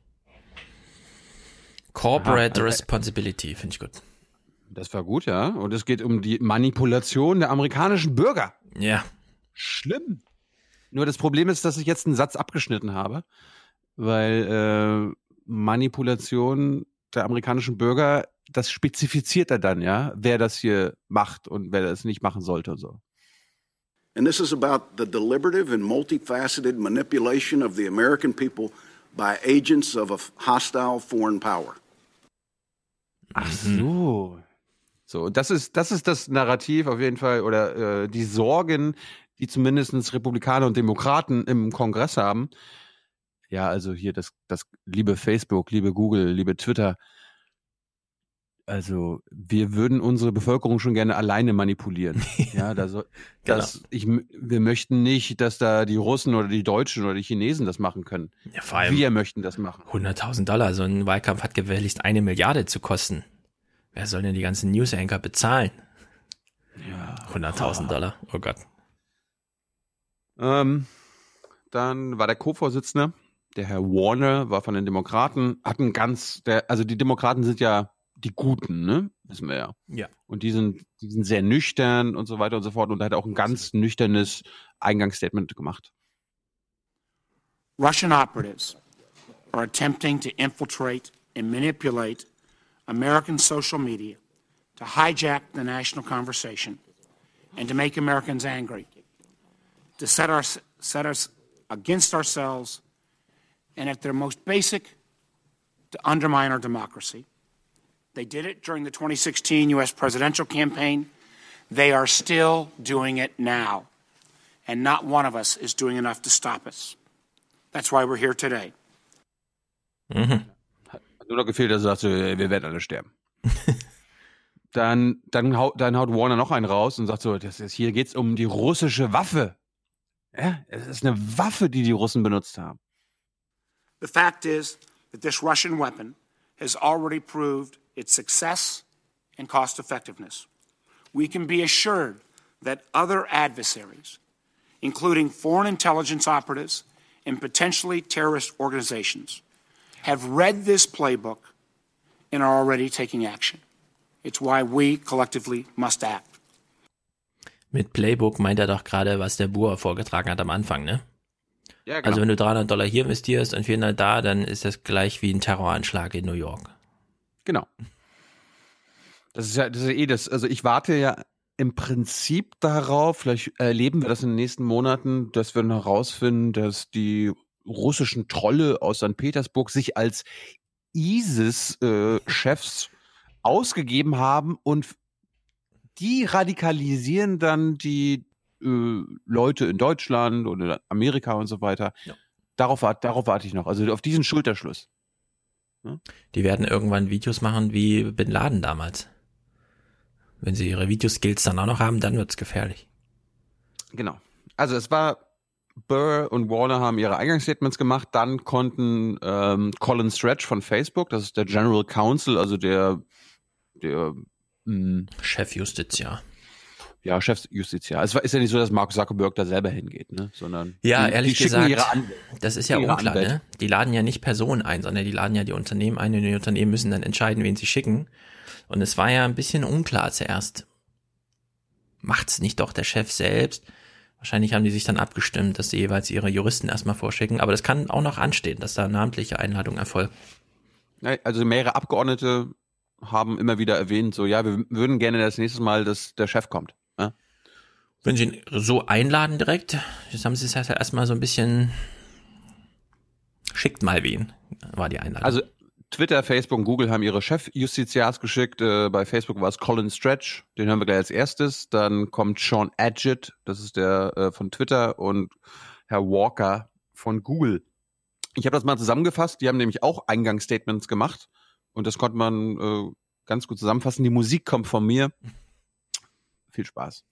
Corporate Aha. Responsibility, finde ich gut. Das war gut, ja. Und es geht um die Manipulation der amerikanischen Bürger. Ja. Schlimm. Nur das Problem ist, dass ich jetzt einen Satz abgeschnitten habe, weil äh, Manipulation der amerikanischen Bürger, das spezifiziert er dann, ja, wer das hier macht und wer das nicht machen sollte und so. And this is about the deliberative and multifaceted manipulation of the American people by agents of a hostile foreign power. Ach so. So, das ist, das ist das Narrativ auf jeden Fall oder äh, die Sorgen, die zumindest Republikaner und Demokraten im Kongress haben. Ja, also hier das, das liebe Facebook, liebe Google, liebe Twitter. Also wir würden unsere Bevölkerung schon gerne alleine manipulieren. Ja, da so, das, genau. ich, wir möchten nicht, dass da die Russen oder die Deutschen oder die Chinesen das machen können. Ja, vor allem wir möchten das machen. hunderttausend Dollar, so ein Wahlkampf hat gewöhnlich eine Milliarde zu kosten. Wer soll denn die ganzen News-Anchor bezahlen? Ja. hunderttausend oh. Dollar, oh Gott. Ähm, dann war der Co-Vorsitzende, der Herr Warner, war von den Demokraten, hat ein ganz, der, also die Demokraten sind ja die Guten, ne? Wissen wir ja. Ja. Und die sind, die sind sehr nüchtern und so weiter und so fort. Und er hat auch ein ganz nüchternes Eingangsstatement gemacht. Russian operatives are attempting to infiltrate and manipulate American social media to hijack the national conversation and to make Americans angry, to set, our, set us against ourselves, and at their most basic, to undermine our democracy. They did it during the twenty sixteen U S presidential campaign. They are still doing it now. And not one of us is doing enough to stop us. That's why we're here today. Mhm. Hat nur noch gefehlt, dass er sagt, wir werden alle sterben. dann, dann, haut, dann haut Warner noch einen raus und sagt so, das ist, hier geht's um die russische Waffe. Ja, es ist eine Waffe, die die Russen benutzt haben. The fact is that this Russian weapon has already proved its success and cost effectiveness. We can be assured that other adversaries, including foreign intelligence operatives and potentially terrorist organizations, have read this playbook and are already taking action. It's why we collectively must act. Mit Playbook meint er doch gerade, was der Buhr vorgetragen hat am Anfang, ne? Ja, genau. Also wenn du dreihundert Dollar hier investierst und vierhundert da, dann ist das gleich wie ein Terroranschlag in New York. Genau. Das ist ja, das ist ja eh das, also ich warte ja im Prinzip darauf, vielleicht erleben wir das in den nächsten Monaten, dass wir herausfinden, dass die russischen Trolle aus Sankt Petersburg sich als ISIS-Chefs äh, ausgegeben haben und die radikalisieren dann die äh, Leute in Deutschland oder Amerika und so weiter. Ja. Darauf, darauf warte ich noch, also auf diesen Schulterschluss. Ja? Die werden irgendwann Videos machen wie Bin Laden damals. Wenn sie ihre Videoskills dann auch noch haben, dann wird's gefährlich. Genau. Also es war Burr und Warner haben ihre Eingangsstatements gemacht. Dann konnten ähm, Colin Stretch von Facebook, das ist der General Counsel, also der, der mh, Chefjustiziar. Ja, Chefjustiziar. Es ist ja nicht so, dass Mark Zuckerberg da selber hingeht, ne? Sondern ja, die, ehrlich die gesagt, ihre Anwälte. Das ist ja ihre unklar, Anwälte. ne? Die laden ja nicht Personen ein, sondern die laden ja die Unternehmen ein und die Unternehmen müssen dann entscheiden, wen sie schicken. Und es war ja ein bisschen unklar zuerst. Macht's nicht doch der Chef selbst? Wahrscheinlich haben die sich dann abgestimmt, dass sie jeweils ihre Juristen erstmal vorschicken. Aber das kann auch noch anstehen, dass da namentliche Einladungen erfolgen. Also mehrere Abgeordnete haben immer wieder erwähnt, so ja, wir würden gerne das nächste Mal, dass der Chef kommt. Ja? Wenn sie ihn so einladen direkt, jetzt haben sie es ja erstmal so ein bisschen, schickt mal wen, war die Einladung. Also Twitter, Facebook und Google haben ihre Chefjustiziars geschickt. Äh, bei Facebook war es Colin Stretch, den hören wir gleich als erstes. Dann kommt Sean Adgett, das ist der äh, von Twitter, und Herr Walker von Google. Ich habe das mal zusammengefasst. Die haben nämlich auch Eingangsstatements gemacht und das konnte man äh, ganz gut zusammenfassen. Die Musik kommt von mir. Viel Spaß.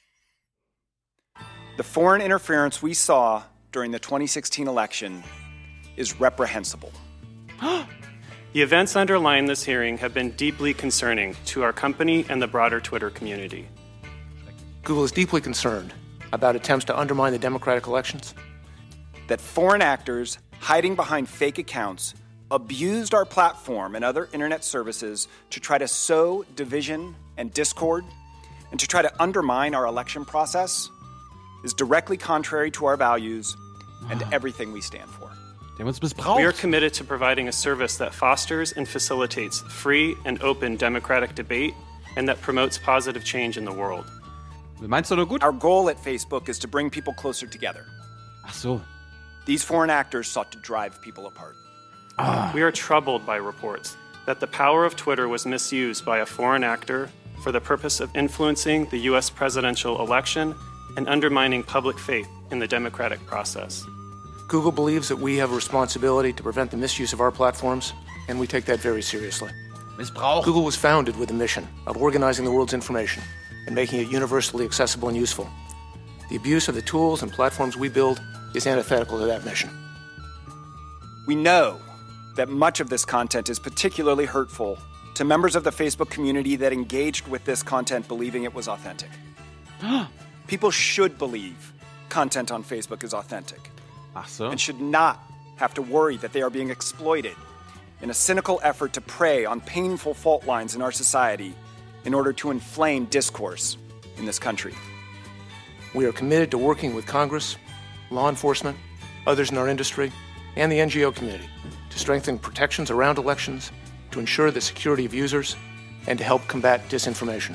The foreign interference we saw during the twenty sixteen election is reprehensible. The events underlying this hearing have been deeply concerning to our company and the broader Twitter community. Google is deeply concerned about attempts to undermine the democratic elections. That foreign actors hiding behind fake accounts abused our platform and other internet services to try to sow division and discord and to try to undermine our election process is directly contrary to our values and everything we stand for. We are committed to providing a service that fosters and facilitates free and open democratic debate and that promotes positive change in the world. Meinst du nur gut? Our goal at Facebook is to bring people closer together. Ach so. These foreign actors sought to drive people apart. Ah. We are troubled by reports that the power of Twitter was misused by a foreign actor for the purpose of influencing the U S presidential election and undermining public faith in the democratic process. Google believes that we have a responsibility to prevent the misuse of our platforms, and we take that very seriously. Missbrauch. Google was founded with a mission of organizing the world's information and making it universally accessible and useful. The abuse of the tools and platforms we build is antithetical to that mission. We know that much of this content is particularly hurtful to members of the Facebook community that engaged with this content believing it was authentic. People should believe content on Facebook is authentic. Ach so. And should not have to worry that they are being exploited in a cynical effort to prey on painful fault lines in our society in order to inflame discourse in this country. We are committed to working with Congress, law enforcement, others in our industry, and the N G O community to strengthen protections around elections, to ensure the security of users, and to help combat disinformation.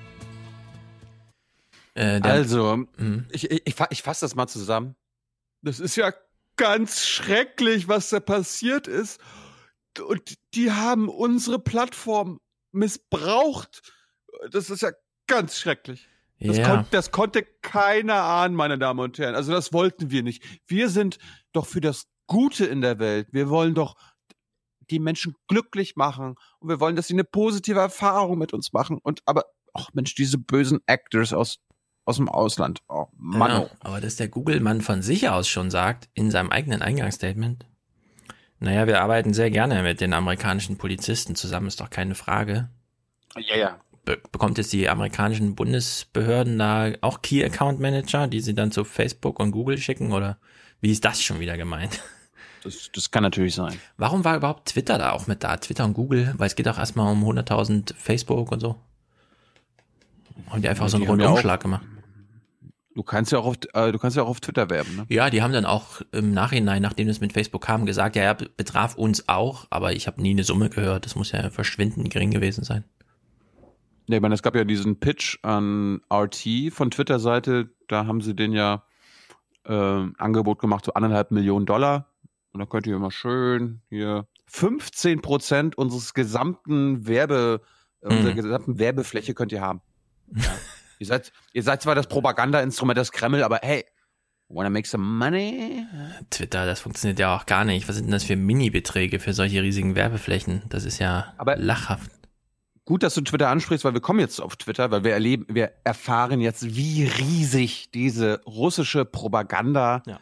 Äh, also, mhm. ich, ich, ich fasse das mal zusammen. Das ist ja ganz schrecklich, was da passiert ist. Und die haben unsere Plattform missbraucht. Das ist ja ganz schrecklich. Das, ja. kon- das konnte keiner ahnen, meine Damen und Herren. Also das wollten wir nicht. Wir sind doch für das Gute in der Welt. Wir wollen doch die Menschen glücklich machen. Und wir wollen, dass sie eine positive Erfahrung mit uns machen. Und aber, ach Mensch, diese bösen Actors aus aus dem Ausland. Oh, Mann. Ja, aber dass der Google-Mann von sich aus schon sagt, in seinem eigenen Eingangsstatement, naja, wir arbeiten sehr gerne mit den amerikanischen Polizisten zusammen, ist doch keine Frage. Ja, ja. Be- bekommt jetzt die amerikanischen Bundesbehörden da auch Key-Account-Manager, die sie dann zu Facebook und Google schicken, oder wie ist das schon wieder gemeint? Das, das kann natürlich sein. Warum war überhaupt Twitter da auch mit da? Twitter und Google, weil es geht auch erstmal um hunderttausend Facebook und so. Haben die einfach Ja, so einen die haben ja Rundumschlag auch- gemacht. Du kannst ja auch auf, äh, du kannst ja auch auf Twitter werben, ne? Ja, die haben dann auch im Nachhinein, nachdem das mit Facebook kam, gesagt, ja, ja, betraf uns auch, aber ich habe nie eine Summe gehört. Das muss ja verschwindend gering gewesen sein. Ja, ich meine, es gab ja diesen Pitch an R T von Twitter-Seite, da haben sie den ja äh, Angebot gemacht, so anderthalb Millionen Dollar. Und da könnt ihr mal schön hier fünfzehn Prozent unseres gesamten Werbe, äh, unserer gesamten Werbefläche könnt ihr haben. Ja. ihr seid, ihr seid zwar das Propaganda-Instrument des Kreml, aber hey, wanna make some money? Twitter, das funktioniert ja auch gar nicht. Was sind denn das für Mini-Beträge für solche riesigen Werbeflächen? Das ist ja Aber lachhaft. Gut, dass du Twitter ansprichst, weil wir kommen jetzt auf Twitter, weil wir erleben, wir erfahren jetzt, wie riesig diese russische Propaganda ja.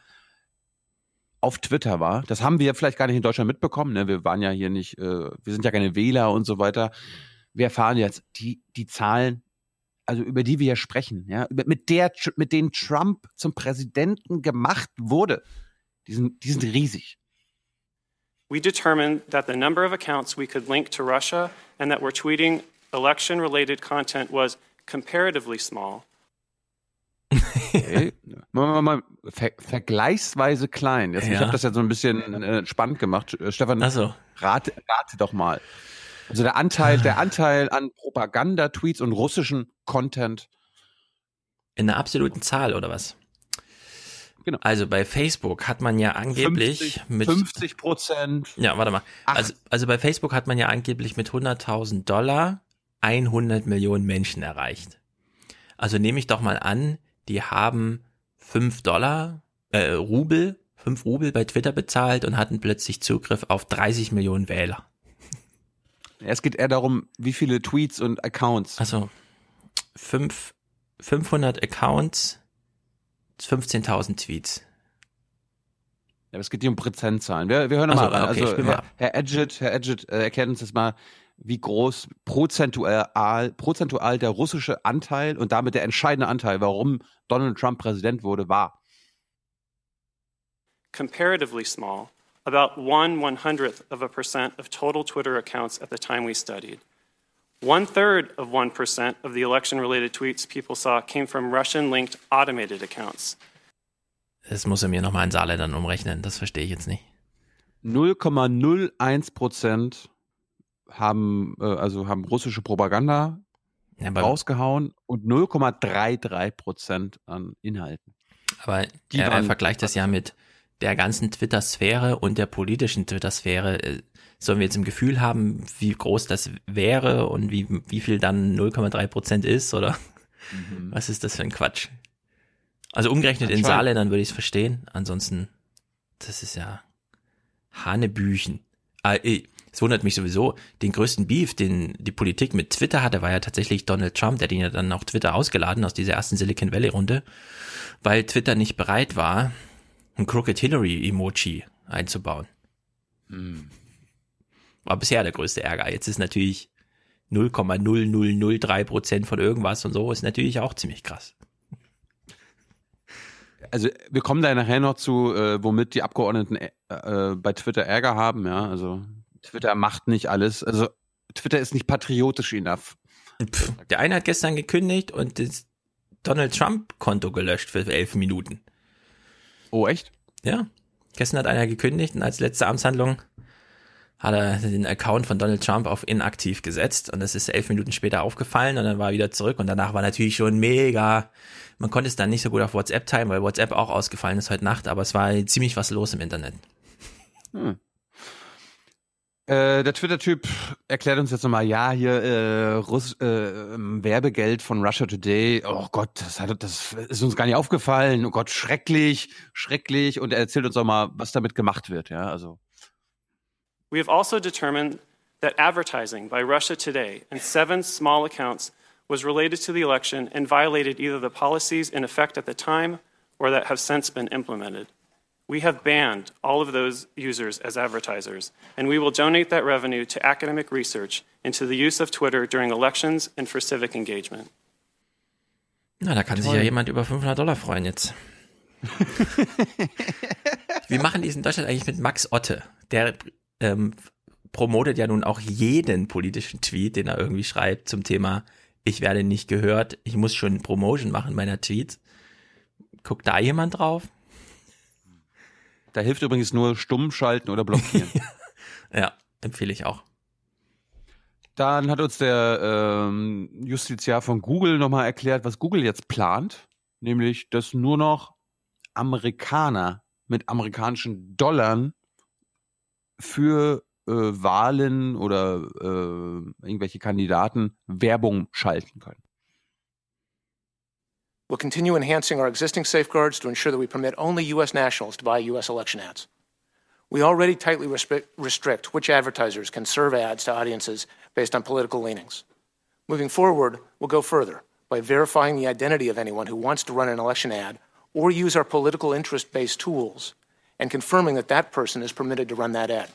auf Twitter war. Das haben wir vielleicht gar nicht in Deutschland mitbekommen. Ne? Wir waren ja hier nicht, äh, wir sind ja keine Wähler und so weiter. Wir erfahren jetzt die, die Zahlen, also über die wir hier sprechen, ja, mit der, mit denen Trump zum Präsidenten gemacht wurde. Die sind, die sind riesig. We determined that the number of accounts we could link to Russia and that were tweeting election-related content was comparatively small. Okay. Mal, mal, mal, ver- vergleichsweise klein. Jetzt, ja. Ich habe das ja so ein bisschen äh, spannend gemacht. Äh, Stefan, so. rate, rate doch mal. Also der Anteil, der Anteil an Propaganda-Tweets und russischen Content. In einer absoluten Zahl, oder was? Genau. Also bei Facebook hat man ja angeblich fünfzig, mit fünfzig Prozent. Ja, warte mal. Also, also bei Facebook hat man ja angeblich mit hunderttausend Dollar hundert Millionen Menschen erreicht. Also nehme ich doch mal an, die haben fünf Dollar, äh, Rubel, fünf Rubel bei Twitter bezahlt und hatten plötzlich Zugriff auf dreißig Millionen Wähler. Es geht eher darum, wie viele Tweets und Accounts. Also fünf, fünfhundert Accounts, fünfzehntausend Tweets. Ja, es geht hier um Prozentzahlen. Wir, wir hören also, mal an. Okay, also, Herr, Herr Edgett, Herr Edgett, äh, erklärt uns das mal, wie groß prozentual, prozentual der russische Anteil und damit der entscheidende Anteil, warum Donald Trump Präsident wurde, war. Comparatively small, about one one hundredth of a percent of total Twitter accounts at the time we studied. One third of one percent of the election-related tweets people saw came from Russian-linked automated accounts. Das muss er mir nochmal in Saarländern umrechnen, das verstehe ich jetzt nicht. null Komma null eins Prozent haben, äh, also haben russische Propaganda ja, rausgehauen und null Komma dreiunddreißig Prozent an Inhalten. Aber Die er, er vergleicht das ja mit der ganzen Twitter-Sphäre und der politischen Twitter-Sphäre. Sollen wir jetzt im Gefühl haben, wie groß das wäre und wie, wie viel dann null Komma drei Prozent ist, oder? Mhm. Was ist das für ein Quatsch? Also umgerechnet in Saarländern würde ich es verstehen. Ansonsten, das ist ja Hanebüchen. Ah, es wundert mich sowieso, den größten Beef, den die Politik mit Twitter hatte, war ja tatsächlich Donald Trump, der den ja dann auf Twitter ausgeladen aus dieser ersten Silicon Valley Runde, weil Twitter nicht bereit war, ein Crooked Hillary Emoji einzubauen. Hm. War bisher der größte Ärger. Jetzt ist natürlich null Komma null null null drei Prozent von irgendwas und so, ist natürlich auch ziemlich krass. Also wir kommen da nachher noch zu, äh, womit die Abgeordneten äh, äh, bei Twitter Ärger haben, ja, also Twitter macht nicht alles, also Twitter ist nicht patriotisch enough. Pff, der eine hat gestern gekündigt und das Donald Trump Konto gelöscht für elf Minuten. Oh, echt? Ja, gestern hat einer gekündigt und als letzte Amtshandlung hat er den Account von Donald Trump auf inaktiv gesetzt und das ist elf Minuten später aufgefallen und dann war er wieder zurück und danach war natürlich schon mega, man konnte es dann nicht so gut auf WhatsApp teilen, weil WhatsApp auch ausgefallen ist heute Nacht, aber es war ziemlich was los im Internet. Hm. Äh, der Twitter-Typ erklärt uns jetzt nochmal, ja, hier äh, Russ, äh, Werbegeld von Russia Today, oh Gott, das, hat, das ist uns gar nicht aufgefallen, oh Gott, schrecklich, schrecklich und er erzählt uns auch mal, was damit gemacht wird, ja, also. We have also determined that advertising by Russia Today and seven small accounts was related to the election and violated either the policies in effect at the time or that have since been implemented. We have banned all of those users as advertisers, and we will donate that revenue to academic research into the use of Twitter during elections and for civic engagement. Na, da kann Toll. sich ja jemand über fünfhundert Dollar freuen jetzt. Wir machen diesen in Deutschland eigentlich mit Max Otte. Der ähm, promotet ja nun auch jeden politischen Tweet, den er irgendwie schreibt zum Thema ich werde nicht gehört, ich muss schon Promotion machen meiner Tweets. Guckt da jemand drauf? Da hilft übrigens nur stumm schalten oder blockieren. Ja, empfehle ich auch. Dann hat uns der ähm, Justiziar von Google nochmal erklärt, was Google jetzt plant. Nämlich, dass nur noch Amerikaner mit amerikanischen Dollar für äh, Wahlen oder äh, irgendwelche Kandidaten Werbung schalten können. We'll continue enhancing our existing safeguards to ensure that we permit only U S nationals to buy U S election ads. We already tightly restrict, restrict which advertisers can serve ads to audiences based on political leanings. Moving forward, we'll go further by verifying the identity of anyone who wants to run an election ad or use our political interest-based tools and confirming that that person is permitted to run that ad.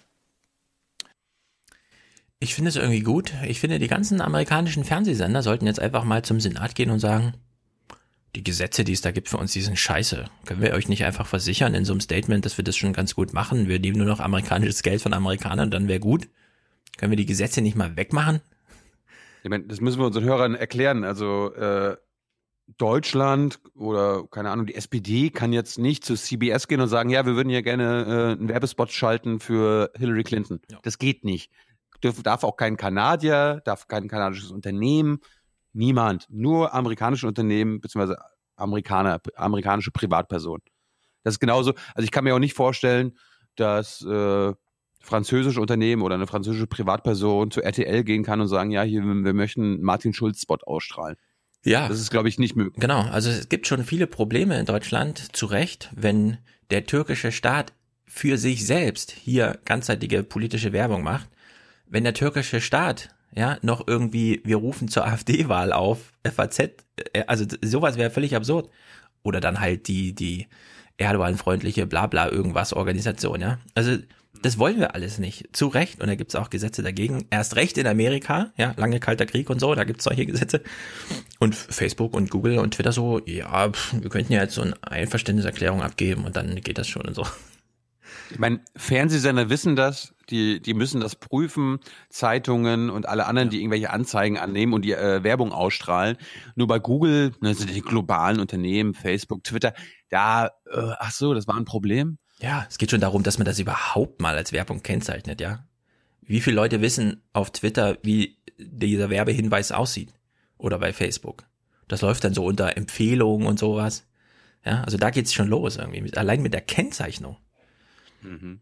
Ich finde es irgendwie gut. Ich finde, die ganzen amerikanischen Fernsehsender sollten jetzt einfach mal zum Senat gehen und sagen, die Gesetze, die es da gibt für uns, die sind scheiße. Können wir euch nicht einfach versichern in so einem Statement, dass wir das schon ganz gut machen? Wir nehmen nur noch amerikanisches Geld von Amerikanern, dann wäre gut. Können wir die Gesetze nicht mal wegmachen? Ich meine, das müssen wir unseren Hörern erklären. Also äh, Deutschland oder, keine Ahnung, die S P D kann jetzt nicht zu C B S gehen und sagen, ja, wir würden ja gerne äh, einen Werbespot schalten für Hillary Clinton. Ja. Das geht nicht. Dürf, darf auch kein Kanadier, darf kein kanadisches Unternehmen, niemand. Nur amerikanische Unternehmen bzw. Amerikaner, amerikanische Privatpersonen. Das ist genauso. Also ich kann mir auch nicht vorstellen, dass äh, französische Unternehmen oder eine französische Privatperson zu R T L gehen kann und sagen, ja, hier, wir möchten einen Martin Schulz-Spot ausstrahlen. Ja. Das ist, glaube ich, nicht möglich. Genau, also es gibt schon viele Probleme in Deutschland, zu Recht, wenn der türkische Staat für sich selbst hier ganzseitige politische Werbung macht. Wenn der türkische Staat ja noch irgendwie, wir rufen zur AfD-Wahl auf, F A Z, also sowas wäre völlig absurd. Oder dann halt die, die Erdogan-freundliche Blabla irgendwas Organisation, ja. Also das wollen wir alles nicht. Zu Recht. Und da gibt's auch Gesetze dagegen. Erst recht in Amerika, ja, lange Kalter Krieg und so, da gibt's solche Gesetze. Und Facebook und Google und Twitter so, ja, pff, wir könnten ja jetzt so eine Einverständniserklärung abgeben und dann geht das schon und so. Ich meine, Fernsehsender wissen das, die, die müssen das prüfen, Zeitungen und alle anderen, die irgendwelche Anzeigen annehmen und die äh, Werbung ausstrahlen. Nur bei Google, also die globalen Unternehmen, Facebook, Twitter, da, äh, ach so, das war ein Problem. Ja, es geht schon darum, dass man das überhaupt mal als Werbung kennzeichnet, ja. Wie viele Leute wissen auf Twitter, wie dieser Werbehinweis aussieht? Oder bei Facebook? Das läuft dann so unter Empfehlungen und sowas. Ja, also da geht's schon los irgendwie, allein mit der Kennzeichnung. Mhm.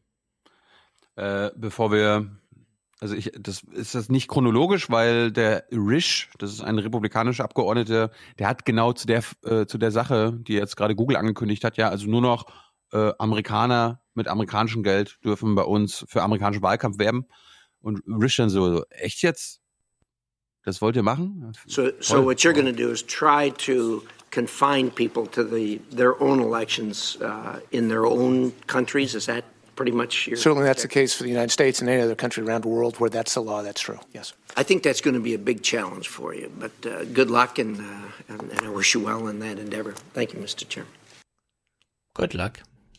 Äh, bevor wir, also ich, das ist das nicht chronologisch, weil der Risch, das ist ein republikanischer Abgeordneter, der hat genau zu der äh, zu der Sache, die jetzt gerade Google angekündigt hat, ja, also nur noch äh, Amerikaner mit amerikanischem Geld dürfen bei uns für amerikanischen Wahlkampf werben. Und Risch dann so, so, echt jetzt? Das wollt ihr machen? So, so what you're going to do is try to confine people to the their own elections uh, in their own countries. Is that pretty much your... Certainly that's the case for the United States and any other country around the world where that's the law. That's true, yes. I think that's going to be a big challenge for you, but uh, good luck and, uh, and, and I wish you well in that endeavor. Thank you, Mister Chairman. Good luck.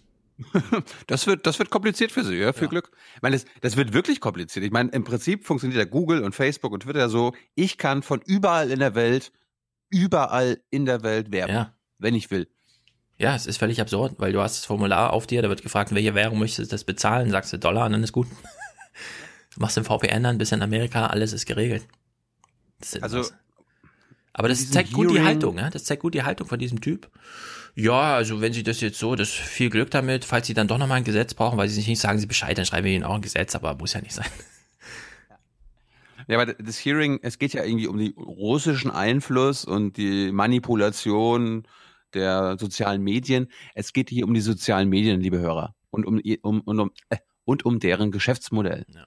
Das wird, das wird kompliziert für Sie, ja, viel ja. Glück. Ich meine, das, das wird wirklich kompliziert. Ich meine, im Prinzip funktioniert ja Google und Facebook und Twitter so, ich kann von überall in der Welt, überall in der Welt werben, ja. wenn ich will. Ja, es ist völlig absurd, weil du hast das Formular auf dir, da wird gefragt, welche Währung möchtest du das bezahlen, sagst du Dollar und dann ist gut. Du machst den V P N an, bist in Amerika, alles ist geregelt. Das ist also, aber das zeigt gut die Haltung, ja? Das zeigt gut die Haltung von diesem Typ. Ja, also wenn Sie das jetzt so, das viel Glück damit, falls Sie dann doch nochmal ein Gesetz brauchen, weil Sie sich nicht sagen, Sie Bescheid, dann schreiben wir Ihnen auch ein Gesetz, aber muss ja nicht sein. Ja, aber das Hearing, es geht ja irgendwie um den russischen Einfluss und die Manipulation der sozialen Medien. Es geht hier um die sozialen Medien, liebe Hörer, und um, um, und, um äh, und um deren Geschäftsmodell. Ja.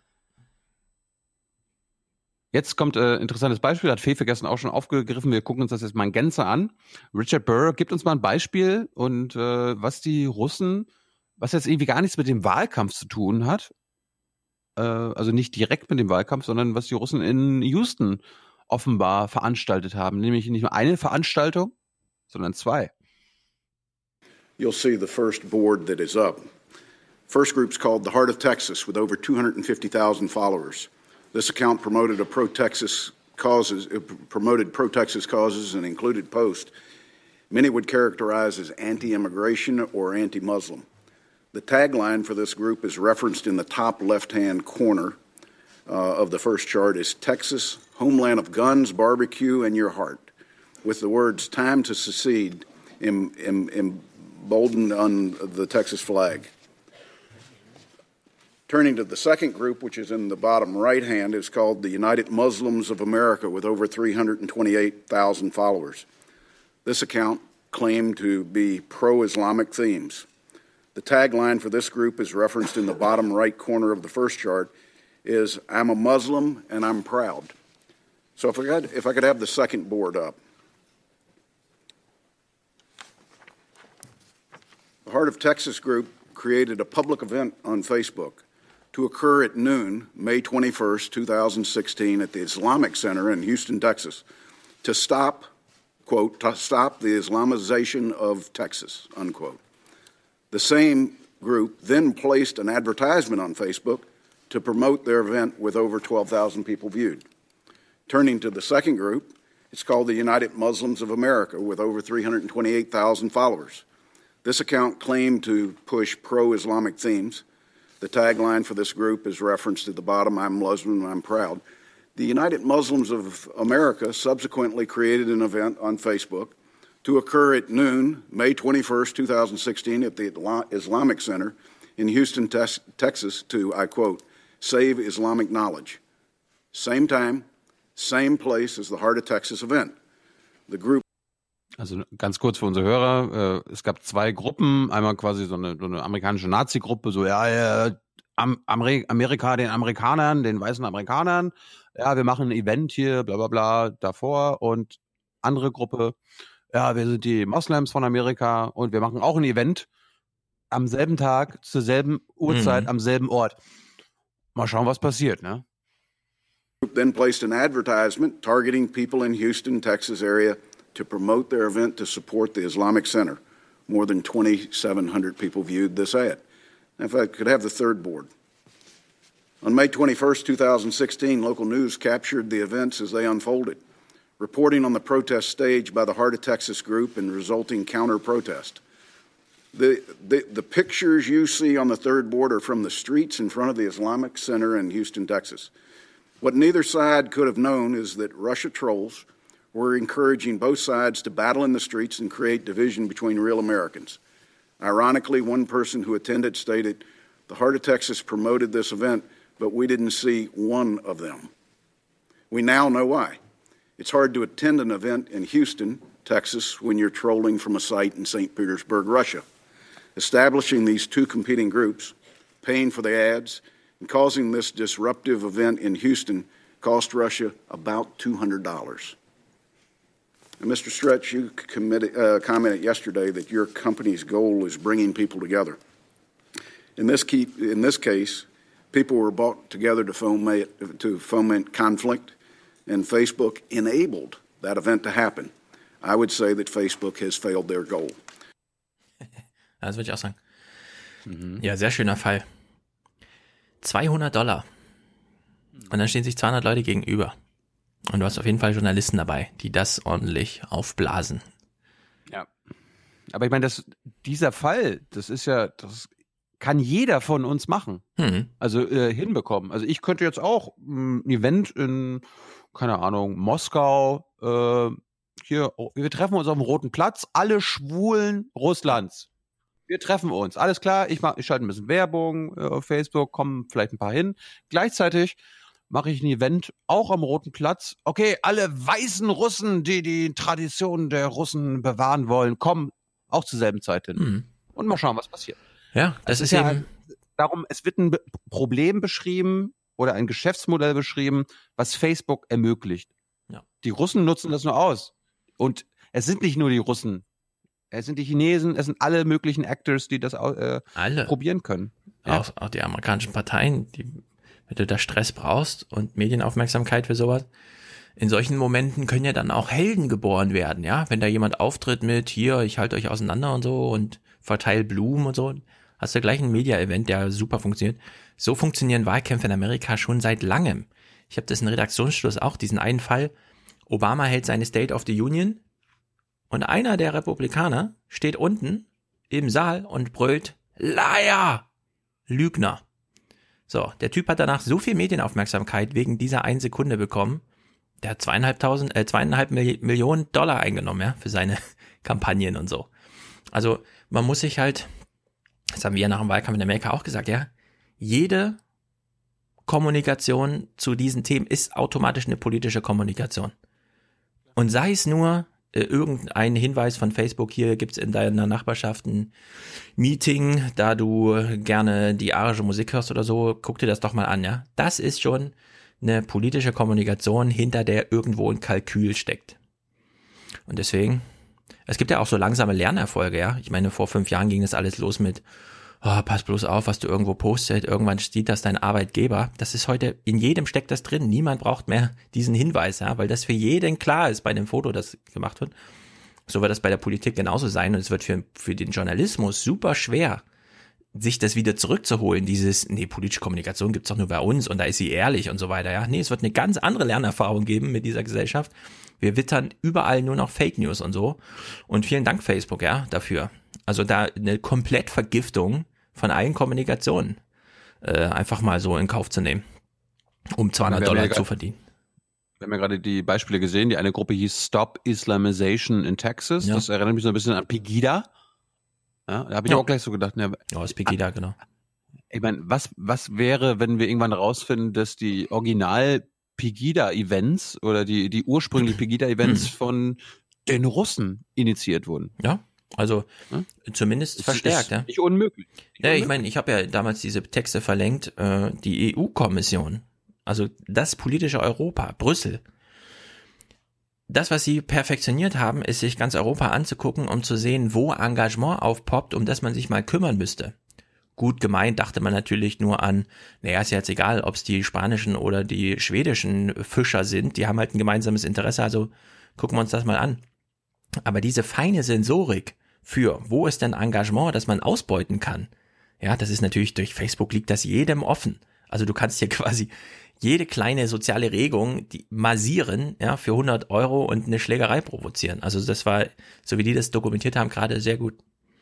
Jetzt kommt ein äh, interessantes Beispiel, hat Fefe gestern auch schon aufgegriffen. Wir gucken uns das jetzt mal in Gänze an. Richard Burr gibt uns mal ein Beispiel und äh, was die Russen, was jetzt irgendwie gar nichts mit dem Wahlkampf zu tun hat, äh, also nicht direkt mit dem Wahlkampf, sondern was die Russen in Houston offenbar veranstaltet haben. Nämlich nicht nur eine Veranstaltung, sondern zwei. You'll see the first board that is up. First group's called the Heart of Texas with over two hundred fifty thousand followers. This account promoted a pro-Texas causes, uh, promoted pro-Texas causes and included posts many would characterize as anti-immigration or anti-Muslim. The tagline for this group is referenced in the top left-hand corner uh, of the first chart is Texas, homeland of guns, barbecue, and your heart, with the words time to secede em, em, emboldened on the Texas flag. Turning to the second group, which is in the bottom right hand, is called the United Muslims of America with over three hundred twenty-eight thousand followers. This account claimed to be pro-Islamic themes. The tagline for this group is referenced in the bottom right corner of the first chart is I'm a Muslim and I'm proud. So if I could, if I could have the second board up. The Heart of Texas group created a public event on Facebook to occur at noon, May twenty-first, twenty sixteen, at the Islamic Center in Houston, Texas, to stop, quote, to stop the Islamization of Texas, unquote. The same group then placed an advertisement on Facebook to promote their event with over twelve thousand people viewed. Turning to the second group, it's called the United Muslims of America with over three hundred twenty-eight thousand followers. This account claimed to push pro-Islamic themes. The tagline for this group is referenced at the bottom, I'm Muslim and I'm proud. The United Muslims of America subsequently created an event on Facebook to occur at noon, May twenty-first, twenty sixteen, at the Islamic Center in Houston, Texas, to, I quote, save Islamic knowledge. Same time, same place as the Heart of Texas event. The group. Also ganz kurz für unsere Hörer, äh, es gab zwei Gruppen, einmal quasi so eine, so eine amerikanische Nazi-Gruppe, so ja, ja Am, Ameri- Amerika den Amerikanern, den weißen Amerikanern, ja, wir machen ein Event hier, bla bla bla, davor, und andere Gruppe, ja, wir sind die Moslems von Amerika und wir machen auch ein Event am selben Tag, zur selben Uhrzeit, mhm. am selben Ort. Mal schauen, was passiert, ne? Then placed an advertisement targeting people in Houston, Texas area to promote their event to support the Islamic Center. More than twenty-seven hundred people viewed this ad. If I could have the third board. On May twenty-first, twenty sixteen, local news captured the events as they unfolded, reporting on the protest staged by the Heart of Texas group and resulting counter-protest. The, the, the pictures you see on the third board are from the streets in front of the Islamic Center in Houston, Texas. What neither side could have known is that Russia trolls were encouraging both sides to battle in the streets and create division between real Americans. Ironically, one person who attended stated, the Heart of Texas promoted this event, but we didn't see one of them. We now know why. It's hard to attend an event in Houston, Texas, when you're trolling from a site in Saint Petersburg, Russia. Establishing these two competing groups, paying for the ads, and causing this disruptive event in Houston cost Russia about two hundred dollars. And Mister Stretch, you committed, uh, commented yesterday that your company's goal is bringing people together. In this, key, in this case, people were brought together to foment, to foment conflict, and Facebook enabled that event to happen. I would say that Facebook has failed their goal. Das würde ich auch sagen. Mhm. Ja, sehr schöner Fall. zweihundert Dollar. Und dann stehen sich zweihundert Leute gegenüber. Und du hast auf jeden Fall Journalisten dabei, die das ordentlich aufblasen. Ja. Aber ich meine, das, dieser Fall, das ist ja, das kann jeder von uns machen. Mhm. Also äh, hinbekommen. Also ich könnte jetzt auch ein Event in, keine Ahnung, Moskau, äh, hier, wir treffen uns auf dem Roten Platz, alle Schwulen Russlands. Wir treffen uns, alles klar, ich, mach, ich schalte ein bisschen Werbung äh, auf Facebook, kommen vielleicht ein paar hin. Gleichzeitig mache ich ein Event auch am Roten Platz. Okay, alle weißen Russen, die die Traditionen der Russen bewahren wollen, kommen auch zur selben Zeit hin. Mhm. Und mal schauen, was passiert. Ja, das, das ist, ist ja eben darum, es wird ein Be- Problem beschrieben oder ein Geschäftsmodell beschrieben, was Facebook ermöglicht. Ja. Die Russen nutzen das nur aus. Und es sind nicht nur die Russen. Es sind die Chinesen, es sind alle möglichen Actors, die das äh, alle. probieren können. Ja. Auch, auch die amerikanischen Parteien, die, wenn du da Stress brauchst und Medienaufmerksamkeit für sowas, in solchen Momenten können ja dann auch Helden geboren werden, ja? Wenn da jemand auftritt mit, hier, ich halte euch auseinander und so und verteile Blumen und so, hast du gleich ein Media-Event, der super funktioniert. So funktionieren Wahlkämpfe in Amerika schon seit langem. Ich habe das in Redaktionsschluss auch, diesen einen Fall, Obama hält seine State of the Union und einer der Republikaner steht unten im Saal und brüllt, Liar! Lügner. So, der Typ hat danach so viel Medienaufmerksamkeit wegen dieser einen Sekunde bekommen, der hat zweieinhalbtausend, äh, zweieinhalb Millionen Dollar eingenommen, ja, für seine Kampagnen und so. Also, man muss sich halt, das haben wir ja nach dem Wahlkampf in Amerika auch gesagt, ja, jede Kommunikation zu diesen Themen ist automatisch eine politische Kommunikation. Und sei es nur äh, irgendein Hinweis von Facebook, hier gibt's in deiner Nachbarschaft ein Meeting, da du gerne die arische Musik hörst oder so, guck dir das doch mal an, ja. Das ist schon eine politische Kommunikation, hinter der irgendwo ein Kalkül steckt. Und deswegen, es gibt ja auch so langsame Lernerfolge, ja. Ich meine, vor fünf Jahren ging das alles los mit, oh, pass bloß auf, was du irgendwo postest, irgendwann sieht das dein Arbeitgeber. Das ist heute, in jedem steckt das drin. Niemand braucht mehr diesen Hinweis, ja, weil das für jeden klar ist bei dem Foto, das gemacht wird. So wird das bei der Politik genauso sein und es wird für, für den Journalismus super schwer, sich das wieder zurückzuholen, dieses, nee, politische Kommunikation gibt's doch nur bei uns und da ist sie ehrlich und so weiter, ja. Nee, es wird eine ganz andere Lernerfahrung geben mit dieser Gesellschaft. Wir wittern überall nur noch Fake News und so. Und vielen Dank, Facebook, ja, dafür. Also da eine Komplettvergiftung von allen Kommunikationen äh, einfach mal so in Kauf zu nehmen, um zweihundert Dollar zu verdienen. Wir haben ja gerade die Beispiele gesehen. Die eine Gruppe hieß Stop Islamization in Texas. Ja. Das erinnert mich so ein bisschen an Pegida. Ja, da habe ich ja auch gleich so gedacht. Ja, ja, ist Pegida, genau. Ich meine, was, was wäre, wenn wir irgendwann rausfinden, dass die Original Pegida-Events oder die, die ursprünglichen Pegida-Events von den Russen initiiert wurden? Ja, also ja? zumindest das verstärkt. Ist ja. Nicht unmöglich. Nicht ja, unmöglich. Ich meine, ich habe ja damals diese Texte verlinkt, äh, die E U-Kommission, also das politische Europa, Brüssel. Das, was sie perfektioniert haben, ist, sich ganz Europa anzugucken, um zu sehen, wo Engagement aufpoppt, um das man sich mal kümmern müsste. Gut gemeint dachte man natürlich nur an, naja, ist ja jetzt egal, ob es die spanischen oder die schwedischen Fischer sind, die haben halt ein gemeinsames Interesse, also gucken wir uns das mal an. Aber diese feine Sensorik für, wo ist denn Engagement, das man ausbeuten kann, ja, das ist natürlich, durch Facebook liegt das jedem offen. Also du kannst hier quasi jede kleine soziale Regung die massieren, ja, für hundert Euro und eine Schlägerei provozieren. Also das war, so wie die das dokumentiert haben, gerade sehr gut.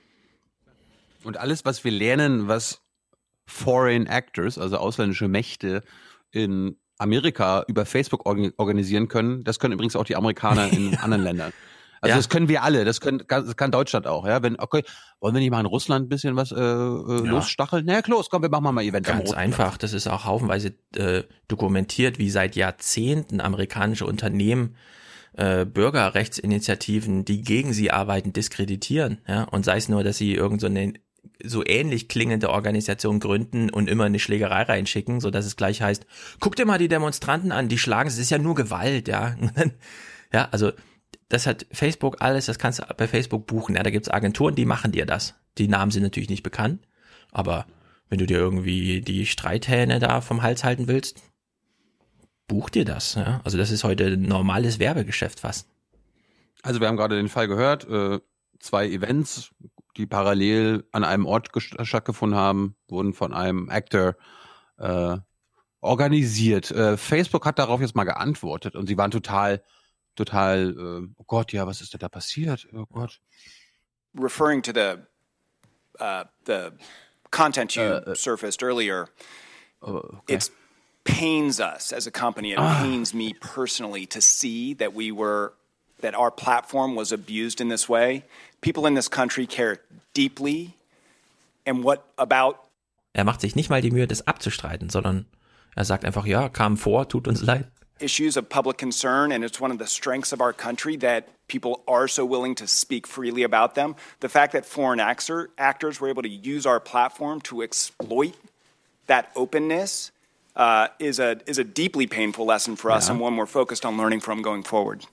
Und alles, was wir lernen, was Foreign Actors, also ausländische Mächte in Amerika über Facebook organisieren können, das können übrigens auch die Amerikaner in anderen Ländern. Also ja. Das können wir alle, das, können, das kann Deutschland auch. Ja, wenn, okay, wollen wir nicht mal in Russland ein bisschen was äh, ja. losstacheln? Na ja, los, komm, wir machen mal ein Event. Ganz einfach, das ist auch haufenweise äh, dokumentiert, wie seit Jahrzehnten amerikanische Unternehmen äh, Bürgerrechtsinitiativen, die gegen sie arbeiten, diskreditieren. Ja, und sei es nur, dass sie irgend so eine so ähnlich klingende Organisation gründen und immer eine Schlägerei reinschicken, so dass es gleich heißt, guck dir mal die Demonstranten an, die schlagen, es ist ja nur Gewalt, ja. Ja, also das hat Facebook alles, das kannst du bei Facebook buchen. Ja, da gibt's Agenturen, die machen dir das. Die Namen sind natürlich nicht bekannt, aber wenn du dir irgendwie die Streithähne da vom Hals halten willst, buch dir das. Ja? Also das ist heute ein normales Werbegeschäft fast. Also wir haben gerade den Fall gehört, äh, zwei Events, die parallel an einem Ort stattgefunden haben, wurden von einem Actor äh, organisiert. Äh, Facebook hat darauf jetzt mal geantwortet und sie waren total total, äh, oh Gott, ja, was ist denn da passiert? Oh Gott. Referring to the uh, the content you uh, uh, surfaced earlier, oh, okay. It pains us as a company. It ah. pains me personally to see that we were that our platform was abused in this way. People in this country care deeply, and what about? Er macht sich nicht mal die Mühe, das abzustreiten, sondern er sagt einfach, ja, kam vor, tut uns leid. Issues of public concern, and it's one of the strengths of our country that people are so willing to speak freely about them. The fact that foreign actor, actors were able to use our platform to exploit that openness uh, is a is a deeply painful lesson for us, ja. And one we're focused on learning from going forward.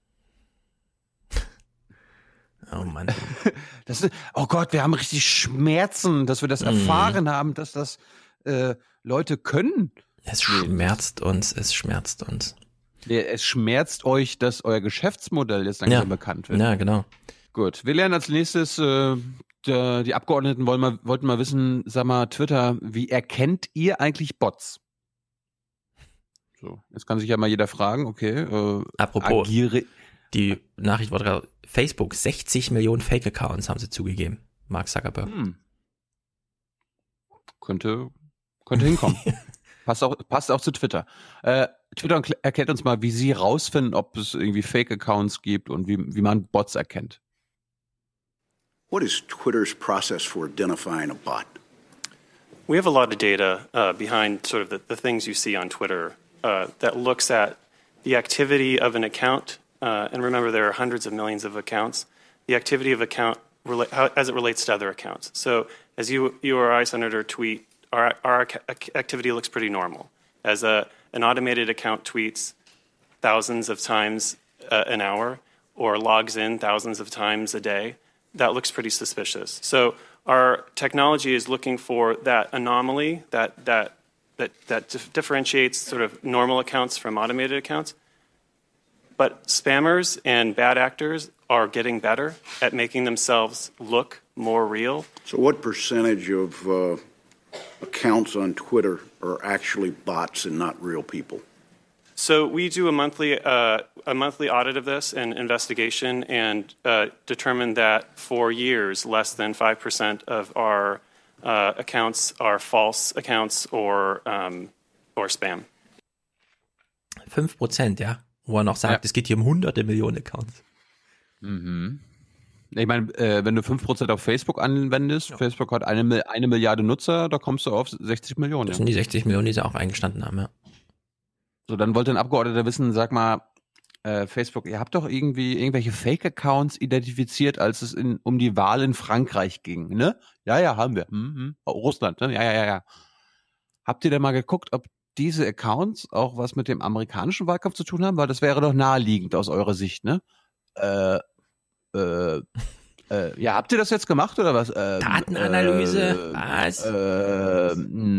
Oh Mann. Das ist, oh Gott, wir haben richtig Schmerzen, dass wir das mm. erfahren haben, dass das äh, Leute können. Es schmerzt uns, es schmerzt uns. Ja, es schmerzt euch, dass euer Geschäftsmodell jetzt langsam ja. bekannt wird. Ja, genau. Gut, wir lernen als nächstes, äh, der, die Abgeordneten wollen mal, wollten mal wissen, sag mal, Twitter, wie erkennt ihr eigentlich Bots? So, jetzt kann sich ja mal jeder fragen, okay. Äh, Apropos, agiere- die Nachricht wurde gerade, Facebook, sechzig Millionen Fake-Accounts haben sie zugegeben, Mark Zuckerberg. Hm. Könnte, könnte hinkommen. Passt auch, passt auch zu Twitter. Äh, Twitter erklärt uns mal, wie sie rausfinden, ob es irgendwie Fake-Accounts gibt und wie, wie man Bots erkennt. What is Twitter's process for identifying a bot? We have a lot of data uh, behind sort of the, the things you see on Twitter uh, that looks at the activity of an account. Uh, and remember, there are hundreds of millions of accounts. The activity of account rela- how, as it relates to other accounts. So as you, you or I, Senator, tweet, Our, our activity looks pretty normal. as a, an automated account tweets thousands of times uh, an hour or logs in thousands of times a day, that looks pretty suspicious. So our technology is looking for that anomaly that that that that dif- differentiates sort of normal accounts from automated accounts. But spammers and bad actors are getting better at making themselves look more real. So what percentage of uh, accounts on Twitter are actually bots and not real people? So we do a monthly uh, a monthly audit of this and investigation, and uh, determine that for years, less than five percent of our uh, accounts are false accounts or um, or spam. fünf Prozent, ja. Wo er noch sagt, ja. Es geht hier um hunderte Millionen Accounts. Mhm. Ich meine, äh, wenn du fünf Prozent auf Facebook anwendest, ja. Facebook hat eine, eine Milliarde Nutzer, da kommst du auf sechzig Millionen. Das sind die sechzig Millionen, die sie auch eingestanden haben, ja. So, dann wollte ein Abgeordneter wissen, sag mal, äh, Facebook, ihr habt doch irgendwie irgendwelche Fake-Accounts identifiziert, als es in, um die Wahl in Frankreich ging, ne? Ja, ja, haben wir. Mhm. Oh, Russland, ne? Ja, ja, ja, ja. Habt ihr denn mal geguckt, ob diese Accounts auch was mit dem amerikanischen Wahlkampf zu tun haben? Weil das wäre doch naheliegend aus eurer Sicht, ne? Äh, äh, äh, ja, habt ihr das jetzt gemacht oder was? Ähm, Datenanalyse, äh, was? Äh,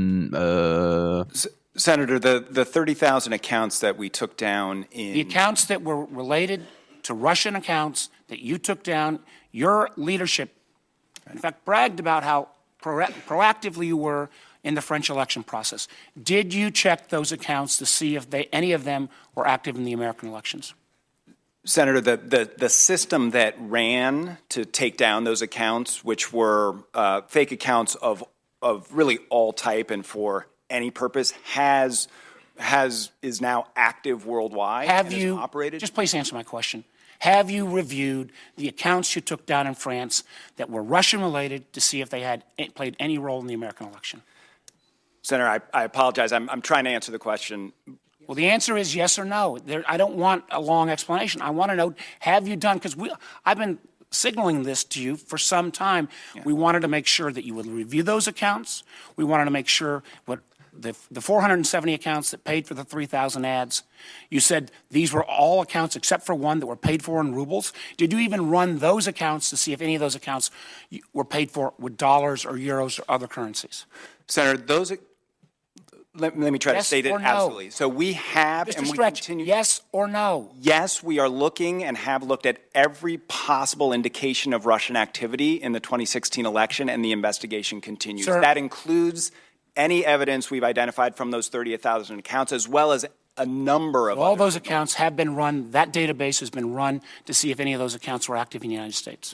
mh, äh, Senator, the, the thirty thousand accounts that we took down in... The accounts that were related to Russian accounts that you took down, your leadership, in fact, bragged about how pro- proactively you were in the French election process. Did you check those accounts to see if they, any of them were active in the American elections? Senator, the, the, the system that ran to take down those accounts, which were uh, fake accounts of of really all type and for any purpose, has has is now active worldwide. Have and you is operated? Just please answer my question. Have you reviewed the accounts you took down in France that were Russian related to see if they had played any role in the American election? Senator, I, I apologize. I'm, I'm trying to answer the question. Well, the answer is yes or no. There, I don't want a long explanation. I want to know, have you done, because I've been signaling this to you for some time. Yeah. We wanted to make sure that you would review those accounts. We wanted to make sure what the, the four hundred seventy accounts that paid for the three thousand ads, you said these were all accounts except for one that were paid for in rubles. Did you even run those accounts to see if any of those accounts were paid for with dollars or euros or other currencies? Senator, those... Let, let me try yes to state it no. absolutely. So we have Mister and we Stretch, continue. Yes or no? Yes, we are looking and have looked at every possible indication of Russian activity in the twenty sixteen election, and the investigation continues. Sir, that includes any evidence we've identified from those thirty thousand accounts, as well as a number of all those accounts have been run. That database has been run to see if any of those accounts were active in the United States.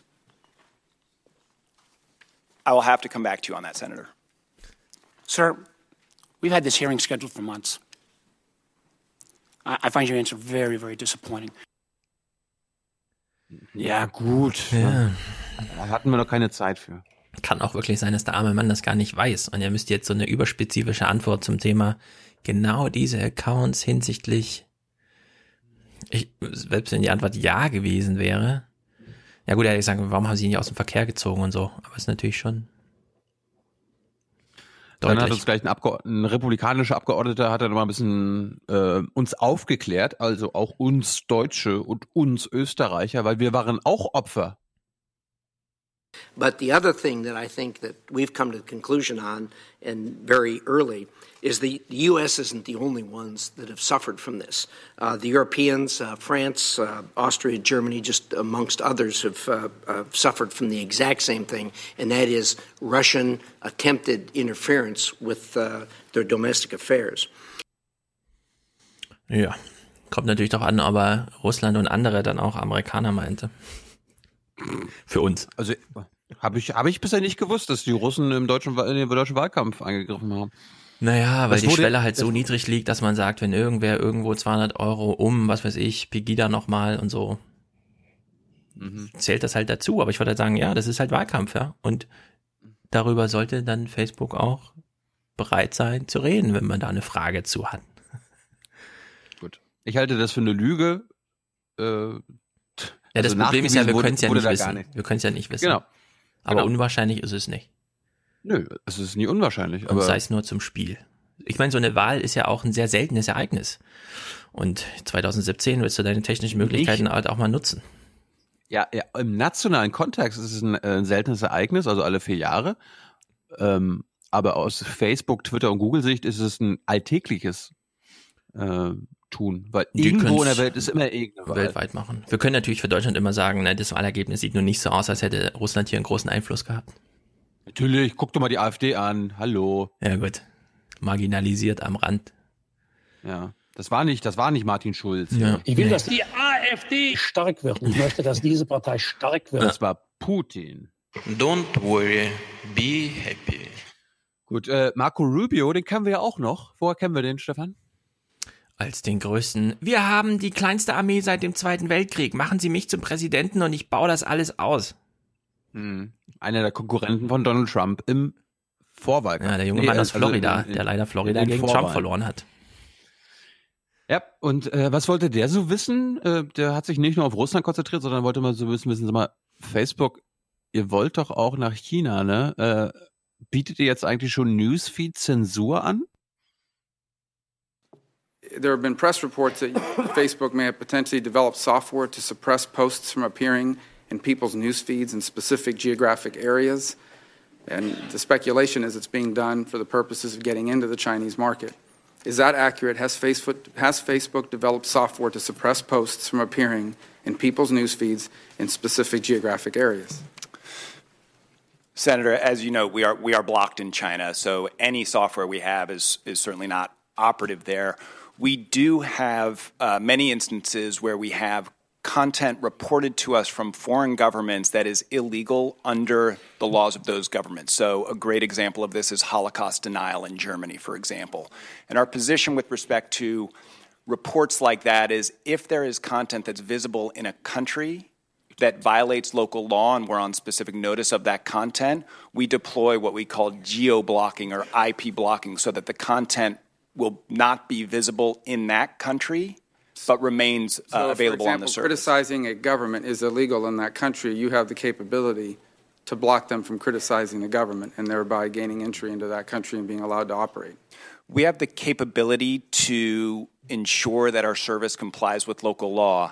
I will have to come back to you on that, Senator. Sir, we've had this hearing scheduled for months. I, I find your answer very, very disappointing. Ja, gut. Ja. Da hatten wir noch keine Zeit für. Kann auch wirklich sein, dass der arme Mann das gar nicht weiß. Und er müsste jetzt so eine überspezifische Antwort zum Thema genau diese Accounts hinsichtlich, ich, selbst wenn die Antwort ja gewesen wäre, ja gut, er hätte gesagt, warum haben sie ihn nicht aus dem Verkehr gezogen und so. Aber es ist natürlich schon Dann hat uns gleich ein, Abgeord- ein republikanischer Abgeordneter hat dann mal ein bisschen äh, uns aufgeklärt, also auch uns Deutsche und uns Österreicher, weil wir waren auch Opfer. But the other thing that I think that we've come to the conclusion on, and very early, is the, the U S isn't the only ones that have suffered from this. Uh, the Europeans, uh, France, uh, Austria, Germany, just amongst others, have uh, uh, suffered from the exact same thing, and that is Russian attempted interference with uh, their domestic affairs. Ja, kommt natürlich doch an, ob er Russland und andere dann auch Amerikaner meinte. Für uns. Also habe ich, hab ich bisher nicht gewusst, dass die Russen im deutschen, in den deutschen Wahlkampf eingegriffen haben. Naja, weil die Schwelle halt so niedrig liegt, dass man sagt, wenn irgendwer irgendwo zweihundert Euro um, was weiß ich, Pegida nochmal und so, mhm. zählt das halt dazu. Aber ich würde halt sagen, ja, das ist halt Wahlkampf, ja. Und darüber sollte dann Facebook auch bereit sein zu reden, wenn man da eine Frage zu hat. Gut. Ich halte das für eine Lüge. Äh, ja, das also Problem ist ja, wir können es ja nicht wissen. Nicht. Wir können es ja nicht wissen. Genau. Aber genau. unwahrscheinlich ist es nicht. Nö, es ist nie unwahrscheinlich. Und aber sei es nur zum Spiel. Ich meine, so eine Wahl ist ja auch ein sehr seltenes Ereignis. Und zwanzig siebzehn willst du deine technischen Möglichkeiten halt auch mal nutzen. Ja, ja, im nationalen Kontext ist es ein, äh, ein seltenes Ereignis, also alle vier Jahre. Ähm, aber aus Facebook, Twitter und Google-Sicht ist es ein alltägliches äh, Tun, weil Die irgendwo in der Welt ist immer irgendeine Wahl. Weltweit machen. Wir können natürlich für Deutschland immer sagen, ne, das Wahlergebnis sieht nur nicht so aus, als hätte Russland hier einen großen Einfluss gehabt. Natürlich, guck doch mal die AfD an, hallo. Ja gut, marginalisiert am Rand. Ja, das war nicht, das war nicht Martin Schulz. Ja. Ich will, dass die AfD stark wird. Ich möchte, dass diese Partei stark wird. Das war Putin. Don't worry, be happy. Gut, äh, Marco Rubio, den kennen wir ja auch noch. Woher kennen wir den, Stefan? Als den größten. Wir haben die kleinste Armee seit dem Zweiten Weltkrieg. Machen Sie mich zum Präsidenten und ich baue das alles aus. Hm. Einer der Konkurrenten von Donald Trump im Vorwahlkampf. Ja, der junge nee, Mann aus also Florida, in, in, der leider Florida gegen Vorwahlen. Trump verloren hat. Ja, und äh, was wollte der so wissen? Äh, der hat sich nicht nur auf Russland konzentriert, sondern wollte mal so wissen, wissen Sie mal, Facebook, ihr wollt doch auch nach China, ne? Äh, bietet ihr jetzt eigentlich schon Newsfeed-Zensur an? There have been press reports that Facebook may have potentially developed software to suppress posts from appearing in people's news feeds in specific geographic areas. And the speculation is it's being done for the purposes of getting into the Chinese market. Is that accurate? Has Facebook, has Facebook developed software to suppress posts from appearing in people's news feeds in specific geographic areas? Senator, as you know, we are we are blocked in China, so any software we have is is certainly not operative there. We do have uh, many instances where we have content reported to us from foreign governments that is illegal under the laws of those governments. So a great example of this is Holocaust denial in Germany, for example. And our position with respect to reports like that is if there is content that's visible in a country that violates local law and we're on specific notice of that content, we deploy what we call geo-blocking or I P blocking so that the content will not be visible in that country, but remains uh, so available for example, on the service. Criticizing a government is illegal in that country. You have the capability to block them from criticizing the government and thereby gaining entry into that country and being allowed to operate. We have the capability to ensure that our service complies with local law.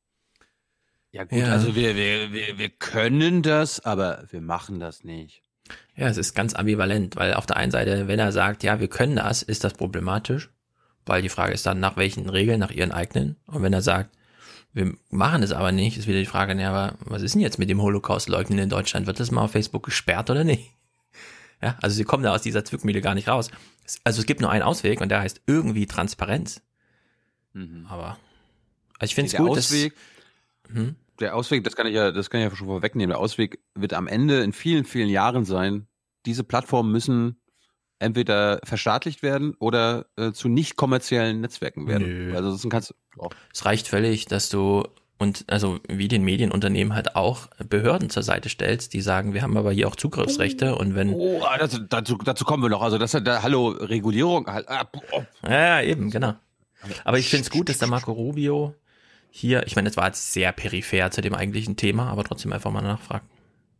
Ja gut, Ja. also wir, wir, wir, wir können das, aber wir machen das nicht. Ja, es ist ganz ambivalent, weil auf der einen Seite, wenn er sagt, ja, wir können das, ist das problematisch, weil die Frage ist dann, nach welchen Regeln, nach ihren eigenen. Und wenn er sagt, wir machen es aber nicht, ist wieder die Frage, ja, aber was ist denn jetzt mit dem Holocaust-Leugnen in Deutschland? Wird das mal auf Facebook gesperrt oder nicht? Ja, also sie kommen da aus dieser Zwickmühle gar nicht raus. Also es gibt nur einen Ausweg und der heißt irgendwie Transparenz. Mhm. Aber also ich finde es der gut, Ausweg, dass... Hm? Der Ausweg, das kann ich ja, das kann ich ja schon vorwegnehmen. Der Ausweg wird am Ende in vielen, vielen Jahren sein. Diese Plattformen müssen entweder verstaatlicht werden oder äh, zu nicht kommerziellen Netzwerken werden. Nö. Also das kannst oh. Es reicht völlig, dass du und also wie den Medienunternehmen halt auch Behörden zur Seite stellst, die sagen, wir haben aber hier auch Zugriffsrechte und wenn oh, das, dazu, dazu kommen wir noch. Also das ist da, hallo Regulierung. Halt, ah, oh. Ja, eben genau. Aber ich finde es gut, dass der Marco Rubio hier, ich meine, das war jetzt sehr peripher zu dem eigentlichen Thema, aber trotzdem einfach mal nachfragen.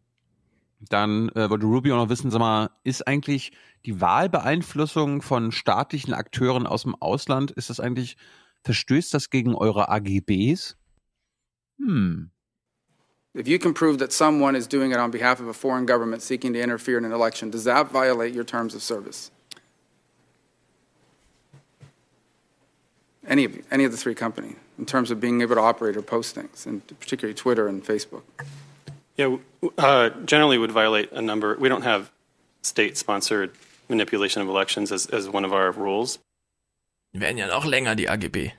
Dann äh, wollte Rubio noch wissen, sag mal, ist eigentlich die Wahlbeeinflussung von staatlichen Akteuren aus dem Ausland, ist das eigentlich, verstößt das gegen eure A G Bs? Hm. If you can prove that someone is doing it on behalf of a foreign government seeking to interfere in an election, does that violate your terms of service? Any of you, any of the three companies, in terms of being able to operate or post things, and particularly Twitter and Facebook? Yeah, uh, generally would violate a number. We don't have state-sponsored manipulation of elections as, as one of our rules. Die werden ja noch länger, die A G B.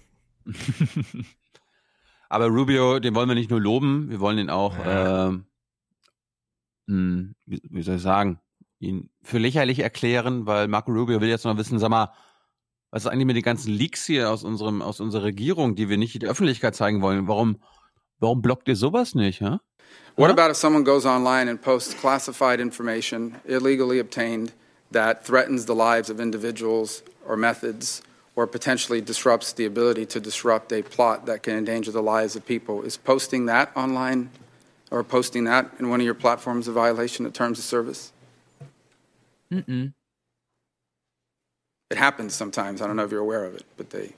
Aber Rubio, den wollen wir nicht nur loben, wir wollen ihn auch, Ja. ähm, mh, wie, wie soll ich sagen, ihn für lächerlich erklären, weil Marco Rubio will jetzt noch wissen, sag mal, was ist eigentlich mit den ganzen Leaks hier aus unserem, aus unserer Regierung, die wir nicht in der Öffentlichkeit zeigen wollen? Warum, warum blockt ihr sowas nicht, ja? What about if someone goes online and posts classified information illegally obtained that threatens the lives of individuals or methods or potentially disrupts the ability to disrupt a plot that can endanger the lives of people? Is posting that online or posting that in one of your platforms a violation of terms of service? Mm-mm. It happens sometimes. I don't know if you're aware of it, but they.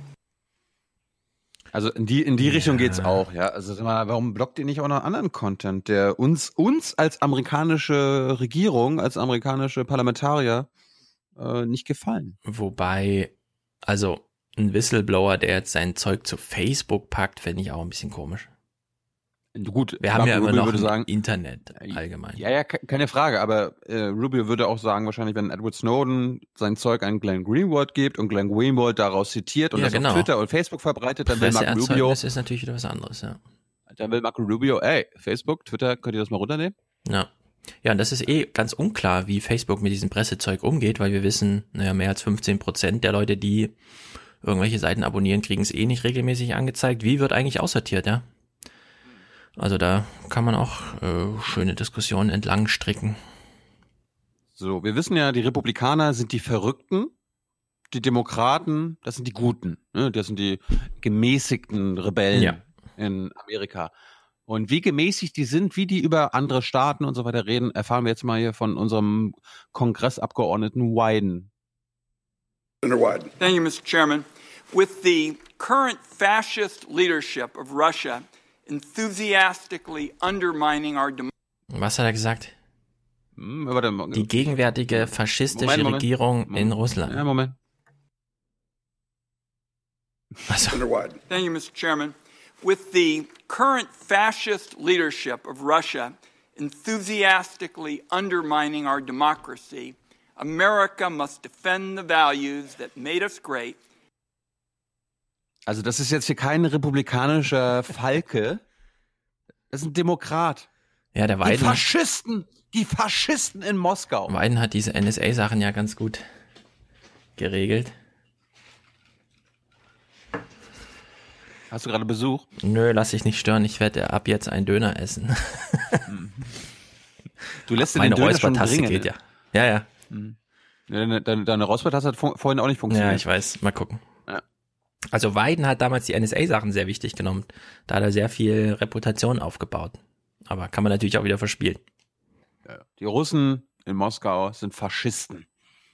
Also in die in die ja. Richtung geht's auch, ja. Also warum blockt ihr nicht auch noch anderen Content, der uns uns als amerikanische Regierung, als amerikanische Parlamentarier äh, nicht gefallen? Wobei, also ein Whistleblower, der jetzt sein Zeug zu Facebook packt, finde ich auch ein bisschen komisch. Gut, wir haben ja immer Rubio noch sagen, Internet allgemein. Ja, ja, keine Frage, aber äh, Rubio würde auch sagen, wahrscheinlich, wenn Edward Snowden sein Zeug an Glenn Greenwald gibt und Glenn Greenwald daraus zitiert und ja, das genau. auf Twitter und Facebook verbreitet, dann will Marco Rubio... Das ist natürlich wieder was anderes, ja. Dann will Marco Rubio, ey, Facebook, Twitter, könnt ihr das mal runternehmen? Ja. Ja, und das ist eh ganz unklar, wie Facebook mit diesem Pressezeug umgeht, weil wir wissen, naja, mehr als fünfzehn Prozent der Leute, die irgendwelche Seiten abonnieren, kriegen es eh nicht regelmäßig angezeigt. Wie wird eigentlich aussortiert, ja? Also da kann man auch äh, schöne Diskussionen entlang stricken. So, wir wissen ja, die Republikaner sind die Verrückten, die Demokraten, das sind die Guten, ne? Das sind die gemäßigten Rebellen ja. in Amerika. Und wie gemäßigt die sind, wie die über andere Staaten und so weiter reden, erfahren wir jetzt mal hier von unserem Kongressabgeordneten Wyden. Senator Wyden. Thank you, Mister Chairman. With the current fascist leadership of Russia enthusiastically undermining our democracy. Was hat er gesagt? Hm, warte, die gegenwärtige faschistische Moment, Moment. Regierung Moment. in Russland. Ja, Moment. Also. Senator Wyden. Thank you, Mister Chairman. With the current fascist leadership of Russia enthusiastically undermining our democracy, America must defend the values that made us great. Also das ist jetzt hier kein republikanischer Falke. Das ist ein Demokrat. Ja, der Wyden. Die Faschisten, die Faschisten in Moskau. Wyden hat diese N S A-Sachen ja ganz gut geregelt. Hast du gerade Besuch? Nö, lass dich nicht stören. Ich werde ab jetzt einen Döner essen. Du lässt Meine den Döner schon Räuspertaste bringen, geht ja. Ja, ja. Deine, deine, deine Räuspertaste hat vorhin auch nicht funktioniert. Ja, ich weiß. Mal gucken. Ja. Also Wyden hat damals die N S A-Sachen sehr wichtig genommen. Da hat er sehr viel Reputation aufgebaut. Aber kann man natürlich auch wieder verspielen. Ja, die Russen in Moskau sind Faschisten.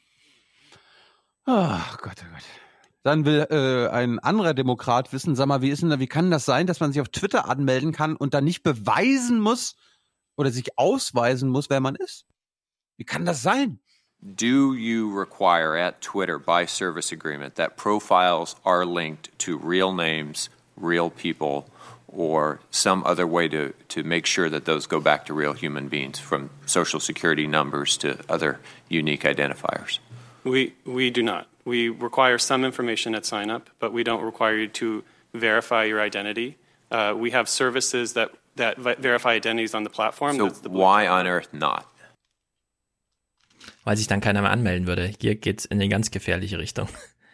Ach Gott, oh Gott. Dann will äh, ein anderer Demokrat wissen, sag mal, wie ist denn da, wie kann das sein, dass man sich auf Twitter anmelden kann und dann nicht beweisen muss oder sich ausweisen muss, wer man ist? Wie kann das sein? Do you require at Twitter by service agreement that profiles are linked to real names, real people, or some other way to, to make sure that those go back to real human beings, from social security numbers to other unique identifiers? We we do not. We require some information at sign up, but we don't require you to verify your identity. Uh, we have services that, that verify identities on the platform. So That's the why on earth not? Weil sich dann keiner mehr anmelden würde. Hier geht's in eine ganz gefährliche Richtung.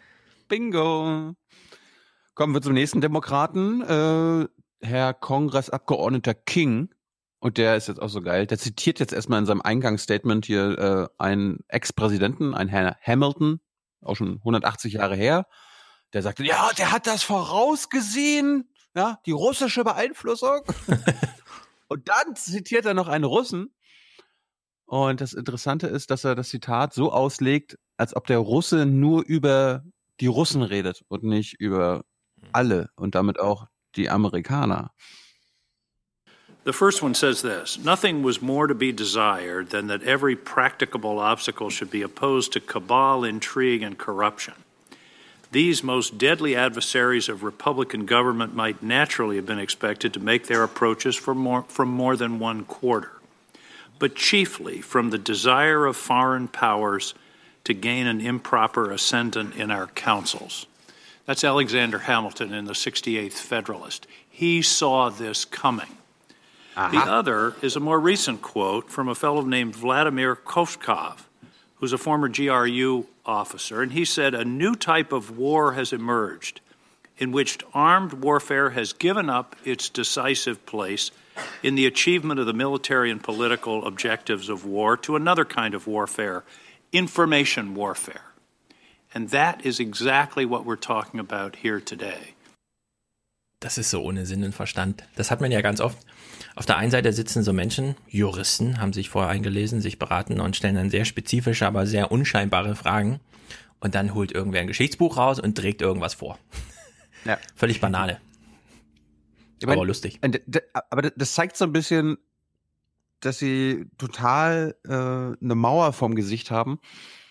Bingo. Kommen wir zum nächsten Demokraten. Äh, Herr Kongressabgeordneter King. Und der ist jetzt auch so geil. Der zitiert jetzt erstmal in seinem Eingangsstatement hier äh, einen Ex-Präsidenten, einen Herrn Hamilton, auch schon hundertachtzig Jahre her. Der sagte, ja, der hat das vorausgesehen, ja, die russische Beeinflussung. Und dann zitiert er noch einen Russen. Und das Interessante ist, dass er das Zitat so auslegt, als ob der Russe nur über die Russen redet und nicht über alle und damit auch die Amerikaner. The first one says this: nothing was more to be desired than that every practicable obstacle should be opposed to cabal, intrigue, and corruption. These most deadly adversaries of Republican government might naturally have been expected to make their approaches from more, from more than one quarter, but chiefly from the desire of foreign powers to gain an improper ascendant in our councils. That's Alexander Hamilton in the sixty-eighth Federalist. He saw this coming. Uh-huh. The other is a more recent quote from a fellow named Vladimir Koshkov, who's a former G R U officer, and he said, a new type of war has emerged in which armed warfare has given up its decisive place in the achievement of the military and political objectives of war to another kind of warfare, information warfare. And that is exactly what we're talking about here today. Das ist so ohne Sinn und Verstand. Das hat man ja ganz oft. Auf der einen Seite sitzen so Menschen, Juristen, haben sich vorher eingelesen, sich beraten und stellen dann sehr spezifische, aber sehr unscheinbare Fragen. und dann holt irgendwer ein Geschichtsbuch raus und trägt irgendwas vor. Ja. Völlig Banane. Ich mein, aber lustig. Aber das zeigt so ein bisschen, dass sie total äh, eine Mauer vorm Gesicht haben,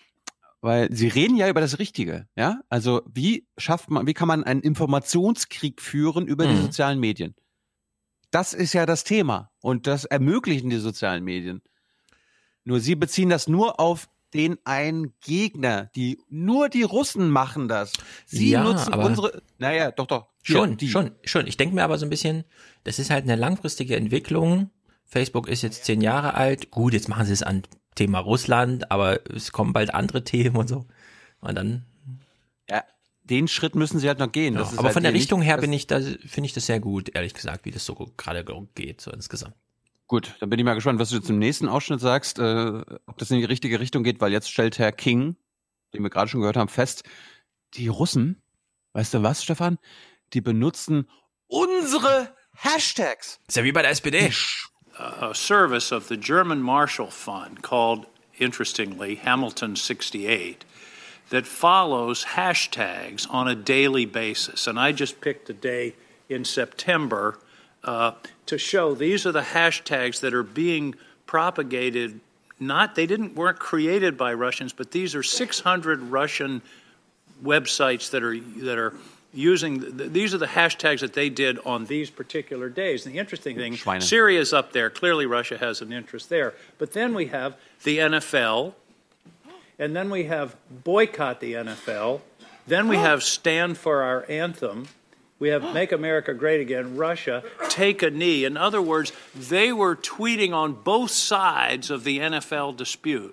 weil sie reden ja über das Richtige, ja? Also wie schafft man, wie kann man einen Informationskrieg führen über mhm. die sozialen Medien? Das ist ja das Thema und das ermöglichen die sozialen Medien. Nur sie beziehen das nur auf den einen Gegner, die nur die Russen machen das. Sie ja, nutzen unsere, naja, doch, doch. Schon, ja, schon, schon. Ich denke mir aber so ein bisschen, das ist halt eine langfristige Entwicklung. Facebook ist jetzt zehn Jahre alt. Gut, jetzt machen sie es an Thema Russland, aber es kommen bald andere Themen und so. Und dann. Ja, den Schritt müssen sie halt noch gehen. Ja, das ist aber halt von der Richtung nicht, her bin ich da, finde ich das sehr gut, ehrlich gesagt, wie das so gerade geht, so insgesamt. Gut, dann bin ich mal gespannt, was du zum nächsten Ausschnitt sagst, äh, ob das in die richtige Richtung geht, weil jetzt stellt Herr King, den wir gerade schon gehört haben, fest, die Russen, weißt du was, Stefan, die benutzen unsere Hashtags. Ist ja wie bei der S P D. A service of the German Marshall Fund called, interestingly, Hamilton sixty-eight, that follows hashtags on a daily basis. And I just picked a day in September Uh, to show these are the hashtags that are being propagated. Not they didn't weren't created by Russians, but these are six hundred Russian websites that are that are using. The, these are the hashtags that they did on these particular days. And the interesting thing, Schweine. Syria's up there. Clearly, Russia has an interest there. But then we have the N F L, and then we have boycott the N F L. Then we have stand for our anthem. We have Make America Great Again, Russia, take a knee. In other words, they were tweeting on both sides of the N F L dispute.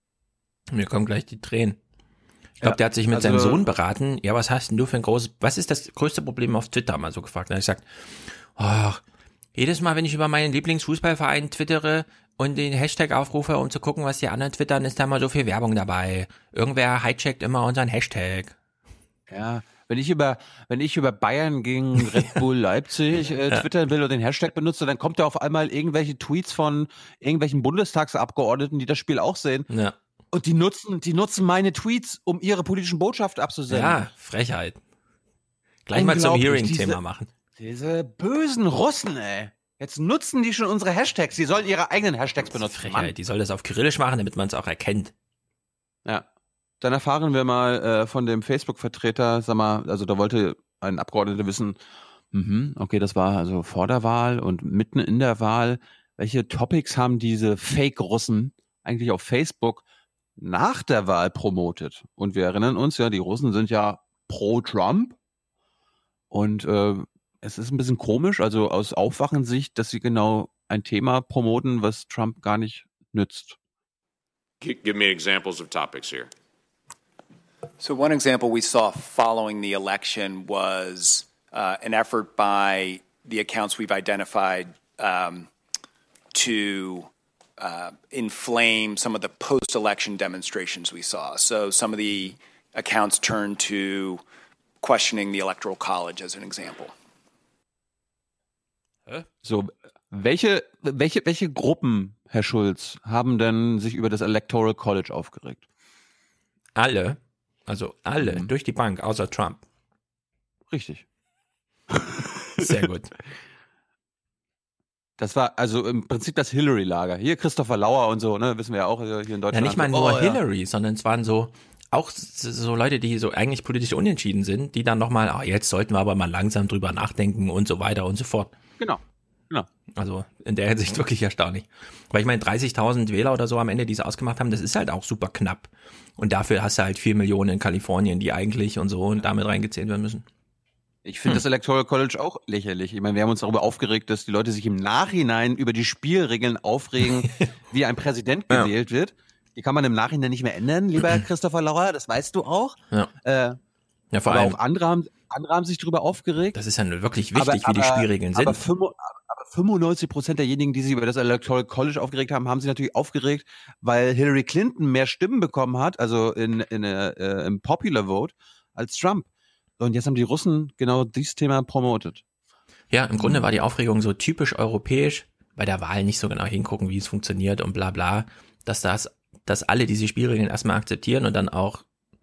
Mir kommen gleich die Tränen. Ich glaube, ja, der hat sich mit also, seinem Sohn beraten. Ja, was hast denn du für ein großes, was ist das größte Problem auf Twitter? Mal so gefragt. Da habe ich gesagt, oh, jedes Mal, wenn ich über meinen Lieblingsfußballverein twittere und den Hashtag aufrufe, um zu gucken, was die anderen twittern, ist da mal so viel Werbung dabei. Irgendwer hijackt immer unseren Hashtag. Ja, wenn ich über, wenn ich über Bayern gegen Red Bull Leipzig äh, twittern will und den Hashtag benutze, dann kommt da auf einmal irgendwelche Tweets von irgendwelchen Bundestagsabgeordneten, die das Spiel auch sehen. Ja. Und die nutzen, die nutzen meine Tweets, um ihre politischen Botschaften abzusenden. Ja, Frechheit. Gleich mal zum Hearing-Thema machen. Diese bösen Russen, ey. Jetzt nutzen die schon unsere Hashtags. Die sollen ihre eigenen Hashtags benutzen. Frechheit, Mann. Die soll das auf Kyrillisch machen, damit man es auch erkennt. Ja. Dann erfahren wir mal äh, von dem Facebook-Vertreter, sag mal, also da wollte ein Abgeordneter wissen, mh, okay, das war also vor der Wahl und mitten in der Wahl, welche Topics haben diese Fake-Russen eigentlich auf Facebook nach der Wahl promotet? Und wir erinnern uns ja, die Russen sind ja pro Trump und äh, es ist ein bisschen komisch, also aus Aufwachensicht, dass sie genau ein Thema promoten, was Trump gar nicht nützt. Give me examples of topics here. So one example we saw following the election was uh, an effort by the accounts we've identified um, to uh, inflame some of the post-election demonstrations we saw. So some of the accounts turned to questioning the Electoral College as an example. So, welche, welche, welche Gruppen, Herr Schulz, haben denn sich über das Electoral College aufgeregt? Alle. Also alle, mhm. durch die Bank, außer Trump. Richtig. Sehr gut. Das war also im Prinzip das Hillary-Lager. Hier Christopher Lauer und so, ne, wissen wir ja auch hier in Deutschland. Ja, nicht mal nur oh, Hillary, ja. sondern es waren so auch so Leute, die so eigentlich politisch unentschieden sind, die dann nochmal, oh, jetzt sollten wir aber mal langsam drüber nachdenken und so weiter und so fort. Genau. Genau. Also in der Hinsicht wirklich erstaunlich. Weil ich meine, dreißigtausend Wähler oder so am Ende, die es ausgemacht haben, das ist halt auch super knapp. Und dafür hast du halt vier Millionen in Kalifornien, die eigentlich und so und damit reingezählt werden müssen. Ich finde hm. das Electoral College auch lächerlich. Ich meine, wir haben uns darüber aufgeregt, dass die Leute sich im Nachhinein über die Spielregeln aufregen, wie ein Präsident gewählt ja. wird. Die kann man im Nachhinein nicht mehr ändern, lieber Christopher Lauer, das weißt du auch. Ja, äh, ja vor aber allem. auch andere haben, andere haben sich darüber aufgeregt. Das ist ja wirklich wichtig, aber, wie die aber, Spielregeln sind. Aber, aber fünfundneunzig Prozent derjenigen, die sich über das Electoral College aufgeregt haben, haben sich natürlich aufgeregt, weil Hillary Clinton mehr Stimmen bekommen hat, also in, in, äh, im Popular Vote, als Trump. Und jetzt haben die Russen genau dieses Thema promotet. Ja, im Grunde war die Aufregung so typisch europäisch, bei der Wahl nicht so genau hingucken, wie es funktioniert und bla bla, dass das, dass alle diese Spielregeln erstmal akzeptieren und dann auch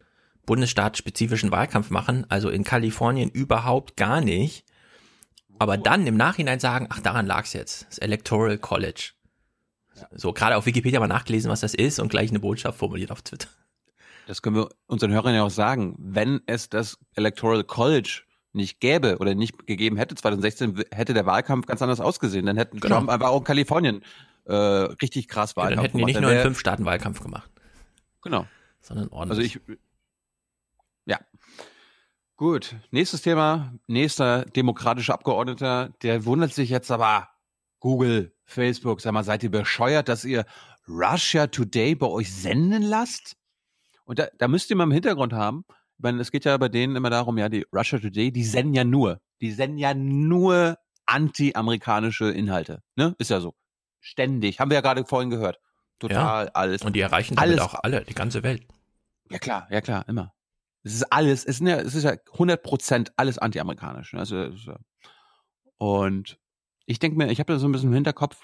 bundesstaatsspezifischen Wahlkampf machen, also in Kalifornien überhaupt gar nicht, aber dann im Nachhinein sagen, ach, daran lag's jetzt, das Electoral College. Ja. So, gerade auf Wikipedia mal nachgelesen, was das ist und gleich eine Botschaft formuliert auf Twitter. Das können wir unseren Hörern ja auch sagen, wenn es das Electoral College nicht gäbe oder nicht gegeben hätte, zwanzig sechzehn hätte der Wahlkampf ganz anders ausgesehen. Dann hätten genau. Trump einfach auch in Kalifornien äh, richtig krass Wahlkampf gemacht. Dann hätten die nicht nur in fünf Staaten Wahlkampf gemacht. Genau. Sondern ordentlich. Also ich, ja. Gut, nächstes Thema, nächster demokratischer Abgeordneter, der wundert sich jetzt aber, Google, Facebook, sag mal, seid ihr bescheuert, dass ihr Russia Today bei euch senden lasst? Und da, da müsst ihr mal im Hintergrund haben, ich meine, es geht ja bei denen immer darum, ja, die Russia Today, die senden ja nur, die senden ja nur anti-amerikanische Inhalte, ne? Ist ja so. Ständig. Haben wir ja gerade vorhin gehört. Total ja. alles. Und die erreichen damit alles. Auch alle, die ganze Welt. Ja klar, ja klar, immer. Es ist alles, es ist ja, es ist ja hundert Prozent alles anti-amerikanisch. Ne? Also, und ich denke mir, ich habe da so ein bisschen im Hinterkopf,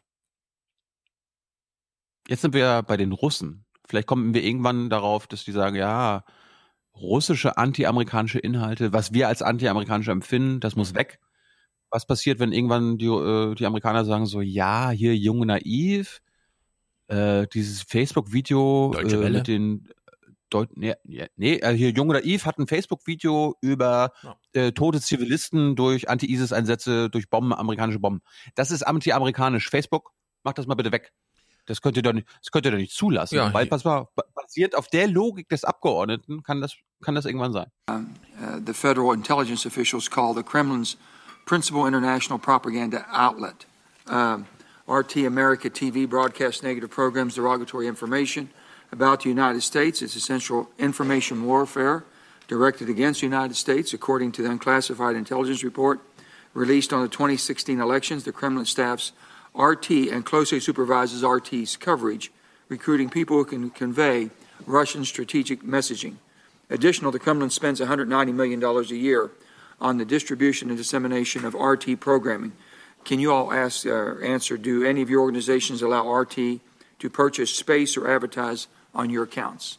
jetzt sind wir ja bei den Russen. Vielleicht kommen wir irgendwann darauf, dass die sagen, ja, russische anti-amerikanische Inhalte, was wir als anti-amerikanisch empfinden, das muss weg. Was passiert, wenn irgendwann die, äh, die Amerikaner sagen so, ja, hier Jung und Naiv, äh, dieses Facebook-Video äh, mit den Deut- nee, nee, äh, hier Jung und Naiv hat ein Facebook-Video über ja. äh, tote Zivilisten durch Anti-ISIS-Einsätze, durch Bomben, amerikanische Bomben. Das ist anti-amerikanisch. Facebook, macht das mal bitte weg. Das könnt ihr doch nicht, das könnt ihr doch nicht zulassen. Ja, weil, pass mal, basiert auf der Logik des Abgeordneten kann das, kann das irgendwann sein. Um, uh, the federal intelligence officials call the Kremlin's principal international propaganda outlet. Um, R T America T V broadcasts negative programs, derogatory information about the United States. It's essential information warfare directed against the United States, according to the unclassified intelligence report released on the twenty sixteen elections. The Kremlin staff's R T and closely supervises R T's coverage, recruiting people who can convey Russian strategic messaging. Additionally, the Kremlin spends one hundred ninety million dollars a year on the distribution and dissemination of R T programming. Can you all ask, uh, answer, do any of your organizations allow R T to purchase space or advertise on your accounts?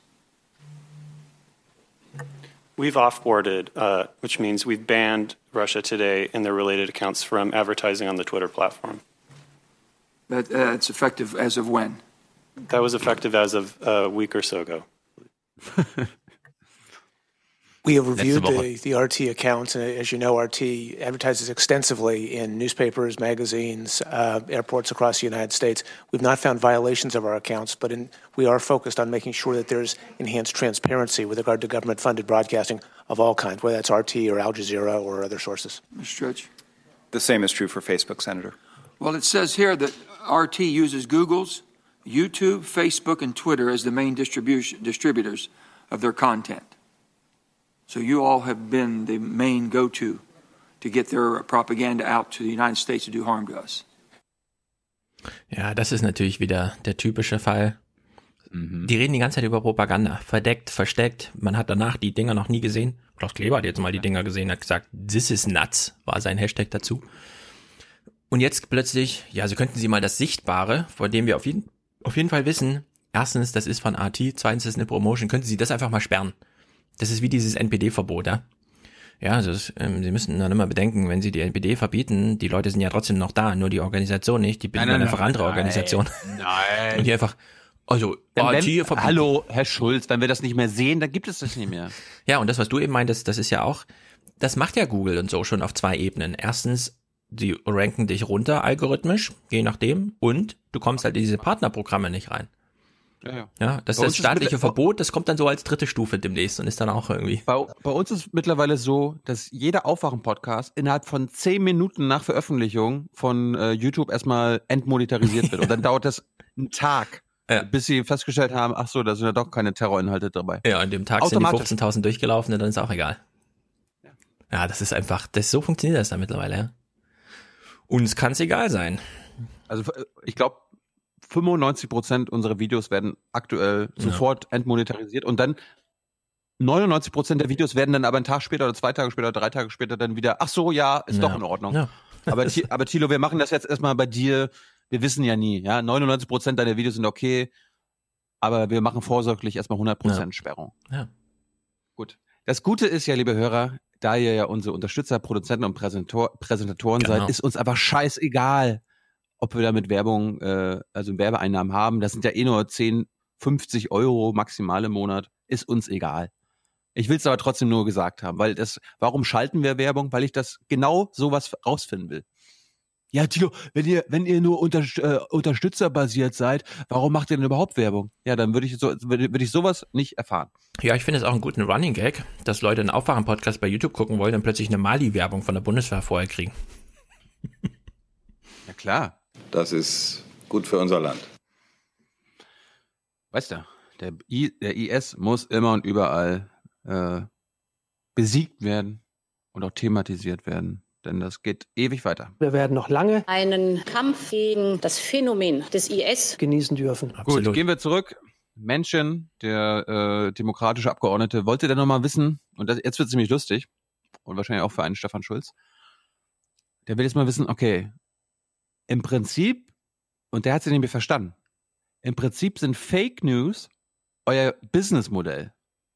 We've offboarded, uh, which means we've banned Russia Today and their related accounts from advertising on the Twitter platform. That, uh, it's effective as of when? That was effective as of a week or so ago. We have reviewed the, the R T accounts, and as you know, R T advertises extensively in newspapers, magazines, uh, airports across the United States. We've not found violations of our accounts, but in, we are focused on making sure that there's enhanced transparency with regard to government-funded broadcasting of all kinds, whether that's R T or Al Jazeera or other sources. Mister Stretch? The same is true for Facebook, Senator. Well, it says here that R T uses Google's, YouTube, Facebook, and Twitter as the main distribution distributors of their content. So you all have been the main go-to to get their propaganda out to the United States to do harm to us. Ja, das ist natürlich wieder der typische Fall. Mhm. Die reden die ganze Zeit über Propaganda. Verdeckt, versteckt. Man hat danach die Dinger noch nie gesehen. Klaus Kleber hat jetzt mal die Dinger gesehen, hat gesagt, this is nuts, war sein Hashtag dazu. Und jetzt plötzlich, ja, so könnten Sie mal das Sichtbare, von dem wir auf jeden, auf jeden Fall wissen, erstens, das ist von R T, zweitens, das ist eine Promotion, könnten Sie das einfach mal sperren. Das ist wie dieses N P D-Verbot, ja. Ja, also das, ähm, Sie müssen dann immer bedenken, wenn Sie die N P D verbieten, die Leute sind ja trotzdem noch da, nur die Organisation nicht, die bilden dann einfach andere nein, Organisationen. Nein. Und die einfach, also, wenn, R T wenn, verbieten. Hallo, Herr Schulz, wenn wir das nicht mehr sehen, dann gibt es das nicht mehr. Ja, und das, was du eben meintest, das ist ja auch, das macht ja Google und so schon auf zwei Ebenen. Erstens, die ranken dich runter algorithmisch, je nachdem, und du kommst halt in diese Partnerprogramme nicht rein. Ja, ja. Ja, das ist das staatliche Verbot, das kommt dann so als dritte Stufe demnächst und ist dann auch irgendwie. Bei, bei uns ist mittlerweile so, dass jeder Aufwachen-Podcast innerhalb von zehn Minuten nach Veröffentlichung von äh, YouTube erstmal entmonetarisiert wird. Und dann dauert das einen Tag, ja. bis sie festgestellt haben, ach so, da sind ja doch keine Terrorinhalte dabei. Ja, an dem Tag sind die fünfzehntausend durchgelaufen und dann ist auch egal. Ja. ja, das ist einfach, das so funktioniert das da mittlerweile, ja. Uns kann es egal sein. Also ich glaube, fünfundneunzig Prozent unserer Videos werden aktuell ja. sofort entmonetarisiert und dann neunundneunzig Prozent der Videos werden dann aber einen Tag später oder zwei Tage später oder drei Tage später dann wieder, ach so, ja, ist ja. doch in Ordnung. Ja. Aber, aber Thilo, wir machen das jetzt erstmal bei dir, wir wissen ja nie, ja, neunundneunzig Prozent deiner Videos sind okay, aber wir machen vorsorglich erstmal hundert Prozent ja. Sperrung. Ja. Gut. Das Gute ist ja, liebe Hörer, da ihr ja unsere Unterstützer, Produzenten und Präsentator- Präsentatoren Genau. seid, ist uns einfach scheißegal, ob wir damit Werbung, äh, also Werbeeinnahmen haben. Das sind ja eh nur zehn, fünfzig Euro maximal im Monat. Ist uns egal. Ich will es aber trotzdem nur gesagt haben, weil das, warum schalten wir Werbung? Weil ich das genau sowas rausfinden will. Ja, Tilo, wenn ihr, wenn ihr nur unter, äh, unterstützerbasiert seid, warum macht ihr denn überhaupt Werbung? Ja, dann würde ich so, würde, würde ich sowas nicht erfahren. Ja, ich finde es auch einen guten Running Gag, dass Leute einen Aufwachen-Podcast bei YouTube gucken wollen und plötzlich eine Mali-Werbung von der Bundeswehr vorher kriegen. Ja, klar. Das ist gut für unser Land. Weißt du, der, I, der I S muss immer und überall äh, besiegt werden und auch thematisiert werden. Denn das geht ewig weiter. Wir werden noch lange einen Kampf gegen das Phänomen des I S genießen dürfen. Absolut. Gut, gehen wir zurück. Menschen, der äh, demokratische Abgeordnete, wollte der nochmal wissen, und das, jetzt wird es ziemlich lustig, und wahrscheinlich auch für einen Stefan Schulz, der will jetzt mal wissen, okay, im Prinzip, und der hat es nämlich verstanden, im Prinzip sind Fake News euer Businessmodell.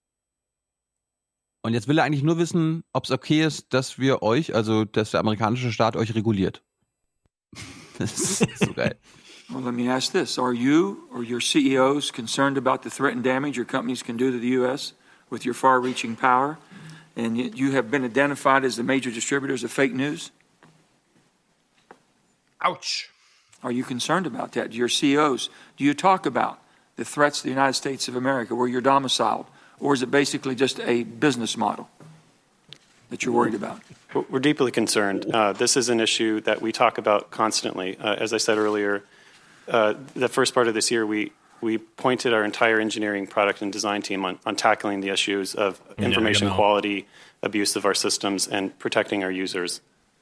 Und jetzt will er eigentlich nur wissen, ob es okay ist, dass wir euch, also dass der amerikanische Staat euch reguliert. Das ist so geil. Well, let me ask this. Are you or your C E Os concerned about the threat and damage your companies can do to the U S with your far-reaching power? And you have been identified as the major distributors of fake news? Ouch. Are you concerned about that? Your C E Os, do you talk about the threats to the United States of America where you're domiciled? Or is it basically just a business model that you're worried about? We're deeply concerned. Uh, this is an issue that we talk about constantly. Uh, as I said earlier, uh, the first part of this year, we, we pointed our entire engineering, product, and design team on, on tackling the issues of information yeah, quality, abuse of our systems, and protecting our users.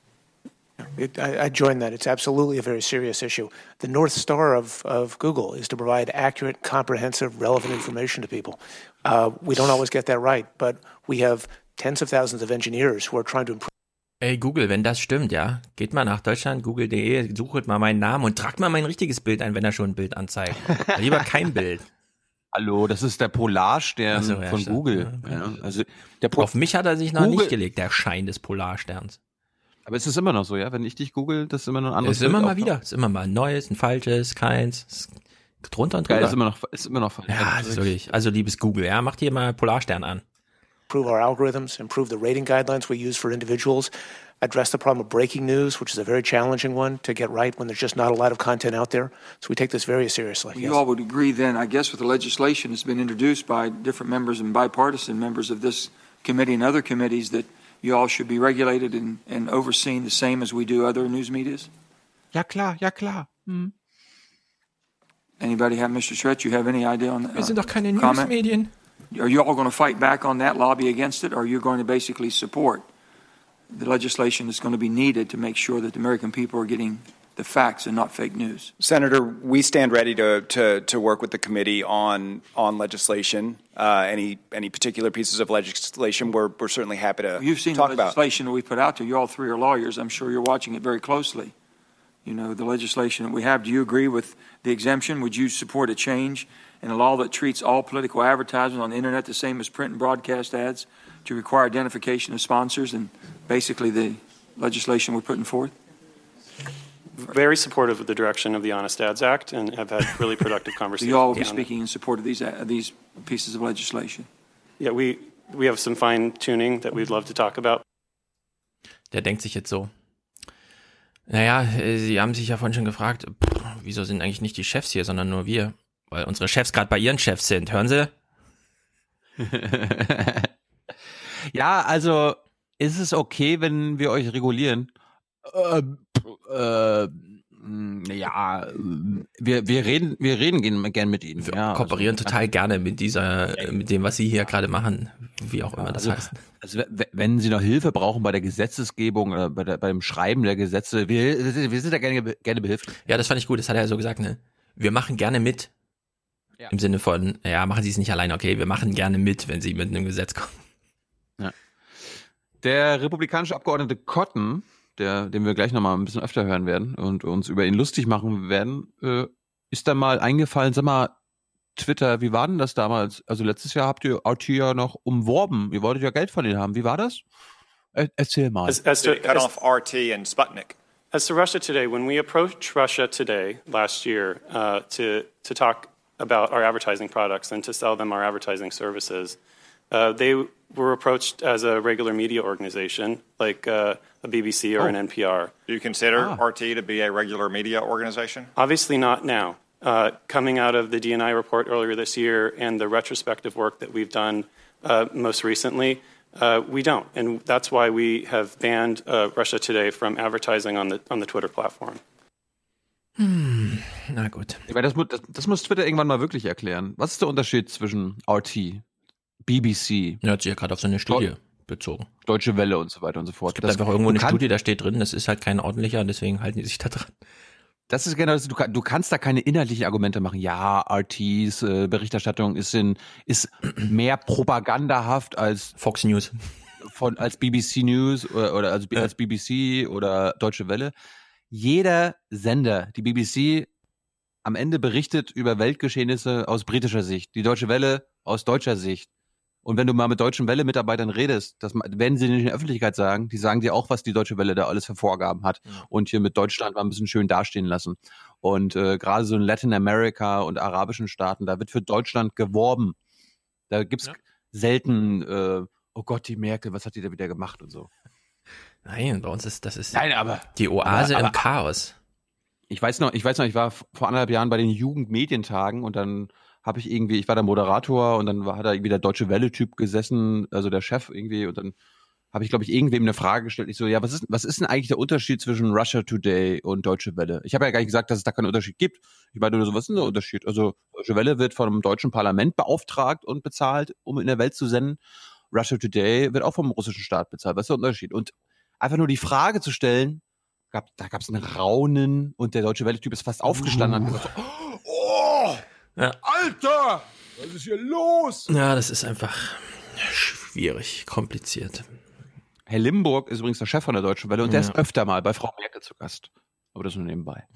It, I, I join that. It's absolutely a very serious issue. The North Star of, of Google is to provide accurate, comprehensive, relevant information to people. Uh, we don't always get that right, but we have tens of thousands of engineers who are trying to improve. Ey, Google, wenn das stimmt, ja, geht mal nach Deutschland, google punkt de, sucht mal meinen Namen und tragt mal mein richtiges Bild ein, wenn er schon ein Bild anzeigt. Lieber kein Bild. Hallo, das ist der Polarstern so, ja, von stimmt. Google. Ja, ja, also der po- Auf mich hat er sich noch Google- nicht gelegt, der Schein des Polarsterns. Aber es ist immer noch so, ja? Wenn ich dich google, das ist immer noch ein anderes Es ist immer Bild mal auftaucht. wieder, es ist immer mal ein neues, ein falsches, keins, es geht drunter und Geil, drüber. ist immer noch, ist immer noch falsch. Ja, das ist wirklich, also liebes Google, ja, macht hier mal Polarstern an. Improve our algorithms, improve the rating guidelines we use for individuals, address the problem of breaking news, which is a very challenging one to get right when there's just not a lot of content out there. So we take this very seriously. You all would agree then, I guess, with the legislation that's been introduced by different members and bipartisan members of this committee and other committees that you all should be regulated and, and overseen the same as we do other news medias? Ja klar, ja klar. Hm. Anybody have, Mister Stretch, you have any idea on that? Wir sind doch keine comment? Newsmedien. Are you all going to fight back on that, lobby against it, or are you going to basically support the legislation that's going to be needed to make sure that the American people are getting the facts and not fake news? Senator, we stand ready to, to, to work with the committee on on legislation. Uh, any any particular pieces of legislation, we're we're certainly happy to Well, you've seen talk the about. legislation that we put out there. You all three are lawyers. I'm sure you're watching it very closely. You know, the legislation that we have. Do you agree with the exemption? Would you support a change in a law that treats all political advertising on the internet the same as print and broadcast ads to require identification of sponsors and basically the legislation we're putting forth? Very supportive of the direction of the Honest Ads Act and have had really productive So conversations. you all will be on it. speaking in support of these uh, these pieces of legislation. Yeah, we, we have some fine tuning that we'd love to talk about. Der denkt sich jetzt so, naja, äh, Sie haben sich ja vorhin schon gefragt, pff, wieso sind eigentlich nicht die Chefs hier, sondern nur wir? Weil unsere Chefs gerade bei ihren Chefs sind, hören Sie? Ja, also ist es okay, wenn wir euch regulieren? Äh, äh, ja, wir, wir reden, wir reden gern, gern mit Ihnen. Wir ja, kooperieren also, total gerne mit dieser, mit dem, was Sie hier gerade machen, wie auch immer das also, heißt. Also w- wenn Sie noch Hilfe brauchen bei der Gesetzesgebung oder bei der, beim Schreiben der Gesetze, wir, wir sind da gerne, gerne behilflich. Ja, das fand ich gut, das hat er ja so gesagt, ne? Wir machen gerne mit. Ja. Im Sinne von, ja, machen Sie es nicht allein, okay, wir machen gerne mit, wenn Sie mit einem Gesetz kommen. Ja. Der republikanische Abgeordnete Cotton, der, den wir gleich nochmal ein bisschen öfter hören werden und uns über ihn lustig machen werden, äh, ist da mal eingefallen, sag mal, Twitter, wie war denn das damals? Also letztes Jahr habt ihr R T ja noch umworben. Ihr wolltet ja Geld von denen haben. Wie war das? Er, erzähl mal. As, as to, cut as, off R T and Sputnik. As to Russia Today, when we approached Russia Today last year uh, to to talk about our advertising products and to sell them our advertising services, uh, they were approached as a regular media organization, like uh, a B B C or oh. an N P R. Do you consider ah. R T to be a regular media organization? Obviously not now. Uh, coming out of the D and I report earlier this year and the retrospective work that we've done uh, most recently, uh, we don't. And that's why we have banned uh, Russia Today from advertising on the, on the Twitter platform. Hm, na gut. Ich meine, das, das, das muss Twitter irgendwann mal wirklich erklären. Was ist der Unterschied zwischen R T, B B C? Er hat sich ja gerade auf so eine Studie Deu- bezogen. Deutsche Welle und so weiter und so fort. Es gibt das einfach irgendwo eine Studie, da steht drin, das ist halt kein ordentlicher, deswegen halten die sich da dran. Das ist genau das, du, du kannst da keine inhaltlichen Argumente machen. Ja, R Ts äh, Berichterstattung ist, in, ist mehr propagandahaft als Fox News, von, als B B C News oder, oder als, ja. als B B C oder Deutsche Welle. Jeder Sender, die B B C, am Ende berichtet über Weltgeschehnisse aus britischer Sicht, die Deutsche Welle aus deutscher Sicht. Und wenn du mal mit Deutschen Welle-Mitarbeitern redest, das werden sie nicht in der Öffentlichkeit sagen, die sagen dir auch, was die Deutsche Welle da alles für Vorgaben hat ja. und hier mit Deutschland mal ein bisschen schön dastehen lassen. Und äh, gerade so in Latin America und arabischen Staaten, da wird für Deutschland geworben. Da gibt's ja. selten, äh, oh Gott, die Merkel, was hat die da wieder gemacht und so. Nein, bei uns ist das ist Nein, aber, die Oase aber, aber, im Chaos. Ich weiß noch, ich weiß noch, ich war vor anderthalb Jahren bei den Jugendmedientagen und dann habe ich irgendwie, ich war der Moderator und dann war, hat da irgendwie der Deutsche Welle-Typ gesessen, also der Chef irgendwie, und dann habe ich, glaube ich, irgendwem eine Frage gestellt. Ich so, ja, was ist, was ist denn eigentlich der Unterschied zwischen Russia Today und Deutsche Welle? Ich habe ja gar nicht gesagt, dass es da keinen Unterschied gibt. Ich meine nur so, was ist denn der Unterschied? Also Deutsche Welle wird vom deutschen Parlament beauftragt und bezahlt, um in der Welt zu senden. Russia Today wird auch vom russischen Staat bezahlt. Was ist der Unterschied? Und einfach nur die Frage zu stellen, gab, da gab es ein Raunen und der Deutsche Welle-Typ ist fast aufgestanden und hat gesagt, oh, ja. Alter, was ist hier los? Ja, das ist einfach schwierig, kompliziert. Herr Limburg ist übrigens der Chef von der Deutschen Welle und der ja. ist öfter mal bei Frau Merkel zu Gast. Aber das nur nebenbei.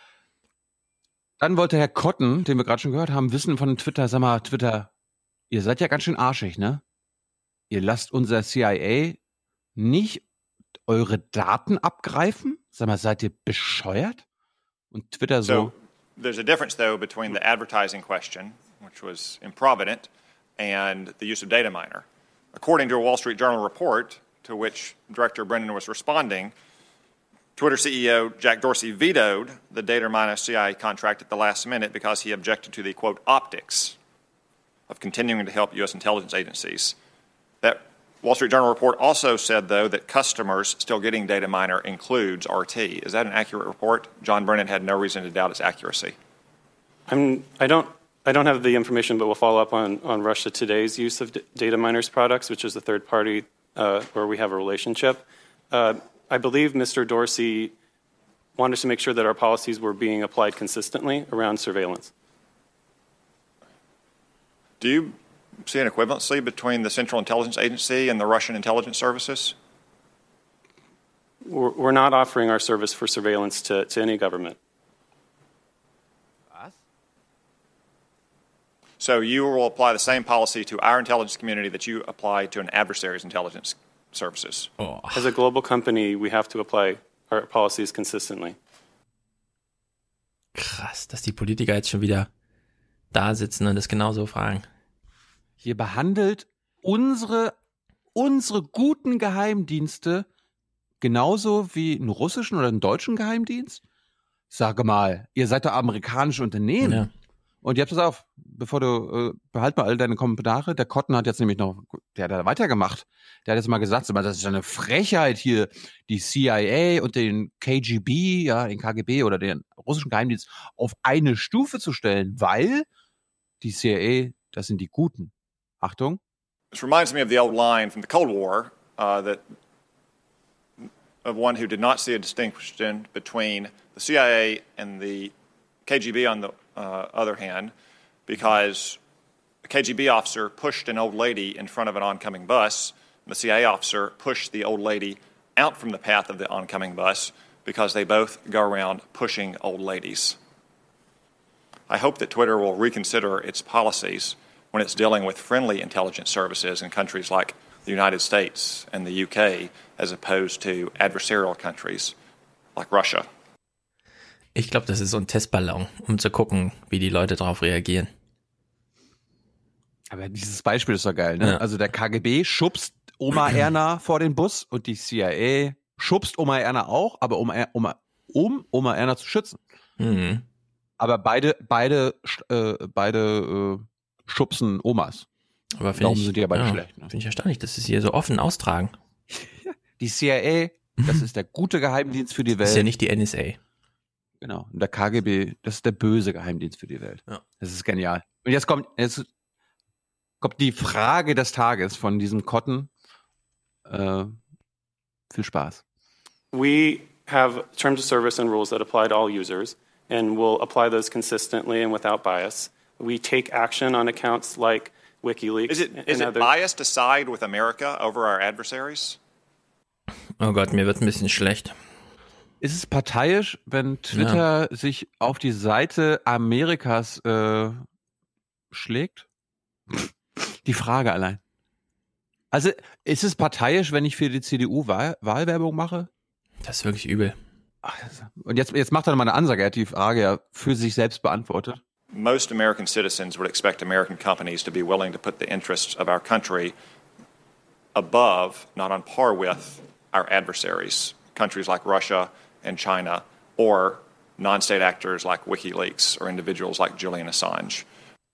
Dann wollte Herr Kotten, den wir gerade schon gehört haben, wissen von Twitter, sag mal, Twitter, ihr seid ja ganz schön arschig, ne? Ihr lasst unser C I A nicht eure Daten abgreifen? Sag mal, seid ihr bescheuert? Und Twitter so... so there's a difference, though, between the advertising question, which was improvident, and the use of data miner. According to a Wall Street Journal report, to which Director Brennan was responding, Twitter C E O Jack Dorsey vetoed the data miner C I A contract at the last minute because he objected to the, quote, optics of continuing to help U S intelligence agencies. That Wall Street Journal report also said, though, that customers still getting data miner includes R T. Is that an accurate report? John Brennan had no reason to doubt its accuracy. I'm, I don't I don't have the information, but we'll follow up on, on Russia Today's use of d- data miners products, which is a third party uh, where we have a relationship. Uh, I believe Mister Dorsey wanted to make sure that our policies were being applied consistently around surveillance. Do you see an equivalency between the Central Intelligence Agency and the Russian intelligence services? We're, we're not offering our service for surveillance to, to any government. What? So you will apply the same policy to our intelligence community that you apply to an adversary's intelligence services? Oh. As a global company, we have to apply our policies consistently. Krass, dass die Politiker jetzt schon wieder da sitzen und das genauso fragen. Hier behandelt unsere, unsere guten Geheimdienste genauso wie einen russischen oder einen deutschen Geheimdienst? Sage mal, ihr seid doch amerikanische Unternehmen. Ja. Und jetzt pass auf, bevor du, äh, behalt mal all deine Kommentare. Der Kotten hat jetzt nämlich noch, der hat da weitergemacht. Der hat jetzt mal gesagt, das ist eine Frechheit hier, die C I A und den K G B, ja, den K G B oder den russischen Geheimdienst auf eine Stufe zu stellen, weil die C I A, das sind die Guten. Achtung. This reminds me of the old line from the Cold War uh, that of one who did not see a distinction between the C I A and the K G B on the uh, other hand, because a K G B officer pushed an old lady in front of an oncoming bus, and the C I A officer pushed the old lady out from the path of the oncoming bus because they both go around pushing old ladies. I hope that Twitter will reconsider its policies when it's dealing with friendly intelligence services in countries like the United States and the U K, as opposed to adversarial countries like Russia. Ich glaube, das ist so ein Testballon, um zu gucken, wie die Leute darauf reagieren. Aber dieses Beispiel ist doch geil, ne? Ja. Also der K G B schubst Oma Erna vor den Bus und die C I A schubst Oma Erna auch, aber um, um, um Oma Erna zu schützen. Mhm. Aber beide, beide, äh, beide äh, schubsen Omas. Aber Darum ich, sind die ja beide ja, schlecht. Ne? Finde ich erstaunlich, dass sie es hier so offen austragen. Die C I A, das ist der gute Geheimdienst für die Welt. Das ist ja nicht die N S A. Genau. Und der K G B, das ist der böse Geheimdienst für die Welt. Ja. Das ist genial. Und jetzt kommt, jetzt kommt die Frage des Tages von diesem Cotton. Äh, viel Spaß. We have terms of service and rules that apply to all users, and we'll apply those consistently and without bias. We take action on accounts like WikiLeaks. Is it, is and it other- biased to side with America over our adversaries? Oh Gott, mir wird ein bisschen schlecht. Ist es parteiisch, wenn Twitter ja. sich auf die Seite Amerikas äh, schlägt? Die Frage allein. Also ist es parteiisch, wenn ich für die C D U Wahl- Wahlwerbung mache? Das ist wirklich übel. Ach, und jetzt, jetzt macht er mal eine Ansage. Er hat die Frage ja für sich selbst beantwortet. Most American citizens would expect American companies to be willing to put the interests of our country above, not on par with, our adversaries, countries like Russia and China, or non-state actors like WikiLeaks or individuals like Julian Assange.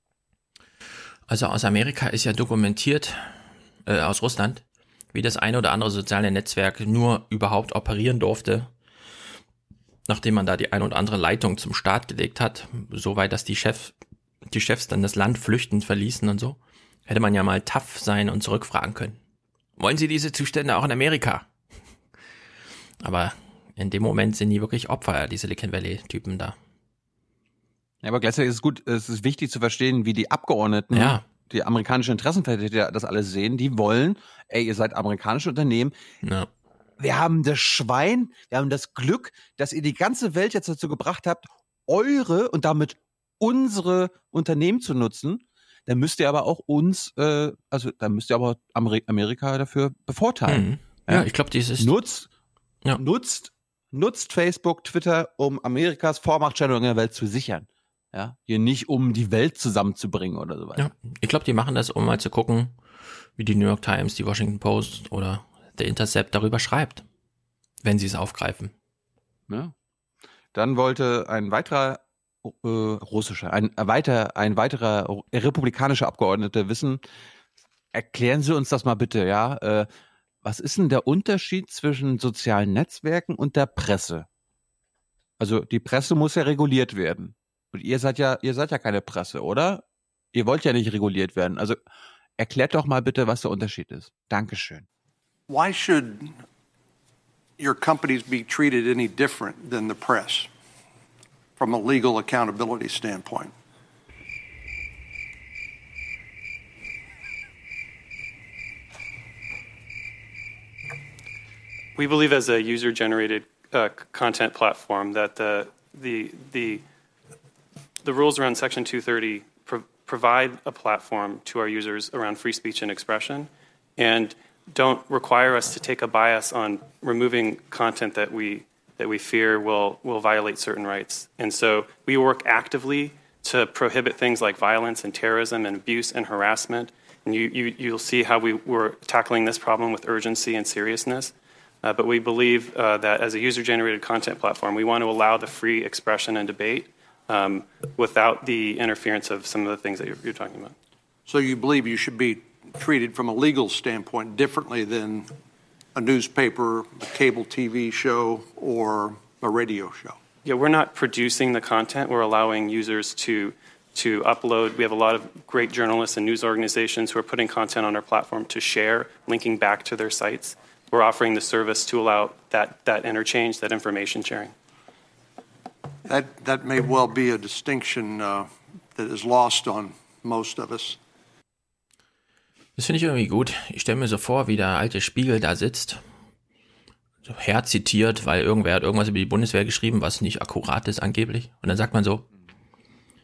Also aus Amerika ist ja dokumentiert, äh, aus Russland, wie das eine oder andere soziale Netzwerk nur überhaupt operieren durfte, nachdem man da die ein oder andere Leitung zum Staat gelegt hat, soweit, dass die Chefs, die Chefs dann das Land flüchtend verließen und so, hätte man ja mal tough sein und zurückfragen können. Wollen Sie diese Zustände auch in Amerika? Aber in dem Moment sind die wirklich Opfer, die Silicon Valley-Typen da. Ja, aber gleichzeitig ist es gut, es ist wichtig zu verstehen, wie die Abgeordneten, ja. die amerikanischen Interessenvertreter das alles sehen. Die wollen, ey, ihr seid amerikanische Unternehmen. Ja. Wir haben das Schwein, wir haben das Glück, dass ihr die ganze Welt jetzt dazu gebracht habt, eure und damit unsere Unternehmen zu nutzen. Dann müsst ihr aber auch uns, äh, also dann müsst ihr aber Amer- Amerika dafür bevorteilen. Mhm. Ja, ja, ich glaube, dieses nutzt, ja. nutzt, nutzt Facebook, Twitter, um Amerikas Vormachtstellung in der Welt zu sichern. Ja, hier nicht, um die Welt zusammenzubringen oder so weiter. Ja, ich glaube, die machen das, um mal zu gucken, wie die New York Times, die Washington Post oder der Intercept darüber schreibt, wenn sie es aufgreifen. Ja. Dann wollte ein weiterer äh, russischer, ein, weiter, ein weiterer republikanischer Abgeordneter wissen, erklären Sie uns das mal bitte, ja, äh, was ist denn der Unterschied zwischen sozialen Netzwerken und der Presse? Also die Presse muss ja reguliert werden. Und ihr seid ja, ihr seid ja keine Presse, oder? Ihr wollt ja nicht reguliert werden. Also erklärt doch mal bitte, was der Unterschied ist. Dankeschön. Why should your companies be treated any different than the press from a legal accountability standpoint? We believe as a user-generated uh, content platform that the the the the rules around Section two thirty pro- provide a platform to our users around free speech and expression, and don't require us to take a bias on removing content that we that we fear will will violate certain rights. And so we work actively to prohibit things like violence and terrorism and abuse and harassment. And you, you you'll see how we were tackling this problem with urgency and seriousness. Uh, but we believe uh, that as a user-generated content platform, we want to allow the free expression and debate um, without the interference of some of the things that you're, you're talking about. So you believe you should be treated from a legal standpoint differently than a newspaper, a cable T V show, or a radio show? Yeah, we're not producing the content. We're allowing users to to upload. We have a lot of great journalists and news organizations who are putting content on our platform to share, linking back to their sites. We're offering the service to allow that, that interchange, that information sharing. That that may well be a distinction uh, that is lost on most of us. Das finde ich irgendwie gut. Ich stelle mir so vor, wie der alte Spiegel da sitzt, so herzitiert, weil irgendwer hat irgendwas über die Bundeswehr geschrieben, was nicht akkurat ist angeblich. Und dann sagt man so,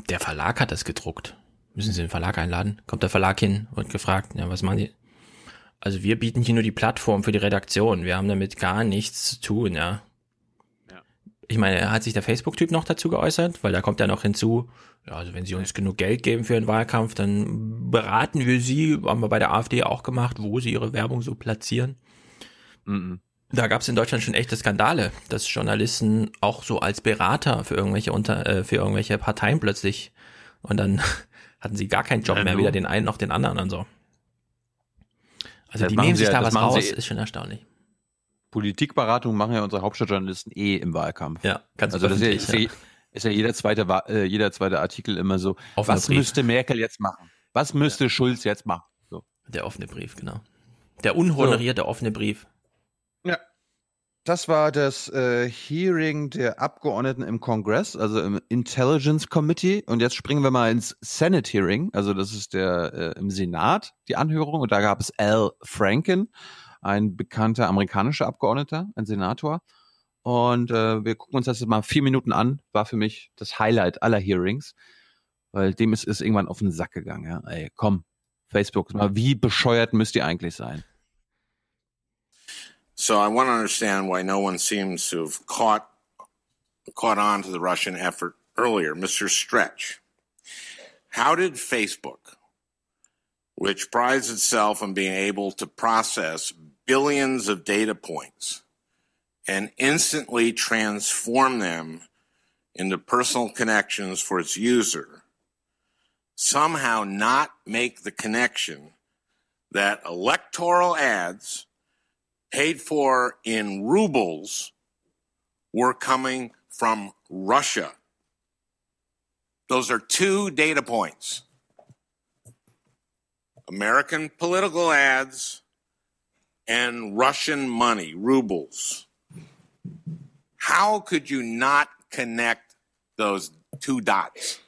Der Verlag hat das gedruckt. Müssen Sie den Verlag einladen? Kommt der Verlag hin und gefragt, ja, was machen Sie? Also wir bieten hier nur die Plattform für die Redaktion. Wir haben damit gar nichts zu tun, ja. ja. Ich meine, hat sich der Facebook-Typ noch dazu geäußert? Weil da kommt ja noch hinzu, ja, also wenn Sie uns genug Geld geben für einen Wahlkampf, dann beraten wir Sie, haben wir bei der AfD auch gemacht, wo Sie Ihre Werbung so platzieren. Mhm. Da gab es in Deutschland schon echte Skandale, dass Journalisten auch so als Berater für irgendwelche unter äh, für irgendwelche Parteien plötzlich und dann hatten sie gar keinen Job ja, mehr, weder den einen noch den anderen und so. Also das die nehmen sich ja, da was raus, ist schon erstaunlich. Politikberatung machen ja unsere Hauptstadtjournalisten eh im Wahlkampf. Ja, ganz also das ist ja, ja. ist ja jeder zweite äh, jeder zweite Artikel immer so, offene was Brief. Müsste Merkel jetzt machen? Was müsste ja. Schulz jetzt machen? So. Der offene Brief, genau. Der unhonorierte so. offene Brief. Ja, das war das äh, Hearing der Abgeordneten im Kongress, also im Intelligence Committee. Und jetzt springen wir mal ins Senate Hearing, also das ist der äh, im Senat, die Anhörung. Und da gab es Al Franken, ein bekannter amerikanischer Abgeordneter, ein Senator. Und äh, wir gucken uns das jetzt mal vier Minuten an. War für mich das Highlight aller Hearings, weil dem ist, ist irgendwann auf den Sack gegangen. Ja? Ey, komm, Facebook, mal, wie bescheuert müsst ihr eigentlich sein? So I want to understand why no one seems to have caught caught on to the Russian effort earlier. Mister Stretch, how did Facebook, which prides itself on being able to process billions of data points and instantly transform them into personal connections for its user, somehow not make the connection that electoral ads paid for in rubles were coming from Russia? Those are two data points. American political ads and Russian money, rubles. How could you not connect those two dots?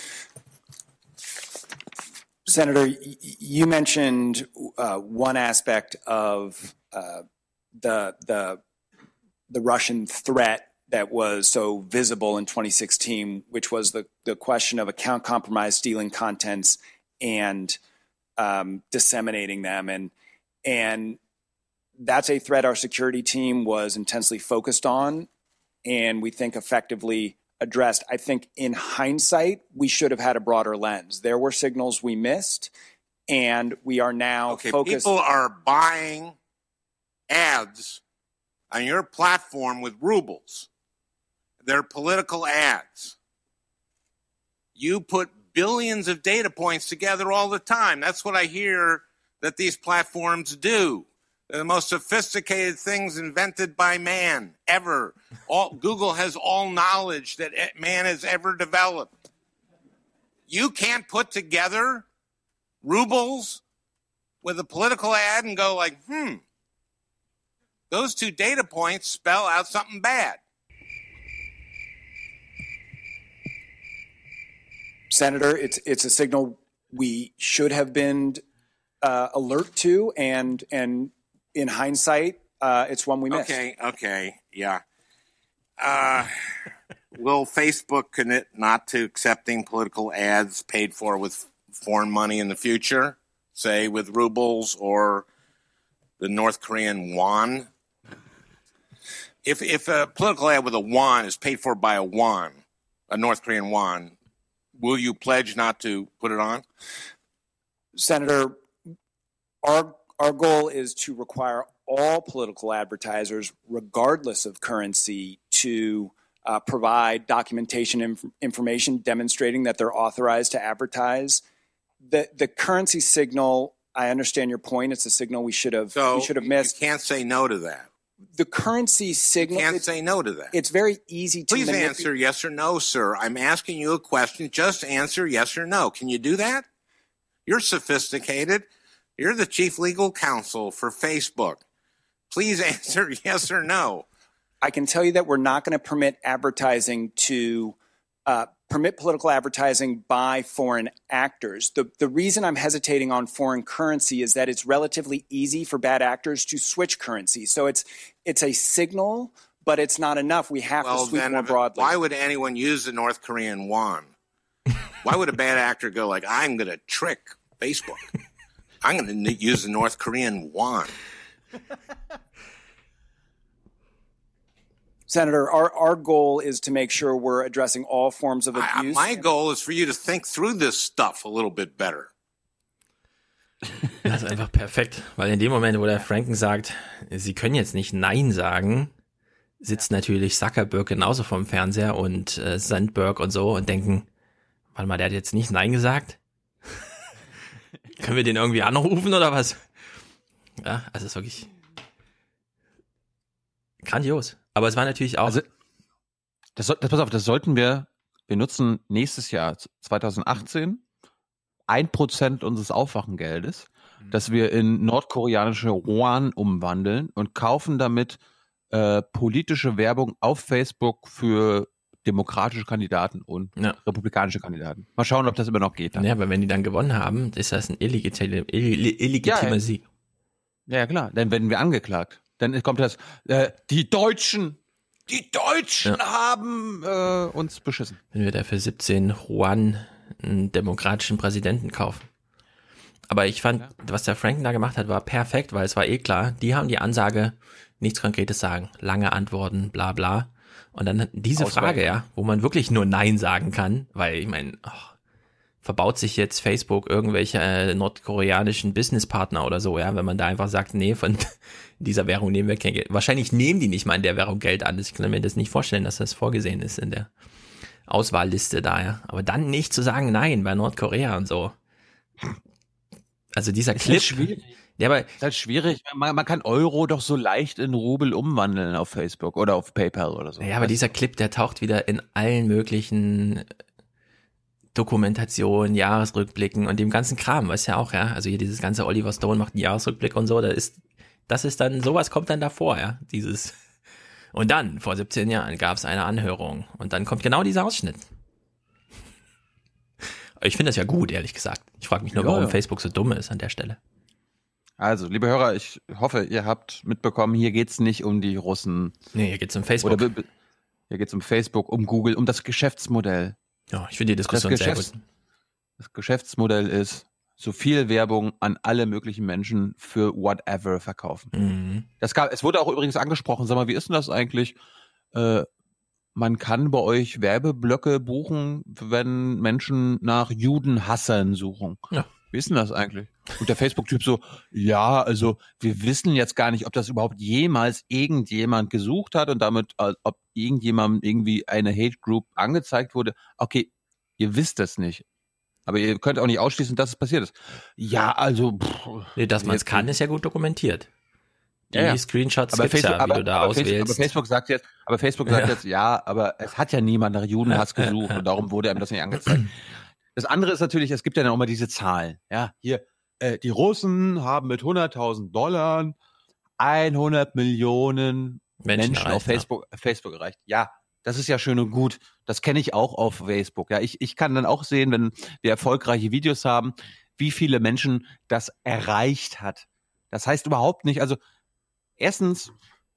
Senator, you mentioned uh, one aspect of uh, the the the Russian threat that was so visible in twenty sixteen, which was the the question of account compromise, stealing contents, and um, disseminating them, and and that's a threat our security team was intensely focused on, and we think effectively addressed. I think in hindsight, we should have had a broader lens. There were signals we missed, and we are now okay, focused. People are buying ads on your platform with rubles. They're political ads. You put billions of data points together all the time. That's what I hear that these platforms do. They're the most sophisticated things invented by man ever. All, Google has all knowledge that man has ever developed. You can't put together rubles with a political ad and go like, hmm, those two data points spell out something bad. Senator, it's it's a signal we should have been uh, alert to, and and in hindsight, uh, it's one we missed. Okay, okay, yeah. Uh, will Facebook commit not to accepting political ads paid for with foreign money in the future, say with rubles or the North Korean won? If if a political ad with a won is paid for by a won, a North Korean won, will you pledge not to put it on? Senator, our our goal is to require all political advertisers, regardless of currency, to uh, provide documentation inf- information demonstrating that they're authorized to advertise. The the currency signal, I understand your point. It's a signal we should have so we should have missed. You can't say no to that. The currency signal. You can't say no to that. It's very easy to Please manipulate. answer yes or no, sir. I'm asking you a question. Just answer yes or no. Can you do that? You're sophisticated. You're the chief legal counsel for Facebook. Please answer yes or no. I can tell you that we're not going to permit advertising to uh, permit political advertising by foreign actors. The, the reason I'm hesitating on foreign currency is that it's relatively easy for bad actors to switch currency. So it's it's a signal, but it's not enough. We have well, to sweep then more broadly. Why would anyone use the North Korean won? Why would a bad actor go like, I'm going to trick Facebook? I'm going to use the North Korean won. Senator, our, our goal is to make sure we're addressing all forms of abuse. I, my goal is for you to think through this stuff a little bit better. Das ist einfach perfekt, weil in dem Moment, wo der Franken sagt, sie können jetzt nicht Nein sagen, sitzt natürlich Zuckerberg genauso vorm Fernseher und äh, Sandberg und so und denken, warte mal, der hat jetzt nicht Nein gesagt? Können wir den irgendwie anrufen oder was? Ja, also es ist wirklich grandios. Aber es war natürlich auch... Also, das, das, pass auf, das sollten wir, wir nutzen nächstes Jahr, zwanzig achtzehn, ein Prozent unseres Aufwachengeldes, mhm. das wir in nordkoreanische Won umwandeln und kaufen damit äh, politische Werbung auf Facebook für demokratische Kandidaten und ja. republikanische Kandidaten. Mal schauen, ob das immer noch geht. Dann. Ja, aber wenn die dann gewonnen haben, ist das ein illegitimer illegitime ja, Sieg. Ja, klar, dann werden wir angeklagt. Dann kommt das, äh, die Deutschen, die Deutschen ja. haben äh, uns beschissen. Wenn wir da für siebzehn Yuan einen demokratischen Präsidenten kaufen. Aber ich fand, ja. was der Franken da gemacht hat, war perfekt, weil es war eh klar, die haben die Ansage, nichts Konkretes sagen, lange Antworten, bla bla. Und dann diese Ausweichen. Frage, ja, wo man wirklich nur Nein sagen kann, weil ich meine, oh, verbaut sich jetzt Facebook irgendwelche äh, nordkoreanischen Businesspartner oder so, ja, wenn man da einfach sagt, nee, von dieser Währung nehmen wir kein Geld. Wahrscheinlich nehmen die nicht mal in der Währung Geld an. Ich kann mir das nicht vorstellen, dass das vorgesehen ist in der Auswahlliste da, ja. Aber dann nicht zu sagen, nein, bei Nordkorea und so. Also dieser ist Clip. Schwierig. Ja, aber ist halt schwierig. Man, man kann Euro doch so leicht in Rubel umwandeln auf Facebook oder auf PayPal oder so. Ja, aber dieser Clip, der taucht wieder in allen möglichen Dokumentationen, Jahresrückblicken und dem ganzen Kram, weißt du ja auch, ja. Also hier dieses ganze Oliver Stone macht einen Jahresrückblick und so, da ist, das ist dann, sowas kommt dann davor, ja. Dieses. Und dann, vor siebzehn Jahren, gab es eine Anhörung und dann kommt genau dieser Ausschnitt. Ich finde das ja gut, ehrlich gesagt. Ich frage mich nur, ja, warum ja. Facebook so dumm ist an der Stelle. Also, liebe Hörer, ich hoffe, ihr habt mitbekommen, hier geht's nicht um die Russen. Nee, hier geht's um Facebook. Oder hier geht's um Facebook, um Google, um das Geschäftsmodell. Ja, ich finde die Diskussion das sehr gut. Das Geschäftsmodell ist, so viel Werbung an alle möglichen Menschen für whatever verkaufen. Mhm. Das gab, es wurde auch übrigens angesprochen, sag mal, wie ist denn das eigentlich? Äh, man kann bei euch Werbeblöcke buchen, wenn Menschen nach Judenhassern suchen. Ja. Wie ist denn das eigentlich? Und der Facebook-Typ so, ja, also wir wissen jetzt gar nicht, ob das überhaupt jemals irgendjemand gesucht hat und damit, ob irgendjemandem irgendwie eine Hate-Group angezeigt wurde. Okay, ihr wisst es nicht. Aber ihr könnt auch nicht ausschließen, dass es passiert ist. Ja, also... Pff, nee, dass man es kann, ist ja gut dokumentiert. Die ja, ja. Screenshots aber gibt's Facebook, ja, wie aber, du da aber auswählst. Facebook, aber Facebook sagt jetzt, aber Facebook sagt ja. jetzt, ja, aber es hat ja niemand nach Judenhass gesucht und darum wurde einem das nicht angezeigt. Das andere ist natürlich, es gibt ja dann auch mal diese Zahlen. Ja, hier, äh, die Russen haben mit hunderttausend Dollar hundert Millionen Menschen, Menschen auf Facebook, ja. Facebook erreicht. Ja, das ist ja schön und gut. Das kenne ich auch auf Facebook. Ja, ich, ich kann dann auch sehen, wenn wir erfolgreiche Videos haben, wie viele Menschen das erreicht hat. Das heißt überhaupt nicht, also erstens,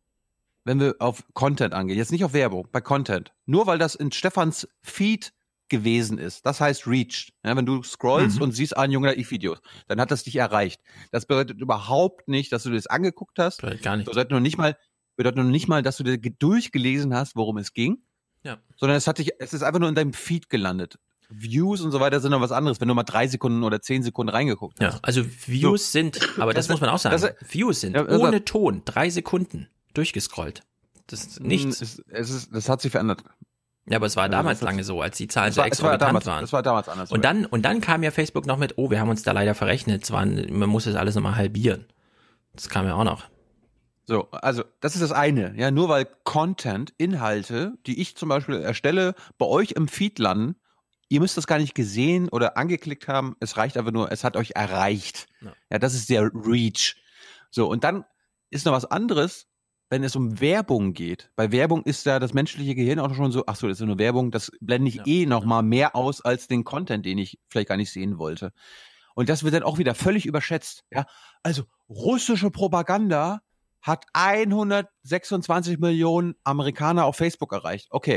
wenn wir auf Content angehen, jetzt nicht auf Werbung, bei Content, nur weil das in Stefans Feed gewesen ist, das heißt reached. Ja, wenn du scrollst mhm. und siehst ein Junge i-Videos, dann hat das dich erreicht. Das bedeutet überhaupt nicht, dass du dir das angeguckt hast. Gar nicht. Das bedeutet noch nicht mal, bedeutet noch nicht mal, dass du dir durchgelesen hast, worum es ging. Ja. Sondern es hat dich, es ist einfach nur in deinem Feed gelandet. Views und so weiter sind noch was anderes, wenn du mal drei Sekunden oder zehn Sekunden reingeguckt hast. Ja, also Views so. sind, aber das, das muss man auch sagen, das, Views sind ja, ohne Ton, drei Sekunden durchgescrollt. Das ist nichts. Es, es ist, das hat sich verändert. Ja, aber es war damals also lange so, als die Zahlen so exorbitant waren. Das war damals anders. Und dann, und dann kam ja Facebook noch mit, oh, wir haben uns da leider verrechnet. Es waren, man muss das alles nochmal halbieren. Das kam ja auch noch. So, also das ist das eine. Ja, nur weil Content, Inhalte, die ich zum Beispiel erstelle, bei euch im Feed landen, ihr müsst das gar nicht gesehen oder angeklickt haben. Es reicht einfach nur, es hat euch erreicht. Ja, ja das ist der Reach. So, und dann ist noch was anderes, wenn es um Werbung geht. Bei Werbung ist ja das menschliche Gehirn auch schon so, ach so, das ist nur Werbung, das blende ich ja. eh noch mal mehr aus als den Content, den ich vielleicht gar nicht sehen wollte. Und das wird dann auch wieder völlig überschätzt. Ja, also russische Propaganda hat hundertsechsundzwanzig Millionen Amerikaner auf Facebook erreicht. Okay,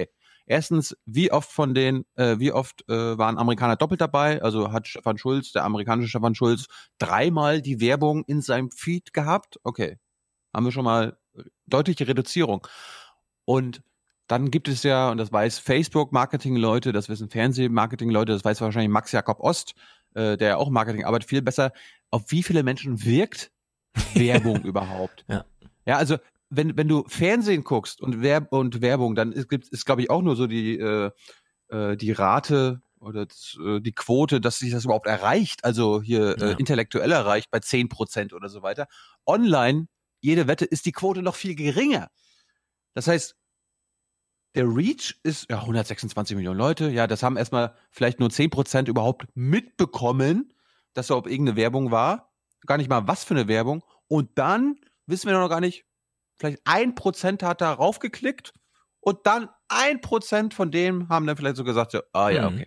Erstens, wie oft von den, äh, wie oft äh, waren Amerikaner doppelt dabei? Also hat Stefan Schulz, der amerikanische Stefan Schulz, dreimal die Werbung in seinem Feed gehabt? Okay, haben wir schon mal deutliche Reduzierung. Und dann gibt es ja, und das weiß Facebook-Marketing-Leute, das wissen Fernseh-Marketing-Leute, das weiß wahrscheinlich Max Jakob Ost, äh, der ja auch Marketing arbeitet, viel besser, auf wie viele Menschen wirkt Werbung überhaupt? Ja. Ja, also wenn wenn du Fernsehen guckst und, Werb und Werbung, dann ist, ist glaube ich, auch nur so die, äh, äh, die Rate oder das, äh, die Quote, dass sich das überhaupt erreicht, also hier Ja. äh, intellektuell erreicht, bei zehn Prozent oder so weiter. Online, jede Wette, ist die Quote noch viel geringer. Das heißt, der Reach ist ja hundertsechsundzwanzig Millionen Leute. Ja, das haben erstmal vielleicht nur zehn Prozent überhaupt mitbekommen, dass da ob irgendeine Werbung war. Gar nicht mal, was für eine Werbung. Und dann wissen wir noch gar nicht, vielleicht ein Prozent hat da raufgeklickt und dann ein Prozent von dem haben dann vielleicht so gesagt, so, ah ja, Mhm. okay.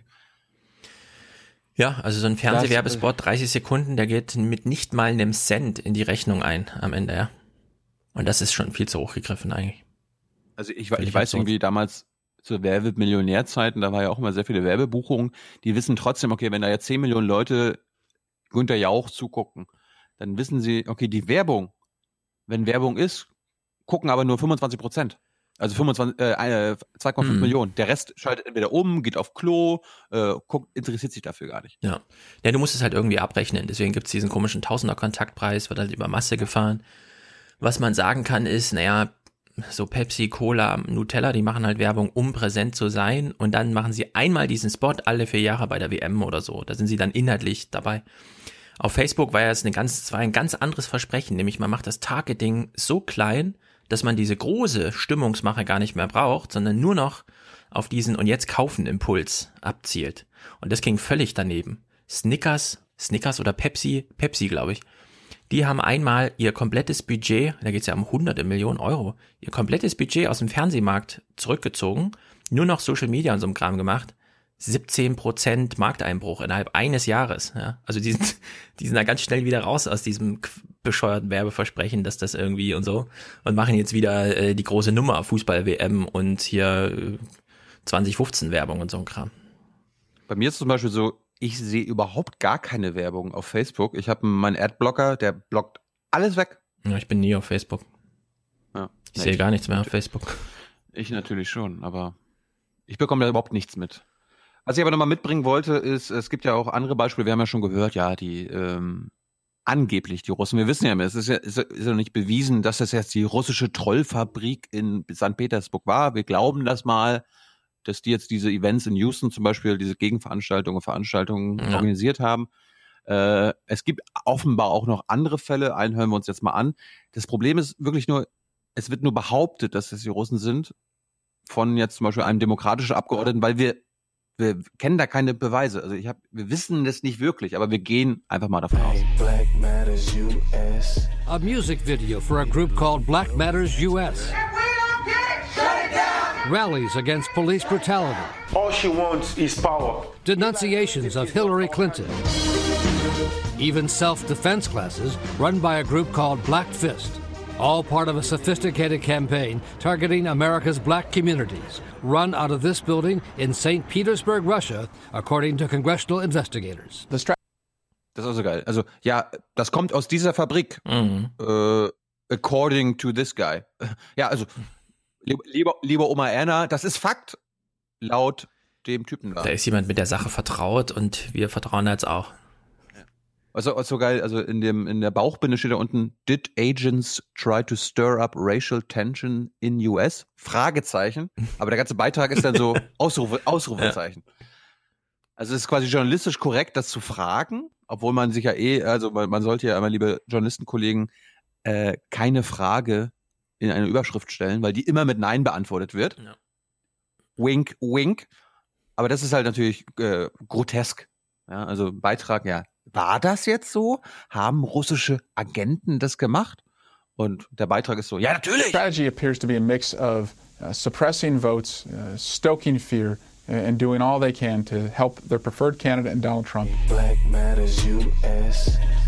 Ja, also so ein Das, Fernsehwerbespot, dreißig Sekunden, der geht mit nicht mal einem Cent in die Rechnung ein am Ende, ja. Und das ist schon viel zu hoch gegriffen eigentlich. Also ich, Völlig ich weiß absurd. irgendwie damals zu Werbemillionärzeiten, da war ja auch immer sehr viele Werbebuchungen, die wissen trotzdem, okay, wenn da jetzt zehn Millionen Leute Günther Jauch zugucken, dann wissen sie, okay, die Werbung, wenn Werbung ist, gucken aber nur fünfundzwanzig Prozent. Also fünfundzwanzig, äh, zwei Komma fünf Mhm. Millionen. Der Rest schaltet entweder um, geht auf Klo, äh, guckt, interessiert sich dafür gar nicht. Ja. Ja, du musst es halt irgendwie abrechnen. Deswegen gibt's diesen komischen Tausender-Kontaktpreis, wird halt über Masse gefahren. Was man sagen kann ist, naja, so Pepsi, Cola, Nutella, die machen halt Werbung, um präsent zu sein. Und dann machen sie einmal diesen Spot alle vier Jahre bei der W M oder so. Da sind sie dann inhaltlich dabei. Auf Facebook war ja jetzt eine ganz, es war ein ganz anderes Versprechen, nämlich man macht das Targeting so klein, dass man diese große Stimmungsmache gar nicht mehr braucht, sondern nur noch auf diesen und jetzt kaufen Impuls abzielt. Und das ging völlig daneben. Snickers, Snickers oder Pepsi, Pepsi glaube ich, die haben einmal ihr komplettes Budget, da geht's ja um hunderte Millionen Euro, ihr komplettes Budget aus dem Fernsehmarkt zurückgezogen, nur noch Social Media und so einem Kram gemacht, siebzehn Prozent Markteinbruch innerhalb eines Jahres. Ja? Also die sind, die sind da ganz schnell wieder raus aus diesem bescheuerten Werbeversprechen, dass das irgendwie und so, und machen jetzt wieder äh, die große Nummer Fußball-W M und hier äh, zwanzig fünfzehn Werbung und so ein Kram. Bei mir ist es zum Beispiel so, ich sehe überhaupt gar keine Werbung auf Facebook. Ich habe meinen Adblocker, der blockt alles weg. Ja, ich bin nie auf Facebook. Ja. Ich sehe gar nichts mehr auf Facebook. Ich natürlich schon, aber ich bekomme da überhaupt nichts mit. Was ich aber nochmal mitbringen wollte, ist, es gibt ja auch andere Beispiele, wir haben ja schon gehört, ja, die ähm, angeblich die Russen, wir wissen ja, es ist ja, ist, ist ja nicht bewiesen, dass das jetzt die russische Trollfabrik in Sankt Petersburg war. Wir glauben das mal, dass die jetzt diese Events in Houston zum Beispiel, diese Gegenveranstaltungen, Veranstaltungen Ja. organisiert haben. Äh, es gibt offenbar auch noch andere Fälle, einen hören wir uns jetzt mal an. Das Problem ist wirklich nur, es wird nur behauptet, dass es die Russen sind, von jetzt zum Beispiel einem demokratischen Abgeordneten, weil wir wir kennen da keine Beweise. Also ich hab, wir wissen das nicht wirklich, aber wir gehen einfach mal davon aus. Black Matters U S. A music video for a group called Black Matters U S. Rallies against police brutality. All she wants is power. Denunciations of Hillary Clinton. Even self-defense classes run by a group called Black Fist. All part of a sophisticated campaign targeting America's black communities, run out of this building in Saint Petersburg, Russia, according to congressional investigators. Das ist also geil. Also ja, das kommt aus dieser Fabrik. Mhm. Äh, according to this guy. Ja, also lieber, lieber, lieber Oma Erna, das ist Fakt, laut dem Typen da. Da ist jemand mit der Sache vertraut und wir vertrauen jetzt auch. Also, also so geil, also in dem in der Bauchbinde steht da unten, did agents try to stir up racial tension in U S? Fragezeichen. Aber der ganze Beitrag ist dann so Ausrufe, Ausrufezeichen. Also es ist quasi journalistisch korrekt, das zu fragen, obwohl man sich ja eh, also man, man sollte ja immer, liebe Journalistenkollegen, äh, keine Frage in eine Überschrift stellen, weil die immer mit Nein beantwortet wird. Ja. Wink, wink. Aber das ist halt natürlich äh, grotesk. Ja, also Beitrag, ja. War das jetzt so? Haben russische Agenten das gemacht? Und der Beitrag ist so, ja, natürlich. The strategy appears to be a mix of uh, suppressing votes, uh, stoking fear, uh, and doing all they can to help their preferred candidate and Donald Trump. Black Matters U S.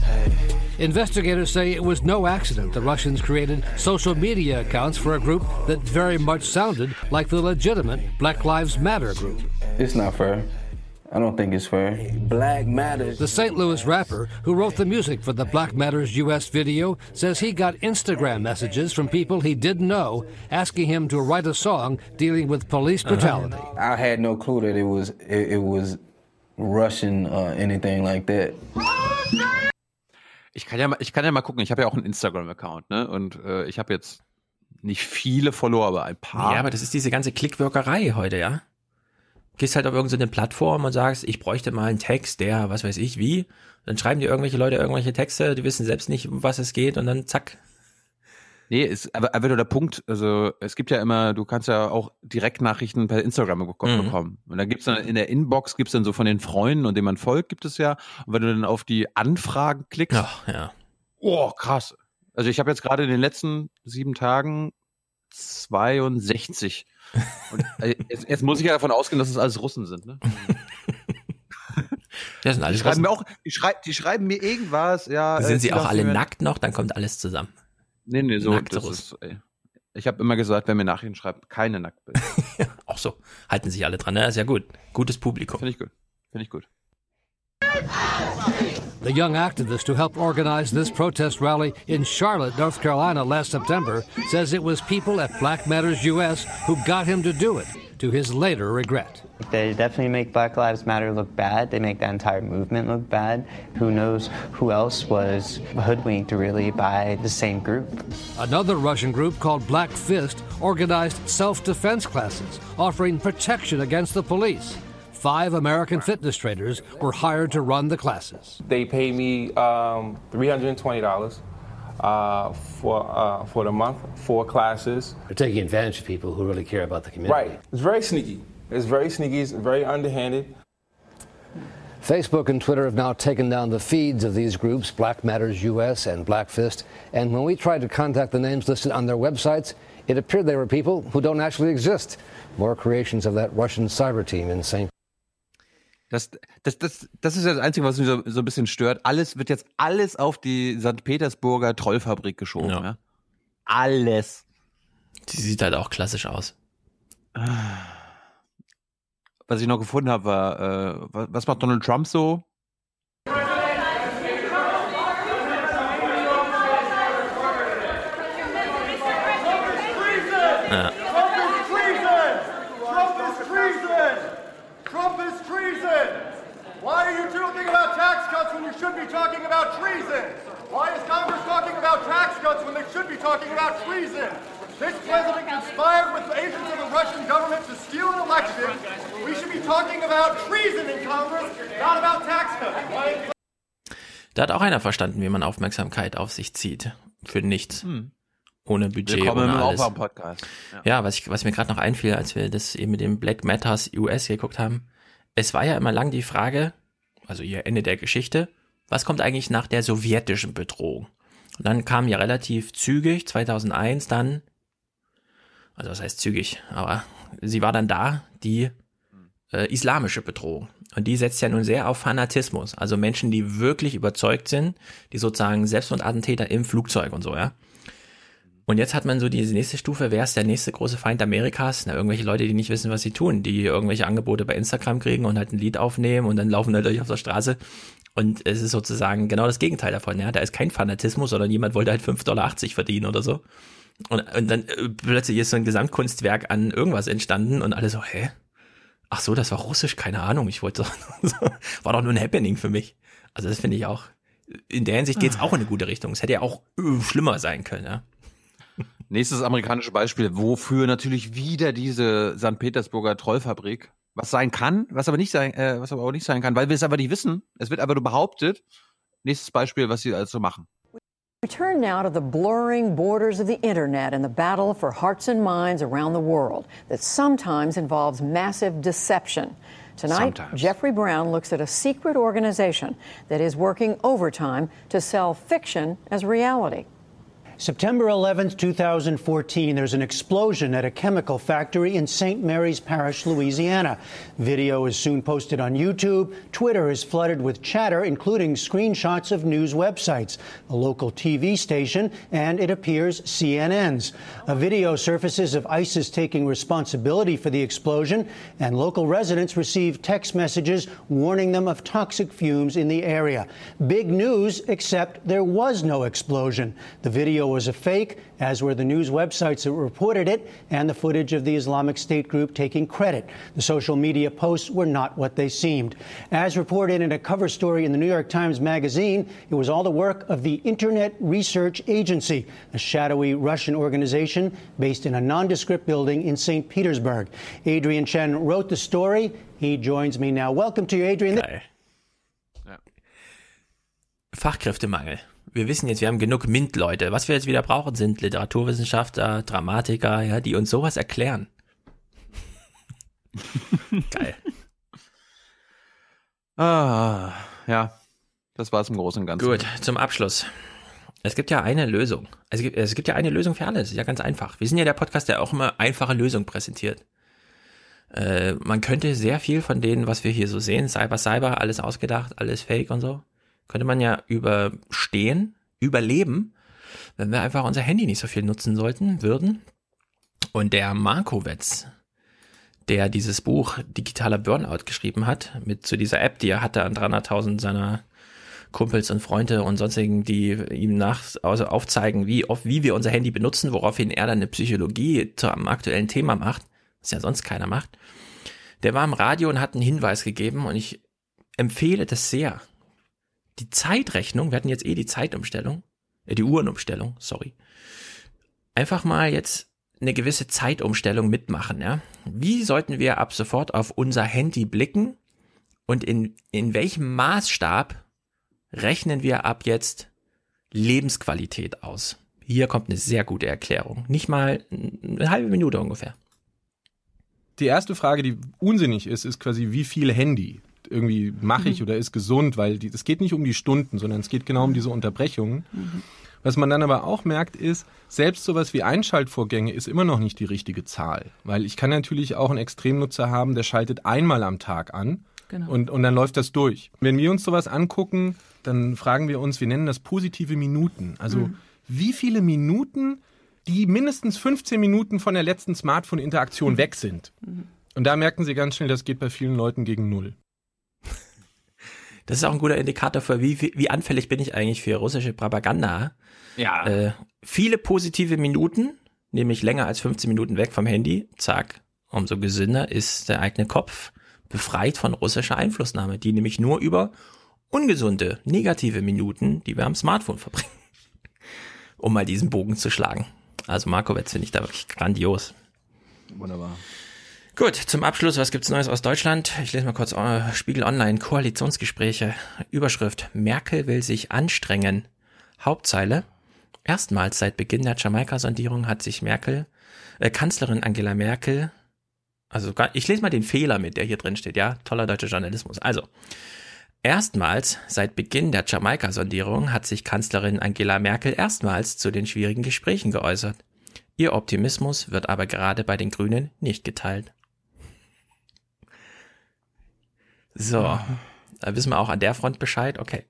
Investigators say it was no accident the Russians created social media accounts for a group that very much sounded like the legitimate Black Lives Matter group. It's not fair. I don't think it's fair. Black Matters. The Saint Louis rapper who wrote the music for the Black Matters U S video says he got Instagram messages from people he didn't know asking him to write a song dealing with police brutality. Uh-huh. I had no clue that it was it, it was Russian or anything like that. Ich kann ja mal, ich kann ja mal gucken. Ich habe ja auch einen Instagram-Account, ne? Und äh, ich habe jetzt nicht viele Follower, aber ein paar. Ja, aber das ist diese ganze Klickwirkerei heute, ja. Gehst halt auf irgendeine Plattform und sagst, ich bräuchte mal einen Text, der, was weiß ich, wie. Dann schreiben dir irgendwelche Leute irgendwelche Texte, die wissen selbst nicht, um was es geht und dann zack. Nee, ist aber, aber der Punkt, also es gibt ja immer, du kannst ja auch Direktnachrichten per Instagram bekommen. Mhm. Und da gibt's dann in der Inbox, gibt's dann so von den Freunden und denen man folgt, gibt es ja. Und wenn du dann auf die Anfragen klickst, Ach, ja. Oh, krass. Also ich habe jetzt gerade in den letzten sieben Tagen zweiundsechzig. Und jetzt, jetzt muss ich ja davon ausgehen, dass es alles Russen sind, ne? Das sind alles die schreiben mir auch, die, schrei- die schreiben mir irgendwas, ja. Sind äh, sie auch alle nackt noch? Dann kommt alles zusammen. Nee, nee, so. Nackte Das Russen. ist, ey. Ich habe immer gesagt, wer mir Nachrichten schreibt, keine Nacktbilder. Auch so. Halten sich alle dran, ne? Ist ja gut. Gutes Publikum. Finde ich gut. Finde ich gut. The young activist who helped organize this protest rally in Charlotte, North Carolina last September says it was people at Black Matters U S who got him to do it, to his later regret. They definitely make Black Lives Matter look bad. They make that entire movement look bad. Who knows who else was hoodwinked really by the same group. Another Russian group called Black Fist organized self-defense classes, offering protection against the police. Five American fitness trainers were hired to run the classes. They paid me um, three hundred twenty dollars uh, for uh, for the month, four classes. They're taking advantage of people who really care about the community. Right. It's very sneaky. It's very sneaky. It's very underhanded. Facebook and Twitter have now taken down the feeds of these groups, Black Matters U S and Black Fist. And when we tried to contact the names listed on their websites, it appeared they were people who don't actually exist. More creations of that Russian cyber team in Saint Das, das, das, das ist ja das Einzige, was mich so, so ein bisschen stört. Alles wird jetzt alles auf die Sankt Petersburger Trollfabrik geschoben. Ja. Ja? Alles. Die sieht halt auch klassisch aus. Was ich noch gefunden habe, war, äh, was macht Donald Trump so? Ja. Why are you talking about tax cuts when you should be talking about treason? Why is Congress talking about tax cuts when they should be talking about treason? This president conspired with agents of the Russian government to steal an election. We should be talking about treason in Congress, not about tax cuts. Why? Da hat auch einer verstanden, wie man Aufmerksamkeit auf sich zieht. Für nichts. Hm. Ohne Budget, ohne alles. Podcast. Ja. ja, was, ich, was mir gerade noch einfiel, als wir das eben mit dem Black Matters U S geguckt haben. Es war ja immer lang die Frage, also ihr Ende der Geschichte, was kommt eigentlich nach der sowjetischen Bedrohung? Und dann kam ja relativ zügig, zweitausendeins dann, also das heißt zügig, aber sie war dann da, die äh, islamische Bedrohung. Und die setzt ja nun sehr auf Fanatismus, also Menschen, die wirklich überzeugt sind, die sozusagen Selbstmordattentäter im Flugzeug und so, ja. Und jetzt hat man so diese nächste Stufe, wer ist der nächste große Feind Amerikas? Na, irgendwelche Leute, die nicht wissen, was sie tun, die irgendwelche Angebote bei Instagram kriegen und halt ein Lied aufnehmen und dann laufen halt durch auf der Straße. Und es ist sozusagen genau das Gegenteil davon, ja. Da ist kein Fanatismus, sondern jemand wollte halt fünf Dollar achtzig verdienen oder so. Und, und dann äh, plötzlich ist so ein Gesamtkunstwerk an irgendwas entstanden und alle so, hä? Ach so, das war Russisch? Keine Ahnung, ich wollte so, war doch nur ein Happening für mich. Also das finde ich auch, in der Hinsicht geht es auch in eine gute Richtung. Es hätte ja auch äh, schlimmer sein können, ja. Nächstes amerikanische Beispiel, wofür natürlich wieder diese Sankt Petersburger Trollfabrik, was sein kann, was aber nicht sein, äh, was aber auch nicht sein kann, weil wir es aber nicht wissen. Es wird aber nur behauptet. Nächstes Beispiel, was sie also machen. We turn now to the blurring borders of the internet and the battle for hearts and minds around the world that sometimes involves massive deception. Tonight, sometimes. Jeffrey Brown looks at a secret organization that is working overtime to sell fiction as reality. September eleventh, twenty fourteen, there's an explosion at a chemical factory in Saint Mary's Parish, Louisiana. Video is soon posted on YouTube. Twitter is flooded with chatter, including screenshots of news websites, a local T V station, and it appears C N N's. A video surfaces of ISIS taking responsibility for the explosion, and local residents receive text messages warning them of toxic fumes in the area. Big news, except there was no explosion. The video was a fake, as were the news websites that reported it, and the footage of the Islamic State group taking credit. The social media posts were not what they seemed. As reported in a cover story in the New York Times Magazine, it was all the work of the Internet Research Agency, a shadowy Russian organization based in a nondescript building in Saint Petersburg. Adrian Chen wrote the story. He joins me now. Welcome to you, Adrian. Geil. Ja. Fachkräftemangel. Wir wissen jetzt, wir haben genug MINT-Leute. Was wir jetzt wieder brauchen, sind Literaturwissenschaftler, Dramatiker, ja, die uns sowas erklären. Geil. Ah, ja. Das war es im Großen und Ganzen. Gut, zum Abschluss. Es gibt ja eine Lösung. Es gibt, es gibt ja eine Lösung für alles. Das ist ja ganz einfach. Wir sind ja der Podcast, der auch immer einfache Lösungen präsentiert. Äh, man könnte sehr viel von denen, was wir hier so sehen, Cyber, Cyber, alles ausgedacht, alles Fake und so, könnte man ja überstehen, überleben, wenn wir einfach unser Handy nicht so viel nutzen sollten, würden. Und der Markowitz, der dieses Buch Digitaler Burnout geschrieben hat, mit zu dieser App, die er hatte an dreihunderttausend seiner Kumpels und Freunde und sonstigen, die ihm nach, also aufzeigen, wie oft, wie wir unser Handy benutzen, woraufhin er dann eine Psychologie zum aktuellen Thema macht, was ja sonst keiner macht. Der war im Radio und hat einen Hinweis gegeben und ich empfehle das sehr. Die Zeitrechnung, wir hatten jetzt eh die Zeitumstellung, äh, die Uhrenumstellung, sorry. Einfach mal jetzt eine gewisse Zeitumstellung mitmachen, ja. Wie sollten wir ab sofort auf unser Handy blicken und in, in welchem Maßstab rechnen wir ab jetzt Lebensqualität aus? Hier kommt eine sehr gute Erklärung. Nicht mal eine halbe Minute ungefähr. Die erste Frage, die unsinnig ist, ist quasi, wie viel Handy irgendwie mache ich mhm. oder ist gesund, weil die, es geht nicht um die Stunden, sondern es geht genau um diese Unterbrechungen. Mhm. Was man dann aber auch merkt ist, selbst sowas wie Einschaltvorgänge ist immer noch nicht die richtige Zahl, weil ich kann natürlich auch einen Extremnutzer haben, der schaltet einmal am Tag an genau. und, und dann läuft das durch. Wenn wir uns sowas angucken, dann fragen wir uns, wir nennen das positive Minuten. Also mhm. wie viele Minuten, die mindestens fünfzehn Minuten von der letzten Smartphone-Interaktion mhm. weg sind. Mhm. Und da merken Sie ganz schnell, das geht bei vielen Leuten gegen null. Das ist auch ein guter Indikator für, wie, wie anfällig bin ich eigentlich für russische Propaganda. Ja. Äh, viele positive Minuten, nämlich länger als fünfzehn Minuten weg vom Handy, zack, umso gesünder ist der eigene Kopf befreit von russischer Einflussnahme, die nämlich nur über ungesunde, negative Minuten, die wir am Smartphone verbringen, um mal diesen Bogen zu schlagen. Also Markowitz finde ich da wirklich grandios. Wunderbar. Gut, zum Abschluss, was gibt's Neues aus Deutschland? Ich lese mal kurz uh, Spiegel Online, Koalitionsgespräche, Überschrift, Merkel will sich anstrengen. Hauptzeile, erstmals seit Beginn der Jamaika-Sondierung hat sich Merkel, äh, Kanzlerin Angela Merkel, also ich lese mal den Fehler mit, der hier drin steht, ja, toller deutscher Journalismus. Also, erstmals seit Beginn der Jamaika-Sondierung hat sich Kanzlerin Angela Merkel erstmals zu den schwierigen Gesprächen geäußert. Ihr Optimismus wird aber gerade bei den Grünen nicht geteilt. So, da wissen wir auch an der Front Bescheid, okay.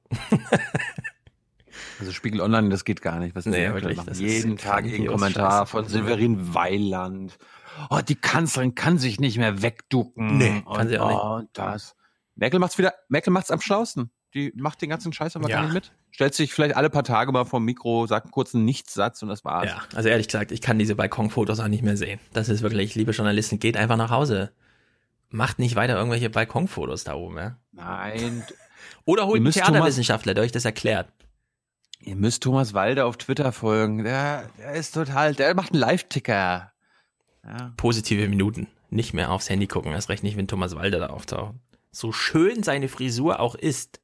Also Spiegel Online, das geht gar nicht. Was nee, wirklich, das jeden Tag irgendein Kommentar von Severin Weiland. Oh, die Kanzlerin kann sich nicht mehr wegducken. Nee, kann und, sie auch nicht. Oh, das. Merkel macht's wieder, Merkel macht's am schlausten. Die macht den ganzen Scheiß aber ja. gar nicht mit. Stellt sich vielleicht alle paar Tage mal vorm Mikro, sagt einen kurzen Nichtssatz und das war's. Ja, also ehrlich gesagt, ich kann diese Balkonfotos auch nicht mehr sehen. Das ist wirklich, liebe Journalisten, geht einfach nach Hause. Macht nicht weiter irgendwelche Balkonfotos da oben, ja? Nein. Oder holt einen Theaterwissenschaftler, der euch das erklärt. Ihr müsst Thomas Walde auf Twitter folgen. Der, der ist total, der macht einen Live-Ticker. Ja. Positive Minuten. Nicht mehr aufs Handy gucken, erst recht nicht, wenn Thomas Walde da auftaucht. So schön seine Frisur auch ist.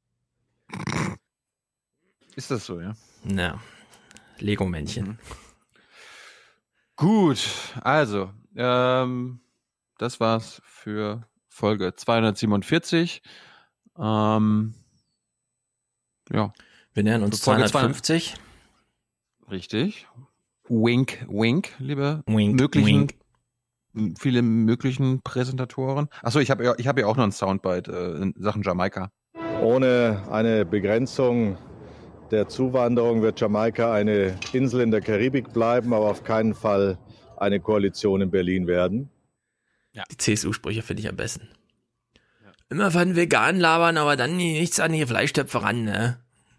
Ist das so, ja? Na, Lego-Männchen. Mhm. Gut, also, ähm, das war's für Folge zweihundertsiebenundvierzig. Ähm, ja. Wir nähern uns zweihundertfünfzig. Richtig. Wink, wink, liebe wink, möglichen, wink. viele möglichen Präsentatoren. Achso, ich habe ja, ich hab ja auch noch ein Soundbite äh, in Sachen Jamaika. Ohne eine Begrenzung der Zuwanderung wird Jamaika eine Insel in der Karibik bleiben, aber auf keinen Fall eine Koalition in Berlin werden. Ja. Die C S U-Sprüche finde ich am besten. Ja. Immer von vegan labern, aber dann nichts an die Fleischtöpfe ran, ne?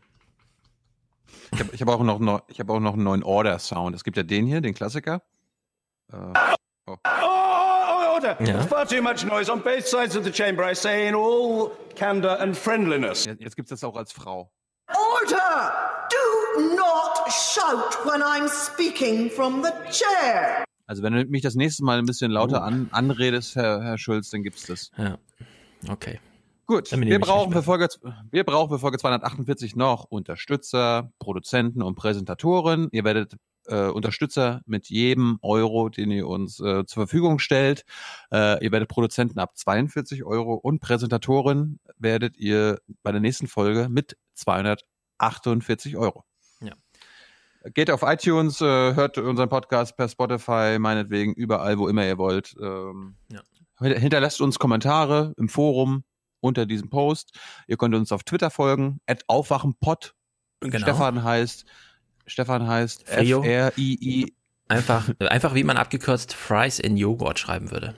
Ich habe ich hab auch, hab auch noch einen neuen Order-Sound. Es gibt ja den hier, den Klassiker. Äh, oh. Oh, order! Ja. There's far too much noise on both sides of the chamber. I say in all candor and friendliness. Jetzt gibt es das auch als Frau. Order! Do not shout when I'm speaking from the chair. Also wenn du mich das nächste Mal ein bisschen lauter an, anredest, Herr, Herr Schulz, dann gibt's das. Ja, okay. Gut, wir brauchen, für Folge, wir brauchen für Folge zweihundertachtundvierzig noch Unterstützer, Produzenten und Präsentatoren. Ihr werdet äh, Unterstützer mit jedem Euro, den ihr uns äh, zur Verfügung stellt. Äh, ihr werdet Produzenten ab zweiundvierzig Euro und Präsentatoren werdet ihr bei der nächsten Folge mit zweihundertachtundvierzig Euro. Ja. Geht auf iTunes, äh, hört unseren Podcast per Spotify, meinetwegen überall, wo immer ihr wollt. Ähm, ja. Hinterlasst uns Kommentare im Forum unter diesem Post. Ihr könnt uns auf Twitter folgen, at aufwachenpod. Genau. Stefan heißt, Stefan heißt F R I I. Einfach, einfach wie man abgekürzt Fries in Joghurt schreiben würde.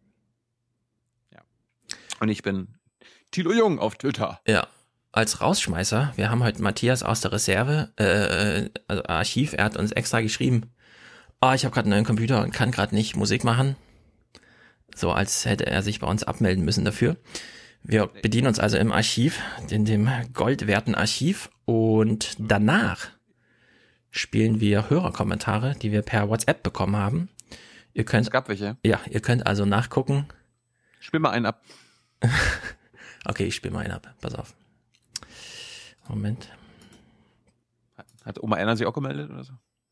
Ja. Und ich bin Thilo Jung auf Twitter. Ja. Als Rausschmeißer, wir haben heute Matthias aus der Reserve, äh, also Archiv, er hat uns extra geschrieben, oh, ich habe gerade einen neuen Computer und kann gerade nicht Musik machen. So als hätte er sich bei uns abmelden müssen dafür. Wir bedienen uns also im Archiv, in dem goldwerten Archiv, und danach spielen wir Hörerkommentare, die wir per WhatsApp bekommen haben. Ihr könnt, es gab welche. Ja, ihr könnt also nachgucken. Spiel mal einen ab. Okay, ich spiele mal einen ab. Pass auf. Moment. Hat Oma Erna sich auch gemeldet oder so?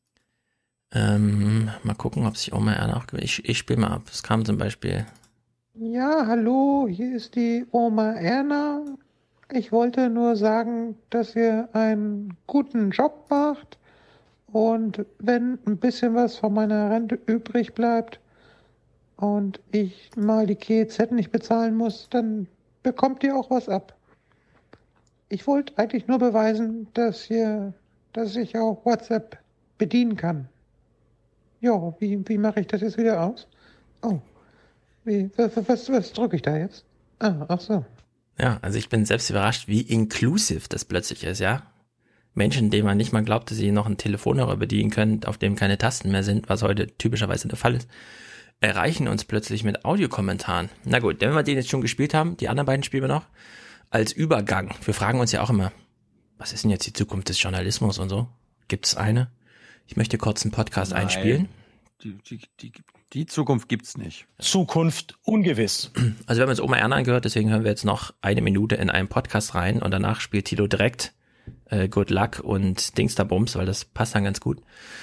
Ähm, mal gucken, ob sich Oma Erna auch gemeldet hat. Ich, ich spiele mal ab. Es kam zum Beispiel... Ja, hallo, hier ist die Oma Erna. Ich wollte nur sagen, dass ihr einen guten Job macht und wenn ein bisschen was von meiner Rente übrig bleibt und ich mal die G E Z nicht bezahlen muss, dann bekommt ihr auch was ab. Ich wollte eigentlich nur beweisen, dass ihr, dass ich auch WhatsApp bedienen kann. Ja, wie, wie mache ich das jetzt wieder aus? Oh. Wie, was, was, was drücke ich da jetzt? Ah, ach so. Ja, also ich bin selbst überrascht, wie inclusive das plötzlich ist, ja. Menschen, denen man nicht mal glaubt, dass sie noch einen Telefonhörer bedienen können, auf dem keine Tasten mehr sind, was heute typischerweise der Fall ist, erreichen uns plötzlich mit Audiokommentaren. Na gut, wenn wir den jetzt schon gespielt haben, die anderen beiden spielen wir noch, als Übergang. Wir fragen uns ja auch immer, was ist denn jetzt die Zukunft des Journalismus und so? Gibt es eine? Ich möchte kurz einen Podcast Nein. einspielen. Die, die, die, die Zukunft gibt's nicht. Zukunft ungewiss. Also wir haben jetzt Oma Erna angehört, deswegen hören wir jetzt noch eine Minute in einen Podcast rein und danach spielt Thilo direkt äh, Good Luck und Dingsterbums, weil das passt dann ganz gut.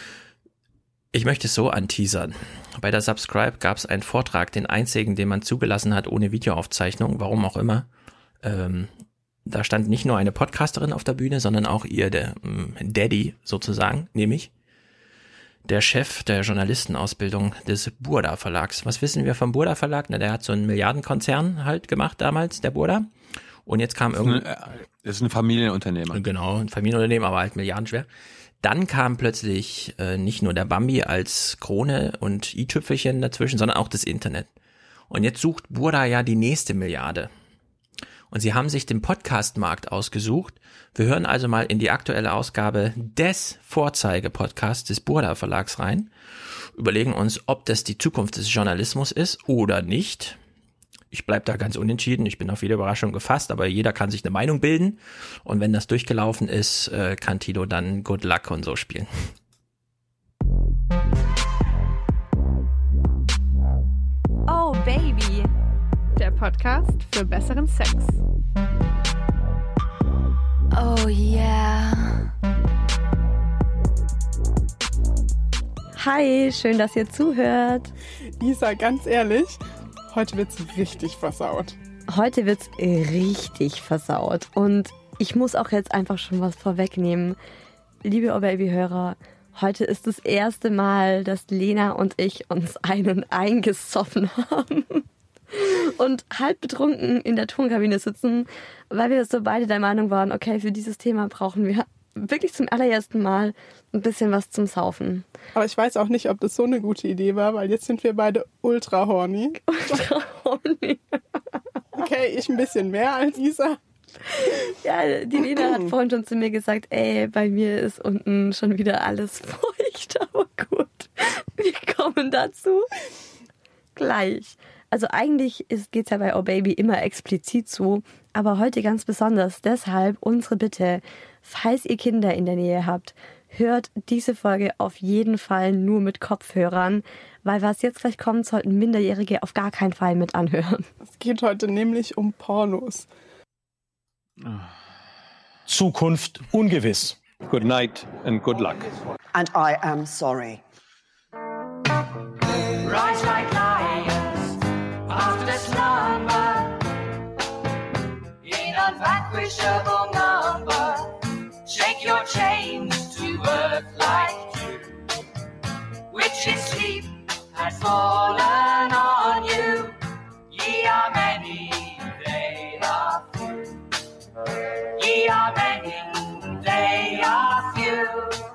Ich möchte es so anteasern. Bei der Subscribe gab es einen Vortrag, den einzigen, den man zugelassen hat ohne Videoaufzeichnung, warum auch immer. Ähm, da stand nicht nur eine Podcasterin auf der Bühne, sondern auch ihr der ähm, Daddy sozusagen, nämlich der Chef der Journalistenausbildung des Burda Verlags. Was wissen wir vom Burda Verlag? Na, der hat so einen Milliardenkonzern halt gemacht damals, der Burda. Und jetzt kam irgendwie... Das ist ein Familienunternehmer. Genau, ein Familienunternehmen, aber halt milliardenschwer. Dann kam plötzlich äh, nicht nur der Bambi als Krone und i-Tüpfelchen dazwischen, sondern auch das Internet. Und jetzt sucht Burda ja die nächste Milliarde. Und sie haben sich den Podcast-Markt ausgesucht. Wir hören also mal in die aktuelle Ausgabe des Vorzeige-Podcasts des Burda Verlags rein, überlegen uns, ob das die Zukunft des Journalismus ist oder nicht. Ich bleib da ganz unentschieden, ich bin auf jede Überraschung gefasst, aber jeder kann sich eine Meinung bilden. Und wenn das durchgelaufen ist, kann Thilo dann Good Luck und so spielen. Oh Baby, der Podcast für besseren Sex. Oh yeah. Hi, schön, dass ihr zuhört. Lisa, ganz ehrlich, heute wird's richtig versaut. Heute wird's richtig versaut. Und ich muss auch jetzt einfach schon was vorwegnehmen. liebe Oh-Baby-Hörer, heute ist das erste Mal, dass Lena und ich uns einen eingesoffen haben und halb betrunken in der Tonkabine sitzen, weil wir so beide der Meinung waren, okay, für dieses Thema brauchen wir wirklich zum allerersten Mal ein bisschen was zum Saufen. Aber ich weiß auch nicht, ob das so eine gute Idee war, weil jetzt sind wir beide ultra horny. Ultra horny. Okay, ich ein bisschen mehr als Isa. Ja, die Lena hat vorhin schon zu mir gesagt, ey, bei mir ist unten schon wieder alles feucht, aber gut, wir kommen dazu gleich. Also eigentlich geht es ja bei Oh Baby immer explizit zu, aber heute ganz besonders. Deshalb unsere Bitte, falls ihr Kinder in der Nähe habt, hört diese Folge auf jeden Fall nur mit Kopfhörern, weil was jetzt gleich kommt, sollten Minderjährige auf gar keinen Fall mit anhören. Es geht heute nämlich um Pornos. Zukunft ungewiss. Good night and good luck. And I am sorry. Rise like lions after slumber, in unvanquishable number. Shake your chains to earth like dew, which in sleep has fallen on you. Ye are many, they are few. Ye are many, they are few.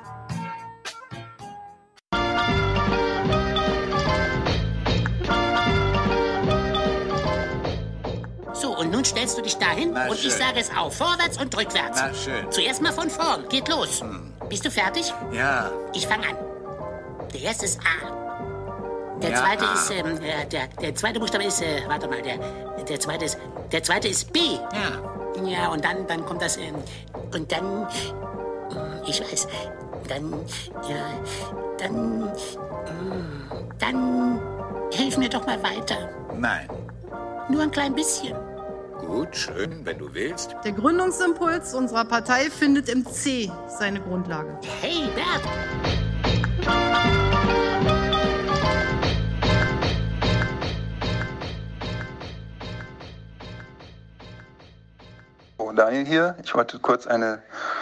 So, und nun stellst du dich dahin Na, und schön. ich sage es auch. Vorwärts und rückwärts. Na, schön. Zuerst mal von vorn. Geht los. Hm. Bist du fertig? Ja. Ich fange an. Der erste ist A. Der Ja, zweite A. ist, ähm, äh, der, der zweite Buchstabe ist, äh, warte mal, der, der zweite ist, der zweite ist B. Ja. Ja, und dann, dann kommt das, ähm, und dann, äh, ich weiß, dann, ja, dann, äh, dann, hilf mir doch mal weiter. Nein. Nur ein klein bisschen. Gut, schön, wenn du willst. Der Gründungsimpuls unserer Partei findet im C seine Grundlage. Hey, Bert! Oh, Daniel hier. Ich wollte kurz eine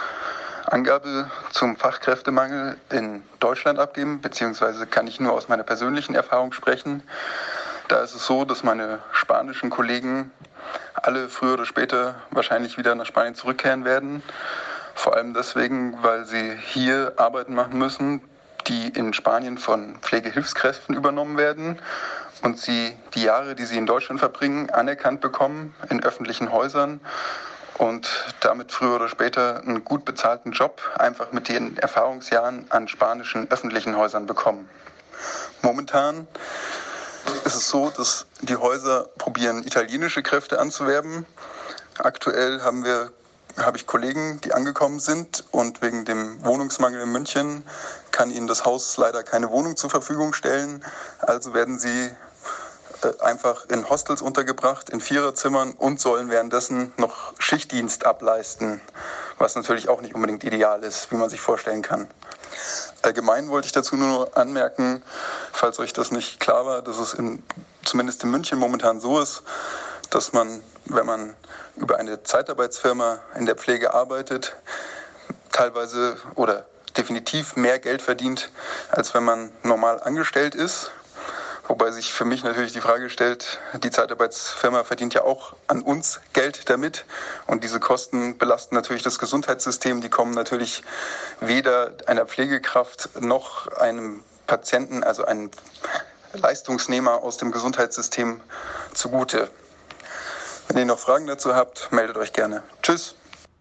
Angabe zum Fachkräftemangel in Deutschland abgeben, beziehungsweise kann ich nur aus meiner persönlichen Erfahrung sprechen. Da ist es so, dass meine spanischen Kollegen alle früher oder später wahrscheinlich wieder nach Spanien zurückkehren werden. Vor allem deswegen, weil sie hier Arbeiten machen müssen, die in Spanien von Pflegehilfskräften übernommen werden und sie die Jahre, die sie in Deutschland verbringen, anerkannt bekommen in öffentlichen Häusern und damit früher oder später einen gut bezahlten Job einfach mit den Erfahrungsjahren an spanischen öffentlichen Häusern bekommen. Momentan ist es so, dass die Häuser probieren, italienische Kräfte anzuwerben. Aktuell haben wir, habe ich Kollegen, die angekommen sind und wegen dem Wohnungsmangel in München kann ihnen das Haus leider keine Wohnung zur Verfügung stellen. Also werden sie äh, einfach in Hostels untergebracht, in Viererzimmern und sollen währenddessen noch Schichtdienst ableisten, was natürlich auch nicht unbedingt ideal ist, wie man sich vorstellen kann. Allgemein wollte ich dazu nur anmerken, falls euch das nicht klar war, dass es in, zumindest in München momentan so ist, dass man, wenn man über eine Zeitarbeitsfirma in der Pflege arbeitet, teilweise oder definitiv mehr Geld verdient, als wenn man normal angestellt ist. Wobei sich für mich natürlich die Frage stellt, die Zeitarbeitsfirma verdient ja auch an uns Geld damit und diese Kosten belasten natürlich das Gesundheitssystem. Die kommen natürlich weder einer Pflegekraft noch einem Patienten, also einem Leistungsnehmer aus dem Gesundheitssystem zugute. Wenn ihr noch Fragen dazu habt, meldet euch gerne. Tschüss.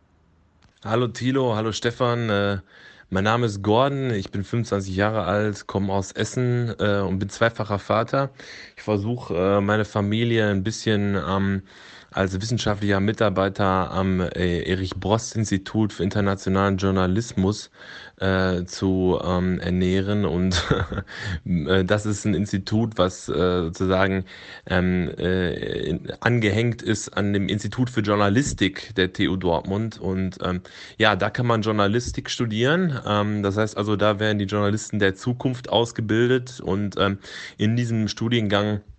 Hallo Thilo, hallo Stefan. Äh Mein Name ist Gordon, ich bin fünfundzwanzig Jahre alt, komme aus Essen äh, und bin zweifacher Vater. Ich versuche äh, meine Familie ein bisschen ähm, als wissenschaftlicher Mitarbeiter am äh, Erich-Brost-Institut für internationalen Journalismus äh, zu ähm, ernähren und äh, das ist ein Institut, was äh, sozusagen ähm, äh, angehängt ist an dem Institut für Journalistik der T U Dortmund und ähm, ja, da kann man Journalistik studieren, ähm, das heißt also, da werden die Journalisten der Zukunft ausgebildet und ähm, in diesem Studiengang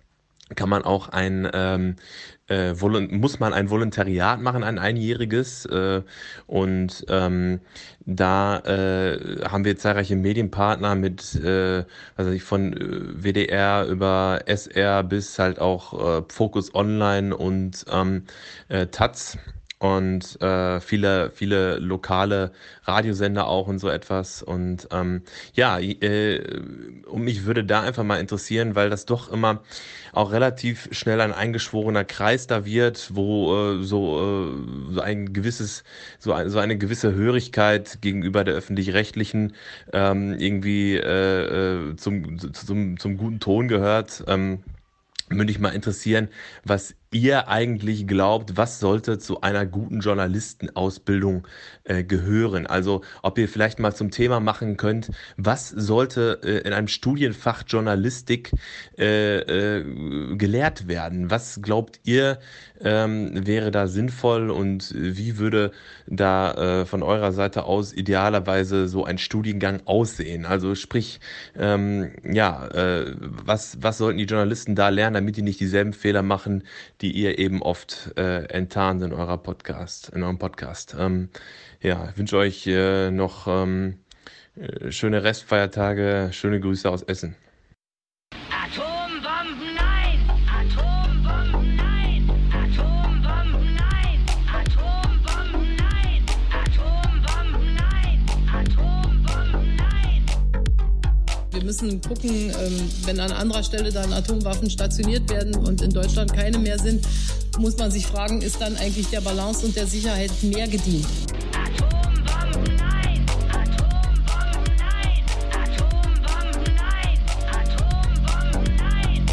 kann man auch ein ähm, äh, muss man ein Volontariat machen, ein einjähriges, äh, und ähm, da äh, haben wir zahlreiche Medienpartner mit, äh, also von W D R über S R bis halt auch äh, Focus Online und ähm, äh, Taz. Und äh, viele, viele lokale Radiosender auch und so etwas. Und ähm, ja, äh, und mich würde da einfach mal interessieren, weil das doch immer auch relativ schnell ein eingeschworener Kreis da wird, wo äh, so, äh, so ein gewisses, so, ein, so eine gewisse Hörigkeit gegenüber der öffentlich-rechtlichen ähm, irgendwie äh, zum, zum, zum guten Ton gehört. Ähm, würde mich mal interessieren, was ihr eigentlich glaubt, was sollte zu einer guten Journalistenausbildung äh, gehören? Also ob ihr vielleicht mal zum Thema machen könnt, was sollte äh, in einem Studienfach Journalistik äh, äh, gelehrt werden? Was glaubt ihr, ähm, wäre da sinnvoll und wie würde da äh, von eurer Seite aus idealerweise so ein Studiengang aussehen? Also sprich, ähm, ja, äh, was, was sollten die Journalisten da lernen, damit die nicht dieselben Fehler machen, die ihr eben oft äh, enttarnt in eurer Podcast, in eurem Podcast. Ähm, ja, ich wünsche euch äh, noch ähm, äh, schöne Restfeiertage, schöne Grüße aus Essen. Atombomben nein! Atombomben nein! Atombomben nein! Atombomben nein! Atombomben nein! Atombomben nein! Wir müssen gucken, wenn an anderer Stelle dann Atomwaffen stationiert werden und in Deutschland keine mehr sind, muss man sich fragen, ist dann eigentlich der Balance und der Sicherheit mehr gedient? Atombomben nein! Atombomben nein! Atombomben nein! Atombomben nein!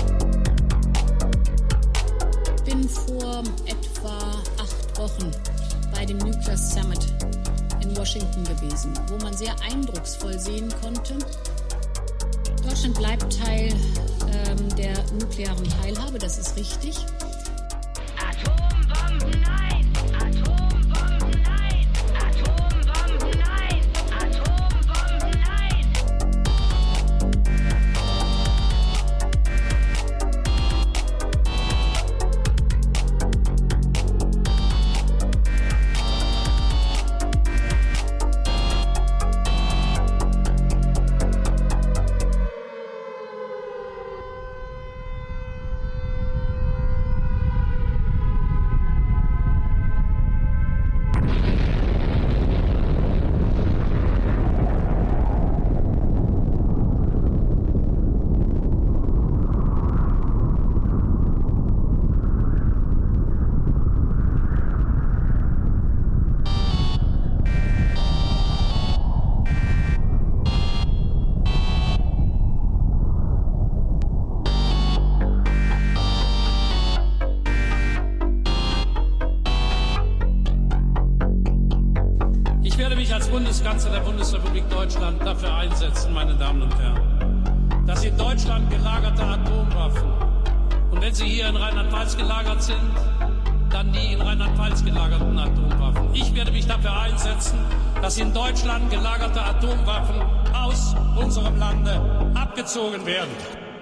Ich bin vor etwa acht Wochen bei dem Nuclear Summit in Washington gewesen, wo man sehr eindrucksvoll sehen konnte, Deutschland bleibt Teil ähm, der nuklearen Teilhabe, das ist richtig. Atombomben nein! Atombomben nein! Atombomben nein! Atombomben nein! Bundeskanzler der Bundesrepublik Deutschland dafür einsetzen, meine Damen und Herren, dass in Deutschland gelagerte Atomwaffen, und wenn sie hier in Rheinland-Pfalz gelagert sind, dann die in Rheinland-Pfalz gelagerten Atomwaffen. Ich werde mich dafür einsetzen, dass in Deutschland gelagerte Atomwaffen aus unserem Lande abgezogen werden.